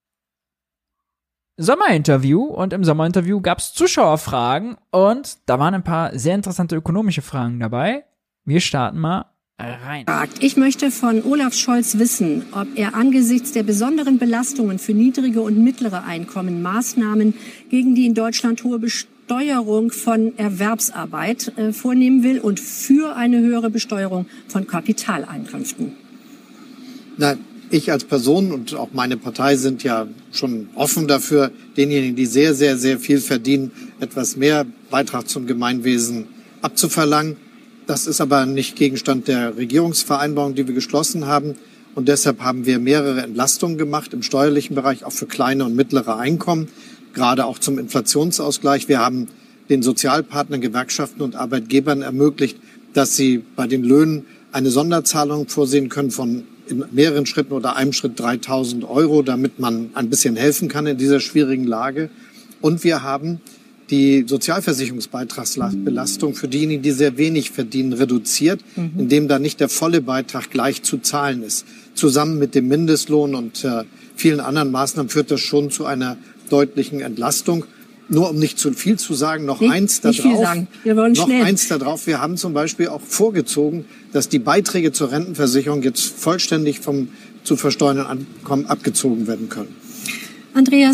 S1: Sommerinterview und im Sommerinterview gab es Zuschauerfragen und da waren ein paar sehr interessante ökonomische Fragen dabei. Wir starten mal rein.
S10: Ich möchte von Olaf Scholz wissen, ob er angesichts der besonderen Belastungen für niedrige und mittlere Einkommen Maßnahmen gegen die in Deutschland hohe Besteuerung von Erwerbsarbeit äh, vornehmen will und für eine höhere Besteuerung von Kapitaleinkünften.
S11: Nein. Ich als Person und auch meine Partei sind ja schon offen dafür, denjenigen, die sehr, sehr, sehr viel verdienen, etwas mehr Beitrag zum Gemeinwesen abzuverlangen. Das ist aber nicht Gegenstand der Regierungsvereinbarung, die wir geschlossen haben. Und deshalb haben wir mehrere Entlastungen gemacht im steuerlichen Bereich, auch für kleine und mittlere Einkommen, gerade auch zum Inflationsausgleich. Wir haben den Sozialpartnern, Gewerkschaften und Arbeitgebern ermöglicht, dass sie bei den Löhnen eine Sonderzahlung vorsehen können von in mehreren Schritten oder einem Schritt dreitausend Euro, damit man ein bisschen helfen kann in dieser schwierigen Lage. Und wir haben die Sozialversicherungsbeitragsbelastung für diejenigen, die sehr wenig verdienen, reduziert, mhm. indem da nicht der volle Beitrag gleich zu zahlen ist. Zusammen mit dem Mindestlohn und äh, vielen anderen Maßnahmen führt das schon zu einer deutlichen Entlastung. Nur um nicht zu viel zu sagen, noch nicht, eins da drauf. Wir wollen noch schnell. eins da drauf. Wir haben zum Beispiel auch vorgezogen, dass die Beiträge zur Rentenversicherung jetzt vollständig vom zu versteuernden Einkommen abgezogen werden können.
S10: Andreas.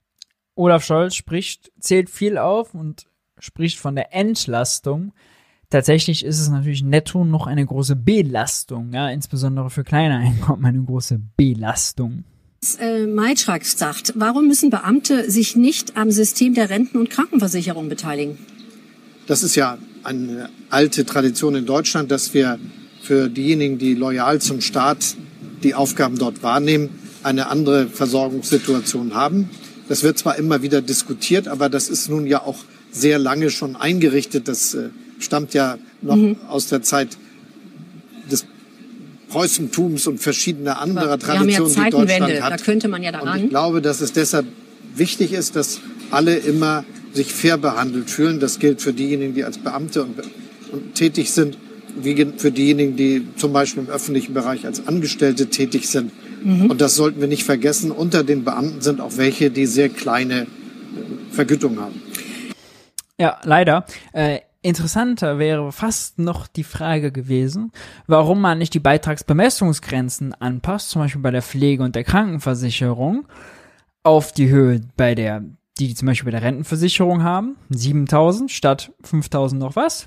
S1: Olaf Scholz spricht, zählt viel auf und spricht von der Entlastung. Tatsächlich ist es natürlich netto noch eine große Belastung, ja, insbesondere für kleine Einkommen eine große Belastung.
S10: Äh, Maitschak sagt, warum müssen Beamte sich nicht am System der Renten- und Krankenversicherung beteiligen?
S11: Das ist ja eine alte Tradition in Deutschland, dass wir für diejenigen, die loyal zum Staat die Aufgaben dort wahrnehmen, eine andere Versorgungssituation haben. Das wird zwar immer wieder diskutiert, aber das ist nun ja auch sehr lange schon eingerichtet. Das äh, stammt ja noch mhm. aus der Zeit des Preußentums und verschiedener anderer Traditionen,
S10: ja
S11: die Deutschland hat.
S10: Da könnte man ja daran.
S11: Und ich glaube, dass es deshalb wichtig ist, dass alle immer sich fair behandelt fühlen. Das gilt für diejenigen, die als Beamte und, und tätig sind, wie für diejenigen, die zum Beispiel im öffentlichen Bereich als Angestellte tätig sind. Mhm. Und das sollten wir nicht vergessen. Unter den Beamten sind auch welche, die sehr kleine Vergütung haben.
S1: Ja, leider. Äh, interessanter wäre fast noch die Frage gewesen, warum man nicht die Beitragsbemessungsgrenzen anpasst, zum Beispiel bei der Pflege- und der Krankenversicherung, auf die Höhe bei der, die, die zum Beispiel bei der Rentenversicherung haben, siebentausend statt fünftausend noch was.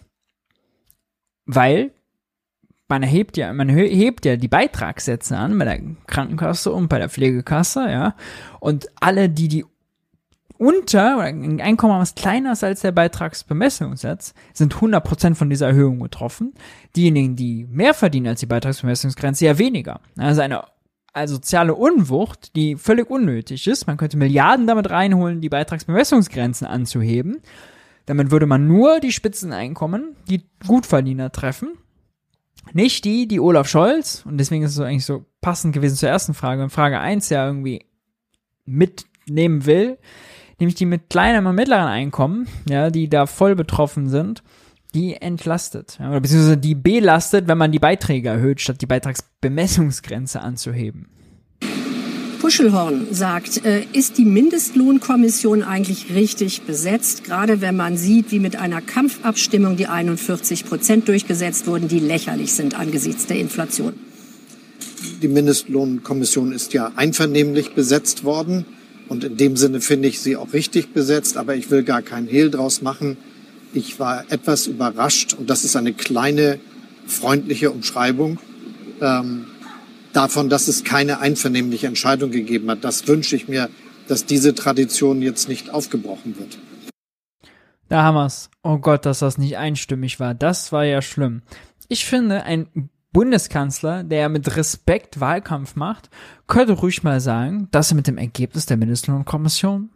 S1: Weil man hebt ja, man hebt ja die Beitragssätze an bei der Krankenkasse und bei der Pflegekasse, ja. Und alle, die die unter oder ein Einkommen haben, was kleiner ist als der Beitragsbemessungssatz, sind hundert Prozent von dieser Erhöhung betroffen. Diejenigen, die mehr verdienen als die Beitragsbemessungsgrenze, ja weniger. Also eine, eine soziale Unwucht, die völlig unnötig ist. Man könnte Milliarden damit reinholen, die Beitragsbemessungsgrenzen anzuheben. Damit würde man nur die Spitzeneinkommen, die Gutverdiener treffen. Nicht die, die Olaf Scholz, und deswegen ist es so eigentlich so passend gewesen zur ersten Frage, und Frage eins ja irgendwie mitnehmen will, nämlich die mit kleinem und mittleren Einkommen, ja, die da voll betroffen sind, die entlastet, ja, oder beziehungsweise die belastet, wenn man die Beiträge erhöht, statt die Beitragsbemessungsgrenze anzuheben.
S10: Puschelhorn sagt, äh, ist die Mindestlohnkommission eigentlich richtig besetzt, gerade wenn man sieht, wie mit einer Kampfabstimmung die einundvierzig Prozent durchgesetzt wurden, die lächerlich sind angesichts der Inflation?
S11: Die Mindestlohnkommission ist ja einvernehmlich besetzt worden und in dem Sinne finde ich sie auch richtig besetzt, aber ich will gar keinen Hehl draus machen. Ich war etwas überrascht und das ist eine kleine, freundliche Umschreibung, ähm, davon, dass es keine einvernehmliche Entscheidung gegeben hat. Das wünsche ich mir, dass diese Tradition jetzt nicht aufgebrochen wird.
S1: Da haben wir's. Oh Gott, dass das nicht einstimmig war. Das war ja schlimm. Ich finde, ein Bundeskanzler, der mit Respekt Wahlkampf macht, könnte ruhig mal sagen, dass er mit dem Ergebnis der Mindestlohnkommission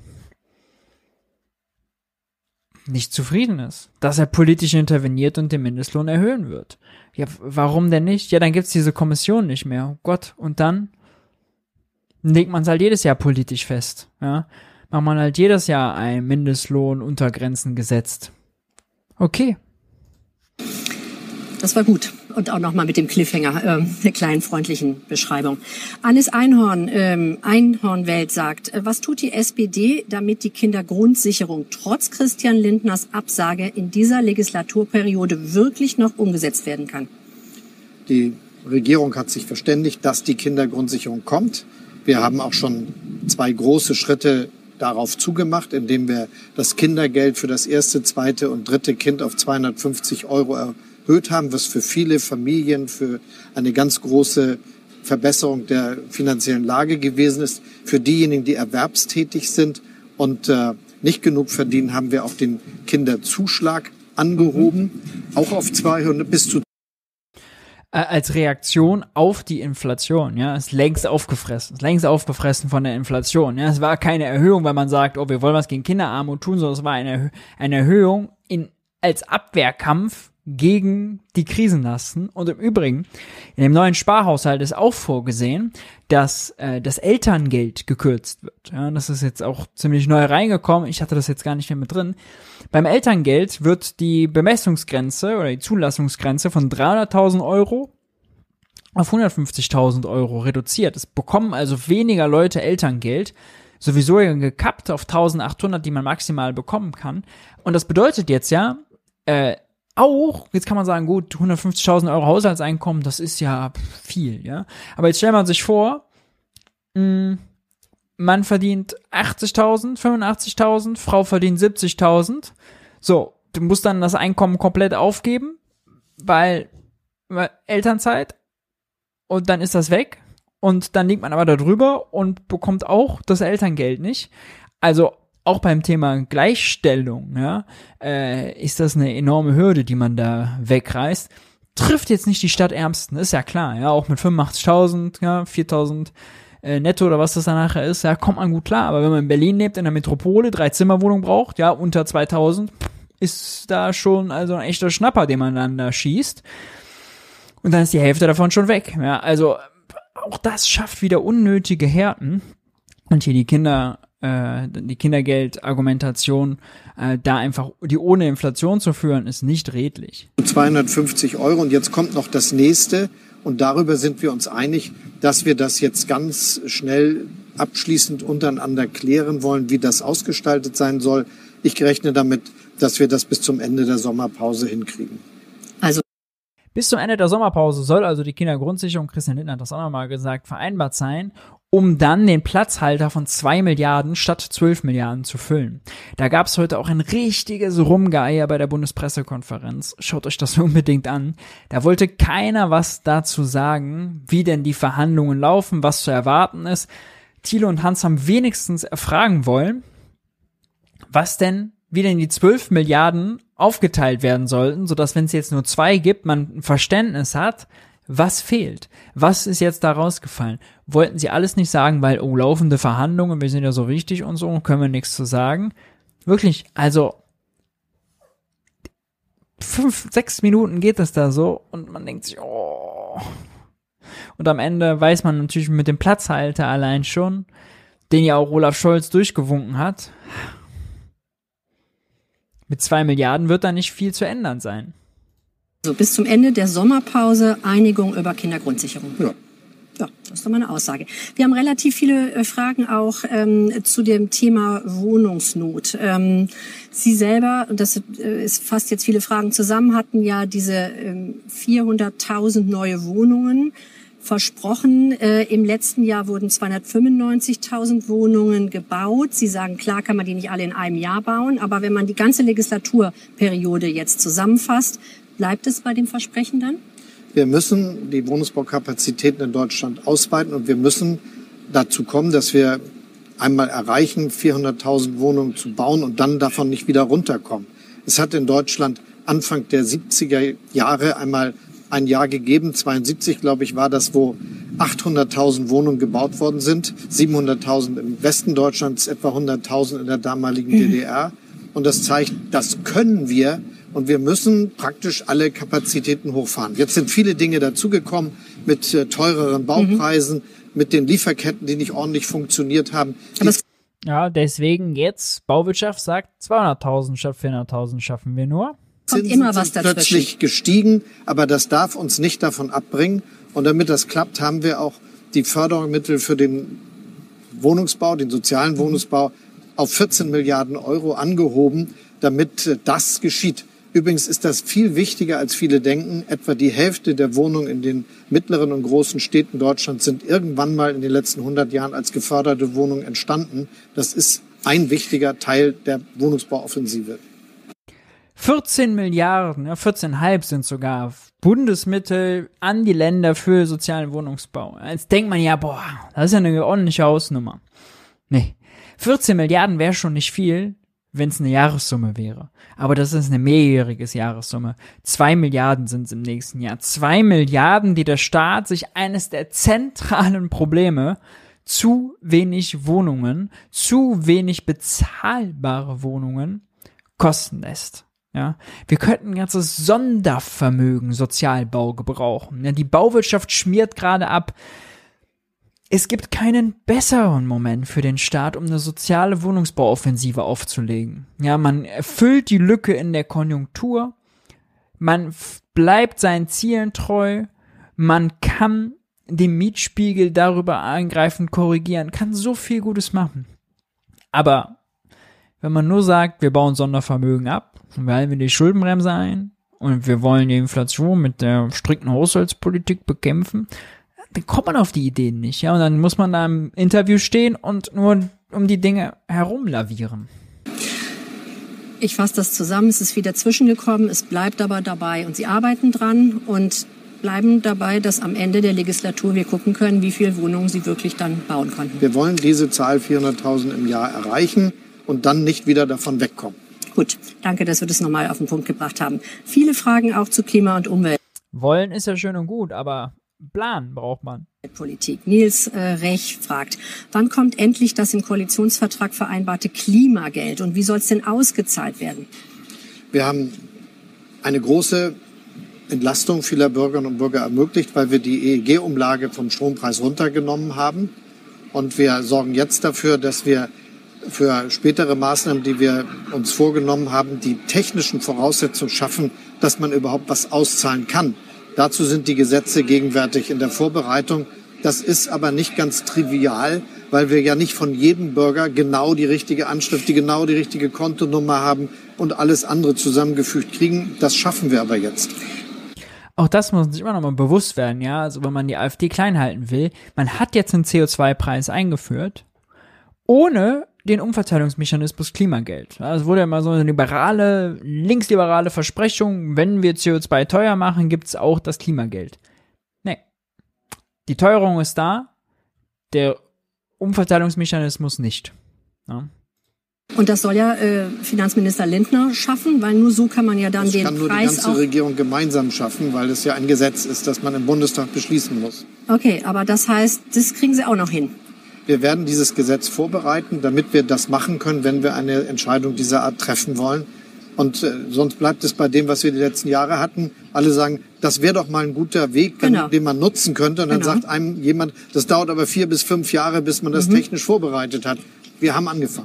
S1: nicht zufrieden ist, dass er politisch interveniert und den Mindestlohn erhöhen wird. Ja, warum denn nicht? Ja, dann gibt's diese Kommission nicht mehr. Oh Gott, und dann legt man es halt jedes Jahr politisch fest. Ja, macht man halt jedes Jahr ein Mindestlohn-Untergrenzen-Gesetz. Okay.
S10: Das war gut. Und auch nochmal mit dem Cliffhanger, äh, der kleinen freundlichen Beschreibung. Hannes Einhorn, ähm, Einhornwelt sagt, äh, was tut die S P D, damit die Kindergrundsicherung trotz Christian Lindners Absage in dieser Legislaturperiode wirklich noch umgesetzt werden kann?
S11: Die Regierung hat sich verständigt, dass die Kindergrundsicherung kommt. Wir haben auch schon zwei große Schritte darauf zugemacht, indem wir das Kindergeld für das erste, zweite und dritte Kind auf zweihundertfünfzig Euro erhöht haben, was für viele Familien für eine ganz große Verbesserung der finanziellen Lage gewesen ist. Für diejenigen, die erwerbstätig sind und äh, nicht genug verdienen, haben wir auch den Kinderzuschlag angehoben, auch auf zweihundert bis zu
S1: als Reaktion auf die Inflation, ja, ist längst aufgefressen, ist längst aufgefressen von der Inflation, ja, es war keine Erhöhung, weil man sagt, oh, wir wollen was gegen Kinderarmut tun, sondern es war eine, eine Erhöhung in, als Abwehrkampf gegen die Krisenlasten. Und im Übrigen, in dem neuen Sparhaushalt ist auch vorgesehen, dass äh, das Elterngeld gekürzt wird. Ja, das ist jetzt auch ziemlich neu reingekommen. Ich hatte das jetzt gar nicht mehr mit drin. Beim Elterngeld wird die Bemessungsgrenze oder die Zulassungsgrenze von dreihunderttausend Euro auf hundertfünfzigtausend Euro reduziert. Es bekommen also weniger Leute Elterngeld, sowieso gekappt auf eintausendachthundert, die man maximal bekommen kann. Und das bedeutet jetzt ja, äh, auch, jetzt kann man sagen, gut, hundertfünfzigtausend Euro Haushaltseinkommen, das ist ja viel, ja. Aber jetzt stellt man sich vor, mh, man verdient achtzigtausend, fünfundachtzigtausend, Frau verdient siebzigtausend. So, du musst dann das Einkommen komplett aufgeben, weil, weil Elternzeit, und dann ist das weg und dann liegt man aber da drüber und bekommt auch das Elterngeld nicht. Also auch beim Thema Gleichstellung, ja, äh, ist das eine enorme Hürde, die man da wegreißt. Trifft jetzt nicht die Stadtärmsten, ist ja klar, ja, auch mit fünfundachtzigtausend, ja, viertausend äh, netto oder was das dann nachher ist, ja, kommt man gut klar. Aber wenn man in Berlin lebt, in der Metropole, drei Zimmerwohnung braucht, ja, unter zweitausend, ist da schon also ein echter Schnapper, den man dann da schießt. Und dann ist die Hälfte davon schon weg. Ja, also auch das schafft wieder unnötige Härten. Und hier die Kinder, äh, die Kindergeldargumentation, äh, da einfach die ohne Inflation zu führen, ist nicht redlich.
S11: zweihundertfünfzig Euro und jetzt kommt noch das nächste. Und darüber sind wir uns einig, dass wir das jetzt ganz schnell abschließend untereinander klären wollen, wie das ausgestaltet sein soll. Ich rechne damit, dass wir das bis zum Ende der Sommerpause hinkriegen.
S10: Also
S1: bis zum Ende der Sommerpause soll also die Kindergrundsicherung, Christian Lindner hat das auch nochmal gesagt, vereinbart sein, um dann den Platzhalter von zwei Milliarden statt zwölf Milliarden zu füllen. Da gab es heute auch ein richtiges Rumgeier bei der Bundespressekonferenz. Schaut euch das unbedingt an. Da wollte keiner was dazu sagen, wie denn die Verhandlungen laufen, was zu erwarten ist. Thilo und Hans haben wenigstens erfragen wollen, was denn, wie denn die zwölf Milliarden aufgeteilt werden sollten, sodass, wenn es jetzt nur zwei gibt, man ein Verständnis hat, was fehlt. Was ist jetzt da rausgefallen? Wollten sie alles nicht sagen, weil, oh, laufende Verhandlungen, wir sind ja so wichtig und so, können wir nichts zu sagen. Wirklich, also fünf, sechs Minuten geht es da so und man denkt sich, oh. Und am Ende weiß man natürlich mit dem Platzhalter allein schon, den ja auch Olaf Scholz durchgewunken hat, mit zwei Milliarden wird da nicht viel zu ändern sein.
S10: Also bis zum Ende der Sommerpause Einigung über Kindergrundsicherung.
S11: Ja.
S10: Ja, das ist doch mal eine Aussage. Wir haben relativ viele äh, Fragen auch ähm, zu dem Thema Wohnungsnot. Ähm, Sie selber, und das äh, ist fast jetzt viele Fragen zusammen, hatten ja diese ähm, vierhunderttausend neue Wohnungen versprochen. Äh, Im letzten Jahr wurden zweihundertfünfundneunzigtausend Wohnungen gebaut. Sie sagen, klar kann man die nicht alle in einem Jahr bauen, aber wenn man die ganze Legislaturperiode jetzt zusammenfasst, bleibt es bei dem Versprechen dann?
S11: Wir müssen die Wohnungsbaukapazitäten in Deutschland ausweiten und wir müssen dazu kommen, dass wir einmal erreichen, vierhunderttausend Wohnungen zu bauen und dann davon nicht wieder runterkommen. Es hat in Deutschland Anfang der siebziger Jahre einmal ein Jahr gegeben, zweiundsiebzig glaube ich war das, wo achthunderttausend Wohnungen gebaut worden sind, siebenhunderttausend im Westen Deutschlands, etwa hunderttausend in der damaligen D D R. Und das zeigt, das können wir und wir müssen praktisch alle Kapazitäten hochfahren. Jetzt sind viele Dinge dazugekommen mit äh, teureren Baupreisen, mhm. mit den Lieferketten, die nicht ordentlich funktioniert haben.
S1: Ja, deswegen jetzt, Bauwirtschaft sagt, zweihunderttausend statt vierhunderttausend schaffen wir nur.
S11: Zinsen immer was sind plötzlich gestiegen, aber das darf uns nicht davon abbringen. Und damit das klappt, haben wir auch die Fördermittel für den Wohnungsbau, den sozialen Wohnungsbau, auf vierzehn Milliarden Euro angehoben, damit das geschieht. Übrigens ist das viel wichtiger, als viele denken. Etwa die Hälfte der Wohnungen in den mittleren und großen Städten Deutschlands sind irgendwann mal in den letzten hundert Jahren als geförderte Wohnungen entstanden. Das ist ein wichtiger Teil der Wohnungsbauoffensive.
S1: vierzehn Milliarden, ja, vierzehn Komma fünf sind sogar Bundesmittel an die Länder für sozialen Wohnungsbau. Jetzt denkt man ja, boah, das ist ja eine ordentliche Hausnummer. Nee, vierzehn Milliarden wäre schon nicht viel, wenn es eine Jahressumme wäre. Aber das ist eine mehrjährige Jahressumme. Zwei Milliarden sind es im nächsten Jahr. Zwei Milliarden, die der Staat sich eines der zentralen Probleme, zu wenig Wohnungen, zu wenig bezahlbare Wohnungen, kosten lässt. Ja, wir könnten ein ganzes Sondervermögen Sozialbau gebrauchen. Ja, die Bauwirtschaft schmiert gerade ab. Es gibt keinen besseren Moment für den Staat, um eine soziale Wohnungsbauoffensive aufzulegen. Ja, man erfüllt die Lücke in der Konjunktur, man f- bleibt seinen Zielen treu, man kann den Mietspiegel darüber eingreifend korrigieren, kann so viel Gutes machen. Aber wenn man nur sagt, wir bauen Sondervermögen ab, und wir halten die Schuldenbremse ein und wir wollen die Inflation mit der strikten Haushaltspolitik bekämpfen, dann kommt man auf die Ideen nicht, ja, und dann muss man da im Interview stehen und nur um die Dinge herumlavieren.
S10: Ich fasse das zusammen, es ist wieder zwischengekommen, es bleibt aber dabei und Sie arbeiten dran und bleiben dabei, dass am Ende der Legislatur wir gucken können, wie viele Wohnungen Sie wirklich dann bauen konnten.
S11: Wir wollen diese Zahl vierhunderttausend im Jahr erreichen und dann nicht wieder davon wegkommen.
S10: Gut, danke, dass wir das nochmal auf den Punkt gebracht haben. Viele Fragen auch zu Klima und Umwelt.
S1: Wollen ist ja schön und gut, aber Plan braucht man.
S10: Politik. Nils äh, Rech fragt, wann kommt endlich das im Koalitionsvertrag vereinbarte Klimageld und wie soll es denn ausgezahlt werden?
S11: Wir haben eine große Entlastung vieler Bürgerinnen und Bürger ermöglicht, weil wir die E E G-Umlage vom Strompreis runtergenommen haben. Und wir sorgen jetzt dafür, dass wir für spätere Maßnahmen, die wir uns vorgenommen haben, die technischen Voraussetzungen schaffen, dass man überhaupt was auszahlen kann. Dazu sind die Gesetze gegenwärtig in der Vorbereitung. Das ist aber nicht ganz trivial, weil wir ja nicht von jedem Bürger genau die richtige Anschrift, die genau die richtige Kontonummer haben und alles andere zusammengefügt kriegen. Das schaffen wir aber jetzt.
S1: Auch das muss sich immer noch mal bewusst werden, ja. Also wenn man die AfD klein halten will, man hat jetzt einen C O zwei Preis eingeführt, ohne den Umverteilungsmechanismus Klimageld. Es wurde ja immer so eine liberale, linksliberale Versprechung, wenn wir C O zwei teuer machen, gibt's auch das Klimageld. Nee. Die Teuerung ist da, der Umverteilungsmechanismus nicht. Ja.
S10: Und das soll ja äh, Finanzminister Lindner schaffen, weil nur so kann man ja dann
S11: das
S10: den
S11: kann nur
S10: Preis
S11: die ganze
S10: auch
S11: Regierung gemeinsam schaffen, weil es ja ein Gesetz ist, das man im Bundestag beschließen muss.
S10: Okay, aber das heißt, das kriegen Sie auch noch hin.
S11: Wir werden dieses Gesetz vorbereiten, damit wir das machen können, wenn wir eine Entscheidung dieser Art treffen wollen. Und äh, sonst bleibt es bei dem, was wir die letzten Jahre hatten. Alle sagen, das wäre doch mal ein guter Weg,
S10: Genau.
S11: den man nutzen könnte. Und dann
S10: Genau.
S11: sagt einem jemand, das dauert aber vier bis fünf Jahre, bis man das
S10: Mhm.
S11: technisch vorbereitet hat. Wir haben angefangen.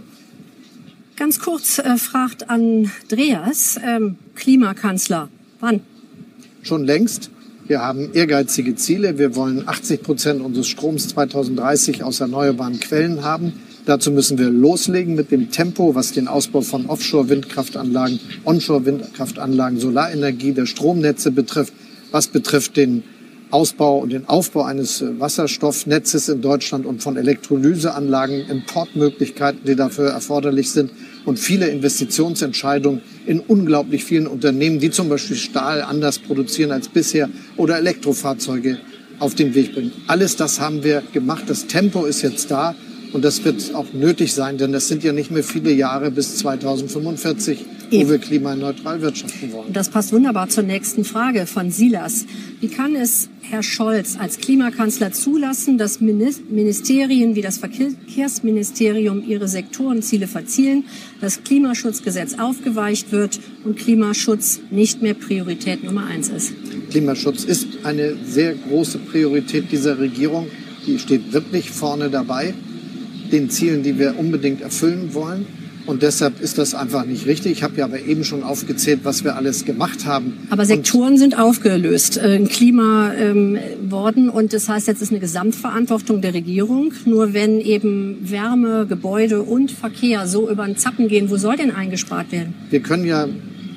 S10: Ganz kurz äh, fragt Andreas, ähm, Klimakanzler, wann?
S11: Schon längst. Wir haben ehrgeizige Ziele. Wir wollen achtzig Prozent unseres Stroms zweitausenddreißig aus erneuerbaren Quellen haben. Dazu müssen wir loslegen mit dem Tempo, was den Ausbau von Offshore-Windkraftanlagen, Onshore-Windkraftanlagen, Solarenergie, der Stromnetze betrifft. Was betrifft den Ausbau und den Aufbau eines Wasserstoffnetzes in Deutschland und von Elektrolyseanlagen, Importmöglichkeiten, die dafür erforderlich sind und viele Investitionsentscheidungen in unglaublich vielen Unternehmen, die zum Beispiel Stahl anders produzieren als bisher oder Elektrofahrzeuge auf den Weg bringen. Alles das haben wir gemacht. Das Tempo ist jetzt da und das wird auch nötig sein, denn das sind ja nicht mehr viele Jahre bis zweitausendfünfundvierzig,
S10: Eben.
S11: wo wir klimaneutral wirtschaften wollen.
S10: Das passt wunderbar zur nächsten Frage von Silas. Wie kann es Herr Scholz als Klimakanzler zulassen, dass Ministerien wie das Verkehrsministerium ihre Sektorenziele verzielen, das Klimaschutzgesetz aufgeweicht wird und Klimaschutz nicht mehr Priorität Nummer eins ist?
S11: Klimaschutz ist eine sehr große Priorität dieser Regierung. Die steht wirklich vorne dabei, den Zielen, die wir unbedingt erfüllen wollen. Und deshalb ist das einfach nicht richtig. Ich habe ja aber eben schon aufgezählt, was wir alles gemacht haben.
S10: Aber Sektoren und sind aufgelöst äh, in Klima ähm, worden. Und das heißt, jetzt ist eine Gesamtverantwortung der Regierung. Nur wenn eben Wärme, Gebäude und Verkehr so über den Zappen gehen, wo soll denn eingespart werden?
S11: Wir können ja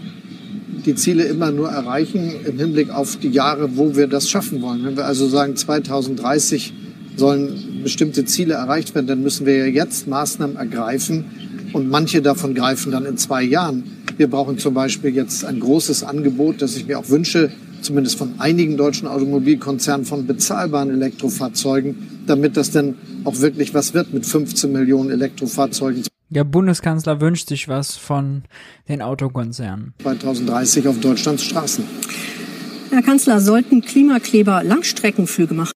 S11: die Ziele immer nur erreichen im Hinblick auf die Jahre, wo wir das schaffen wollen. Wenn wir also sagen, zweitausenddreißig sollen bestimmte Ziele erreicht werden, dann müssen wir ja jetzt Maßnahmen ergreifen. Und manche davon greifen dann in zwei Jahren. Wir brauchen zum Beispiel jetzt ein großes Angebot, das ich mir auch wünsche, zumindest von einigen deutschen Automobilkonzernen, von bezahlbaren Elektrofahrzeugen, damit das dann auch wirklich was wird mit fünfzehn Millionen Elektrofahrzeugen.
S1: Der Bundeskanzler wünscht sich was von den Autokonzernen.
S11: zweitausenddreißig auf Deutschlands Straßen.
S10: Herr Kanzler, sollten Klimakleber Langstreckenflüge machen?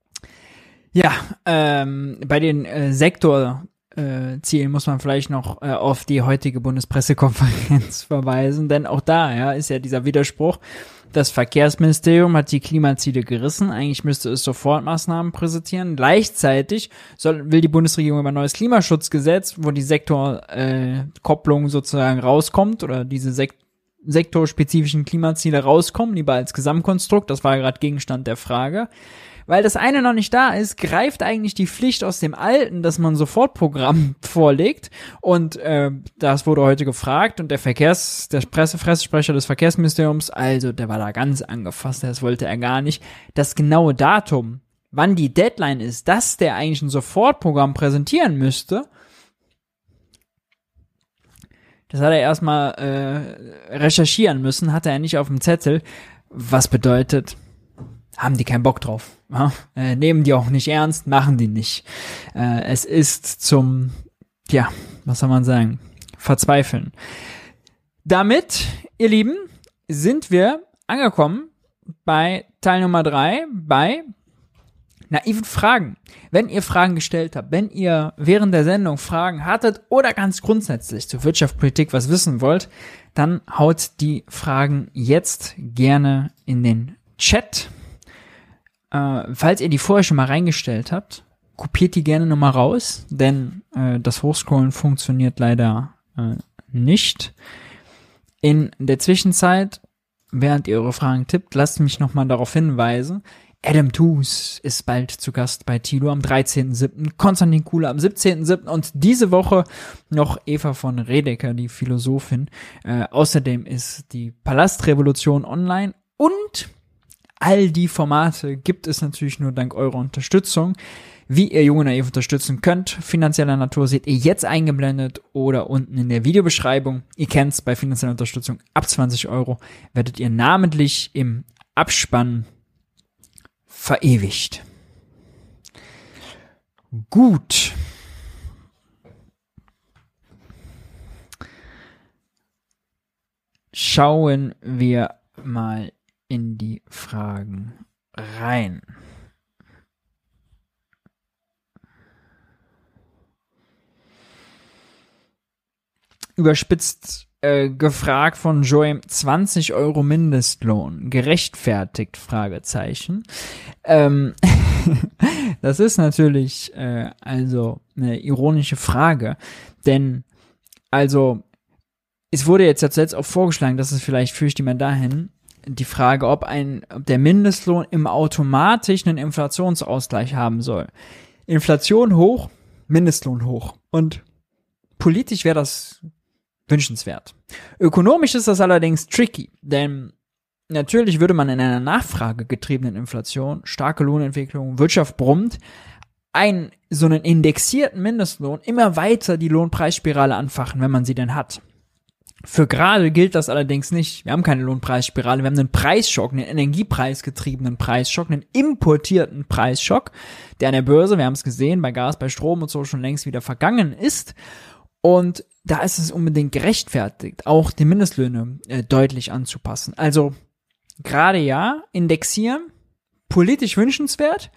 S1: Ja, ähm, bei den äh, Sektor Äh, Zielen muss man vielleicht noch äh, auf die heutige Bundespressekonferenz verweisen, denn auch da ja, ist ja dieser Widerspruch. Das Verkehrsministerium hat die Klimaziele gerissen, eigentlich müsste es Sofortmaßnahmen präsentieren. Gleichzeitig soll, will die Bundesregierung über ein neues Klimaschutzgesetz, wo die Sektorkopplung äh, sozusagen rauskommt oder diese Sek- sektorspezifischen Klimaziele rauskommen, lieber als Gesamtkonstrukt, das war ja gerade Gegenstand der Frage. Weil das eine noch nicht da ist, greift eigentlich die Pflicht aus dem Alten, dass man Sofortprogramm vorlegt. Und äh, das wurde heute gefragt und der Verkehrs, der Pressesprecher des Verkehrsministeriums, also der war da ganz angefasst, das wollte er gar nicht. Das genaue Datum, wann die Deadline ist, dass der eigentlich ein Sofortprogramm präsentieren müsste, Das hat er erstmal äh, recherchieren müssen, hatte er nicht auf dem Zettel. Was bedeutet, haben die keinen Bock drauf. Ja? Äh, nehmen die auch nicht ernst, machen die nicht. Äh, es ist zum, ja, was soll man sagen, Verzweifeln. Damit, ihr Lieben, sind wir angekommen bei Teil Nummer drei, bei naiven Fragen. Wenn ihr Fragen gestellt habt, wenn ihr während der Sendung Fragen hattet oder ganz grundsätzlich zu Wirtschaft, Politik was wissen wollt, dann haut die Fragen jetzt gerne in den Chat. Äh, falls ihr die vorher schon mal reingestellt habt, kopiert die gerne nochmal raus, denn äh, das Hochscrollen funktioniert leider äh, nicht. In der Zwischenzeit, während ihr eure Fragen tippt, lasst mich nochmal darauf hinweisen, Adam Tooze ist bald zu Gast bei Thilo am dreizehnten siebten, Konstantin Kuhle am siebzehnten siebten und diese Woche noch Eva von Redeker, die Philosophin. Äh, außerdem ist die Palastrevolution online und all die Formate gibt es natürlich nur dank eurer Unterstützung. Wie ihr Jung und Naiv unterstützen könnt, finanzieller Natur, seht ihr jetzt eingeblendet oder unten in der Videobeschreibung. Ihr kennt's, bei finanzieller Unterstützung ab zwanzig Euro werdet ihr namentlich im Abspann verewigt. Gut. Schauen wir mal in die Fragen rein. Überspitzt äh, gefragt von Joem, zwanzig Euro Mindestlohn, gerechtfertigt, Fragezeichen. Ähm, das ist natürlich äh, also eine ironische Frage, denn also es wurde jetzt zuletzt auch vorgeschlagen, dass es vielleicht, fürchte ich mal dahin, die Frage, ob ein ob der Mindestlohn im automatisch einen Inflationsausgleich haben soll. Inflation hoch, Mindestlohn hoch. Und politisch wäre das wünschenswert. Ökonomisch ist das allerdings tricky, denn natürlich würde man in einer nachfragegetriebenen Inflation, starke Lohnentwicklung, Wirtschaft brummt, einen so einen indexierten Mindestlohn immer weiter die Lohnpreisspirale anfachen, wenn man sie denn hat. Für gerade gilt das allerdings nicht. Wir haben keine Lohnpreisspirale, wir haben einen Preisschock, einen energiepreisgetriebenen Preisschock, einen importierten Preisschock, der an der Börse, wir haben es gesehen, bei Gas, bei Strom und so schon längst wieder vergangen ist. Und da ist es unbedingt gerechtfertigt, auch die Mindestlöhne äh, deutlich anzupassen. Also gerade ja, indexieren, politisch wünschenswert,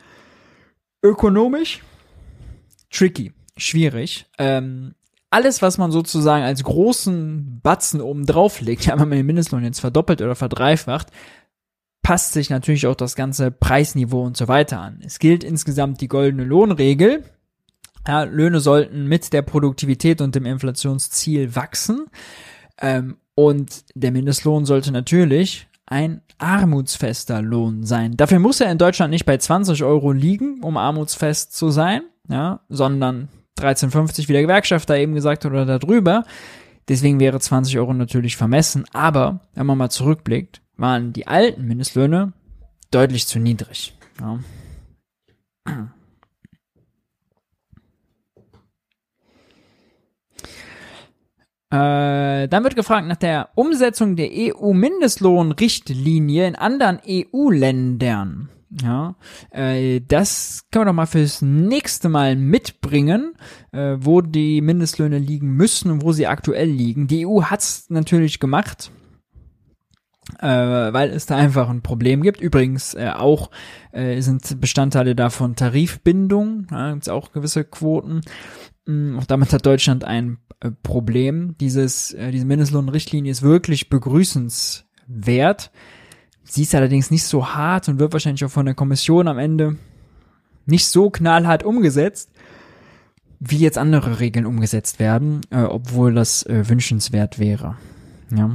S1: ökonomisch tricky, schwierig. Ähm, alles, was man sozusagen als großen Batzen oben drauf legt, ja, wenn man den Mindestlohn jetzt verdoppelt oder verdreifacht, passt sich natürlich auch das ganze Preisniveau und so weiter an. Es gilt insgesamt die goldene Lohnregel. Ja, Löhne sollten mit der Produktivität und dem Inflationsziel wachsen. Ähm, und der Mindestlohn sollte natürlich ein armutsfester Lohn sein. Dafür muss er in Deutschland nicht bei zwanzig Euro liegen, um armutsfest zu sein, ja, sondern dreizehn fünfzig, wie der Gewerkschafter eben gesagt hat, oder darüber. Deswegen wäre zwanzig Euro natürlich vermessen. Aber wenn man mal zurückblickt, waren die alten Mindestlöhne deutlich zu niedrig. Ja. Äh, dann wird gefragt nach der Umsetzung der E U-Mindestlohnrichtlinie in anderen E U-Ländern. Ja, äh, das können wir doch mal fürs nächste Mal mitbringen, äh, wo die Mindestlöhne liegen müssen und wo sie aktuell liegen. Die E U hat's natürlich gemacht, äh, weil es da einfach ein Problem gibt. Übrigens äh, auch äh, sind Bestandteile davon Tarifbindung, ja, gibt's auch gewisse Quoten. Mhm, auch damit hat Deutschland ein äh, Problem. Dieses, äh, diese Mindestlohnrichtlinie ist wirklich begrüßenswert. Sie ist allerdings nicht so hart und wird wahrscheinlich auch von der Kommission am Ende nicht so knallhart umgesetzt, wie jetzt andere Regeln umgesetzt werden, äh, obwohl das äh, wünschenswert wäre. Ja.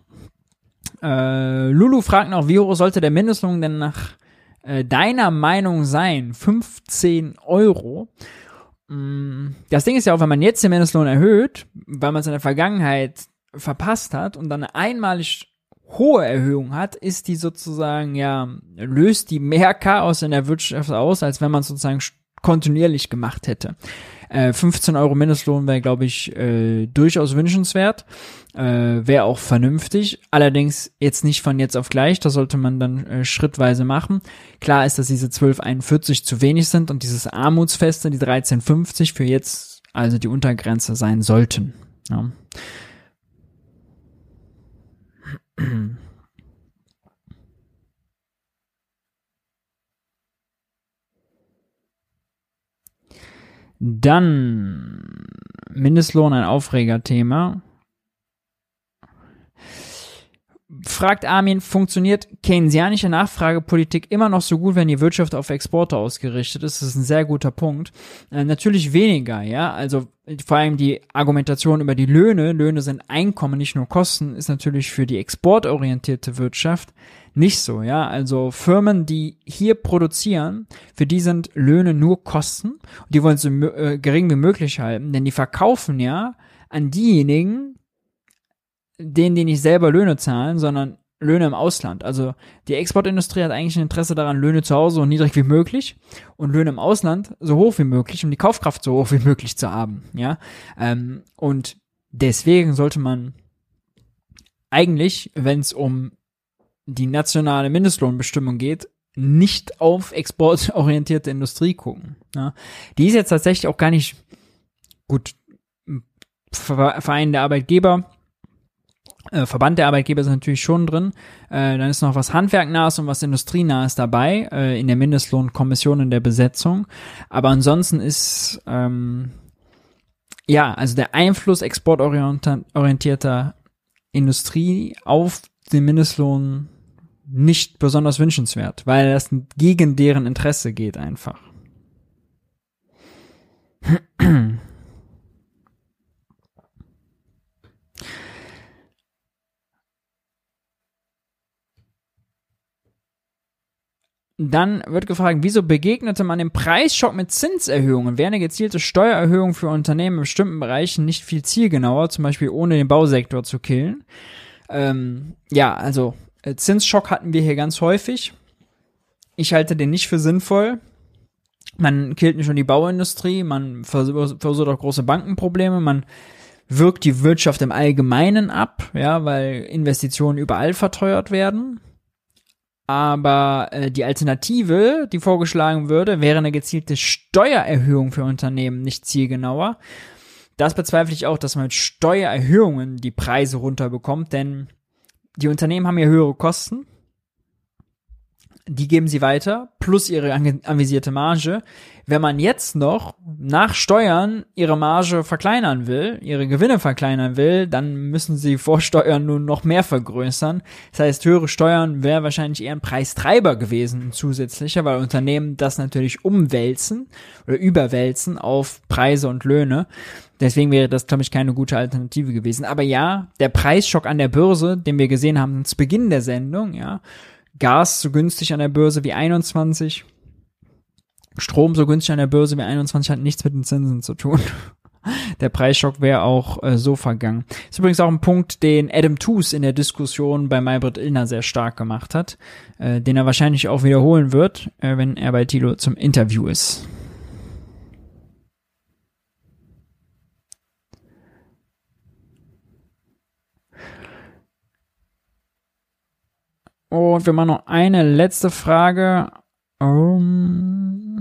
S1: Äh, Lulu fragt noch, wie hoch sollte der Mindestlohn denn nach äh, deiner Meinung sein? fünfzehn Euro. Das Ding ist ja auch, wenn man jetzt den Mindestlohn erhöht, weil man es in der Vergangenheit verpasst hat und dann eine einmalig hohe Erhöhung hat, ist die sozusagen, ja, löst die mehr Chaos in der Wirtschaft aus, als wenn man es sozusagen kontinuierlich gemacht hätte. Äh, fünfzehn Euro Mindestlohn wäre, glaube ich, äh, durchaus wünschenswert. Äh, wäre auch vernünftig. Allerdings jetzt nicht von jetzt auf gleich. Das sollte man dann äh, schrittweise machen. Klar ist, dass diese zwölf einundvierzig zu wenig sind und dieses Armutsfeste, die dreizehn fünfzig für jetzt also die Untergrenze sein sollten. Ja. Dann Mindestlohn, ein Aufregerthema. Fragt Armin, funktioniert keynesianische Nachfragepolitik immer noch so gut, wenn die Wirtschaft auf Exporte ausgerichtet ist? Das ist ein sehr guter Punkt. Äh, natürlich weniger, ja. Also vor allem die Argumentation über die Löhne, Löhne sind Einkommen, nicht nur Kosten, ist natürlich für die exportorientierte Wirtschaft nicht so, ja. Also Firmen, die hier produzieren, für die sind Löhne nur Kosten und die wollen sie so äh, gering wie möglich halten, denn die verkaufen ja an diejenigen, denen, die nicht selber Löhne zahlen, sondern Löhne im Ausland. Also die Exportindustrie hat eigentlich ein Interesse daran, Löhne zu Hause so niedrig wie möglich und Löhne im Ausland so hoch wie möglich, um die Kaufkraft so hoch wie möglich zu haben. Ja, ähm, und deswegen sollte man eigentlich, wenn es um die nationale Mindestlohnbestimmung geht, nicht auf exportorientierte Industrie gucken. Ja. Die ist jetzt tatsächlich auch gar nicht gut. Verein der Arbeitgeber, Äh, Verband der Arbeitgeber ist natürlich schon drin. Äh, dann ist noch was Handwerknahes und was Industrienahes dabei äh, in der Mindestlohnkommission in der Besetzung. Aber ansonsten ist ähm, ja, also der Einfluss exportorientierter Industrie auf den Mindestlohn nicht besonders wünschenswert, weil das gegen deren Interesse geht einfach. Dann wird gefragt, wieso begegnete man dem Preisschock mit Zinserhöhungen? Wäre eine gezielte Steuererhöhung für Unternehmen in bestimmten Bereichen nicht viel zielgenauer, zum Beispiel ohne den Bausektor zu killen? Ähm, ja, also äh, Zinsschock hatten wir hier ganz häufig. Ich halte den nicht für sinnvoll. Man killt nicht nur die Bauindustrie, man versucht auch große Bankenprobleme, man wirkt die Wirtschaft im Allgemeinen ab, ja, weil Investitionen überall verteuert werden. Aber äh, die Alternative, die vorgeschlagen würde, wäre eine gezielte Steuererhöhung für Unternehmen nicht zielgenauer. Das bezweifle ich auch, dass man mit Steuererhöhungen die Preise runterbekommt, denn die Unternehmen haben ja höhere Kosten. Die geben sie weiter, plus ihre anvisierte Marge. Wenn man jetzt noch nach Steuern ihre Marge verkleinern will, ihre Gewinne verkleinern will, dann müssen sie vor Steuern nun noch mehr vergrößern. Das heißt, höhere Steuern wäre wahrscheinlich eher ein Preistreiber gewesen, ein zusätzlicher, weil Unternehmen das natürlich umwälzen oder überwälzen auf Preise und Löhne. Deswegen wäre das, glaube ich, keine gute Alternative gewesen. Aber ja, der Preisschock an der Börse, den wir gesehen haben zu Beginn der Sendung, ja, Gas so günstig an der Börse wie einundzwanzig, Strom so günstig an der Börse wie einundzwanzig, hat nichts mit den Zinsen zu tun. Der Preisschock wäre auch äh, so vergangen. Ist übrigens auch ein Punkt, den Adam Tooze in der Diskussion bei Maybrit Illner sehr stark gemacht hat, äh, den er wahrscheinlich auch wiederholen wird, äh, wenn er bei Thilo zum Interview ist. Und wir machen noch eine letzte Frage. Um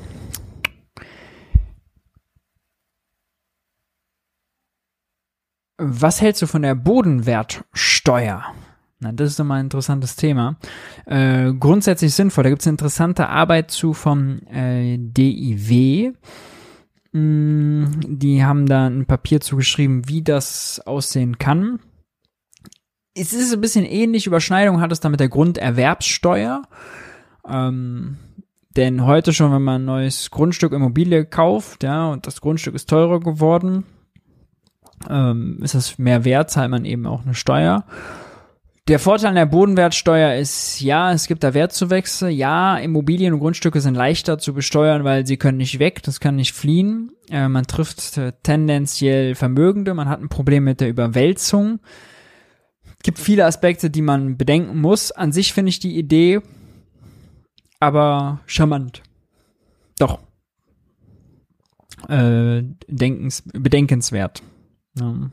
S1: Was hältst du von der Bodenwertsteuer? Na, das ist immer ein interessantes Thema. Äh, grundsätzlich sinnvoll. Da gibt es eine interessante Arbeit zu vom äh, D I W. Mm, die haben da ein Papier zugeschrieben, wie das aussehen kann. Es ist ein bisschen ähnlich, Überschneidung hat es da mit der Grunderwerbssteuer. Ähm, denn heute schon, wenn man ein neues Grundstück, Immobilie kauft, ja, und das Grundstück ist teurer geworden, ähm, ist es mehr wert, zahlt man eben auch eine Steuer. Der Vorteil an der Bodenwertsteuer ist, ja, es gibt da Wertzuwächse, ja, Immobilien und Grundstücke sind leichter zu besteuern, weil sie können nicht weg, das kann nicht fliehen. Äh, man trifft äh, tendenziell Vermögende, man hat ein Problem mit der Überwälzung. Es gibt viele Aspekte, die man bedenken muss. An sich finde ich die Idee aber charmant. Doch. äh, denkens, bedenkenswert. Ja.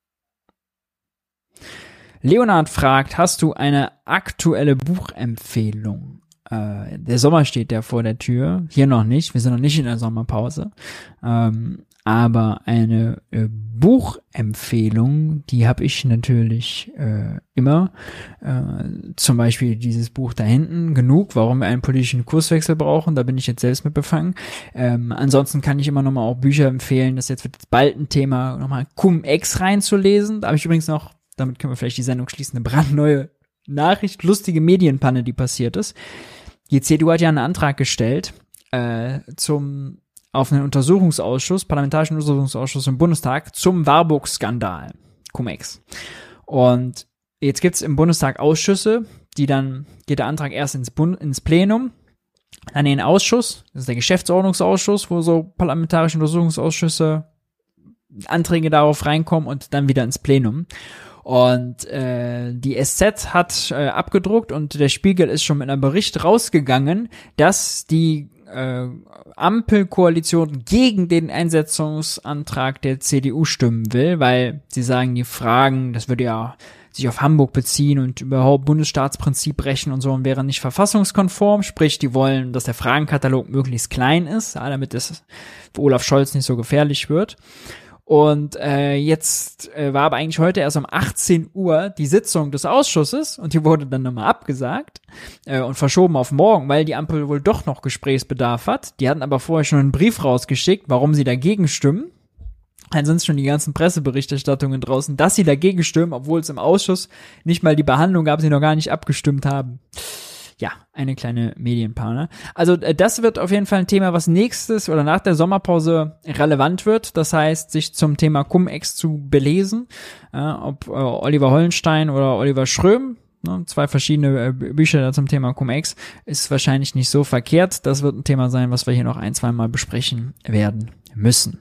S1: Leonard fragt, hast du eine aktuelle Buchempfehlung? Äh, der Sommer steht ja vor der Tür. Hier noch nicht. Wir sind noch nicht in der Sommerpause. Ähm, aber eine äh, Buchempfehlung, die habe ich natürlich äh, immer. Äh, zum Beispiel dieses Buch da hinten, Genug, warum wir einen politischen Kurswechsel brauchen. Da bin ich jetzt selbst mit befangen. Ähm, ansonsten kann ich immer noch mal auch Bücher empfehlen. Das jetzt wird jetzt bald ein Thema, nochmal Cum-Ex reinzulesen. Da habe ich übrigens noch, damit können wir vielleicht die Sendung schließen, eine brandneue Nachricht, lustige Medienpanne, die passiert ist. Die C D U hat ja einen Antrag gestellt äh, zum auf einen Untersuchungsausschuss, parlamentarischen Untersuchungsausschuss im Bundestag zum Warburg-Skandal, Cum-Ex. Und jetzt gibt's im Bundestag Ausschüsse, die dann, geht der Antrag erst ins, Bund, ins Plenum, dann in den Ausschuss, das ist der Geschäftsordnungsausschuss, wo so parlamentarische Untersuchungsausschüsse Anträge darauf reinkommen und dann wieder ins Plenum. Und äh, die S Z hat äh, abgedruckt und der Spiegel ist schon mit einem Bericht rausgegangen, dass die äh, Ampelkoalition gegen den Einsetzungsantrag der C D U stimmen will, weil sie sagen, die Fragen, das würde ja sich auf Hamburg beziehen und überhaupt Bundesstaatsprinzip brechen und so und wäre nicht verfassungskonform, sprich, die wollen, dass der Fragenkatalog möglichst klein ist, ja, damit es für Olaf Scholz nicht so gefährlich wird. Und äh, jetzt äh, war aber eigentlich heute erst um achtzehn Uhr die Sitzung des Ausschusses und die wurde dann nochmal abgesagt äh, und verschoben auf morgen, weil die Ampel wohl doch noch Gesprächsbedarf hat. Die hatten aber vorher schon einen Brief rausgeschickt, warum sie dagegen stimmen. Dann sind schon die ganzen Presseberichterstattungen draußen, dass sie dagegen stimmen, obwohl es im Ausschuss nicht mal die Behandlung gab, sie noch gar nicht abgestimmt haben. Ja, eine kleine Medienpanne. Also äh, das wird auf jeden Fall ein Thema, was nächstes oder nach der Sommerpause relevant wird. Das heißt, sich zum Thema Cum-Ex zu belesen. Äh, ob äh, Oliver Hollenstein oder Oliver Schröm, ne, zwei verschiedene äh, Bücher da zum Thema Cum-Ex, ist wahrscheinlich nicht so verkehrt. Das wird ein Thema sein, was wir hier noch ein, zwei Mal besprechen werden müssen.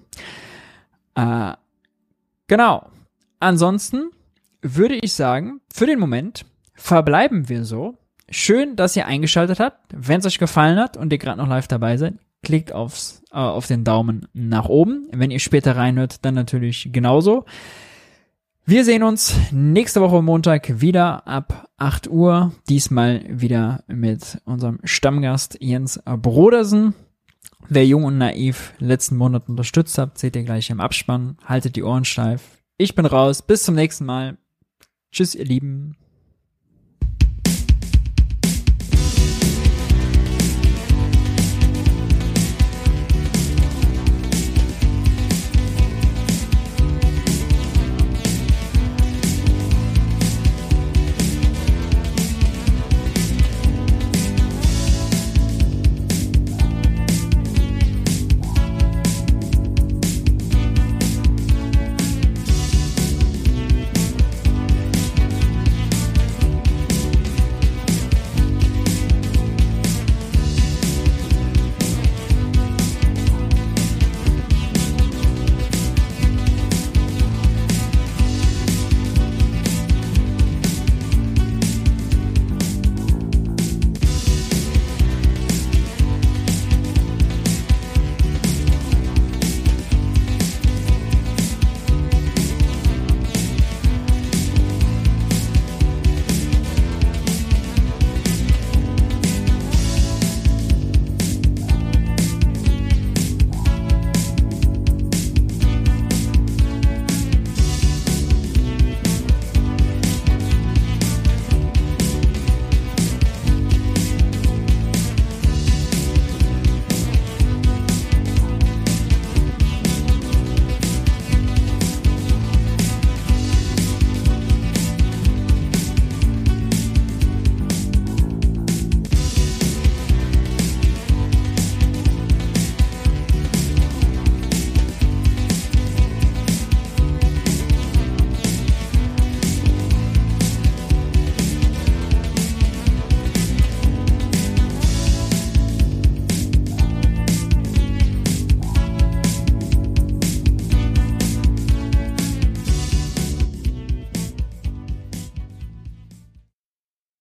S1: Äh, genau. Ansonsten würde ich sagen, für den Moment verbleiben wir so. Schön, dass ihr eingeschaltet habt. Wenn es euch gefallen hat und ihr gerade noch live dabei seid, klickt aufs, äh, auf den Daumen nach oben. Wenn ihr später reinhört, dann natürlich genauso. Wir sehen uns nächste Woche Montag wieder ab acht Uhr. Diesmal wieder mit unserem Stammgast Jens Brodersen. Wer Jung und Naiv letzten Monat unterstützt habt, seht ihr gleich im Abspann. Haltet die Ohren steif. Ich bin raus. Bis zum nächsten Mal. Tschüss, ihr Lieben.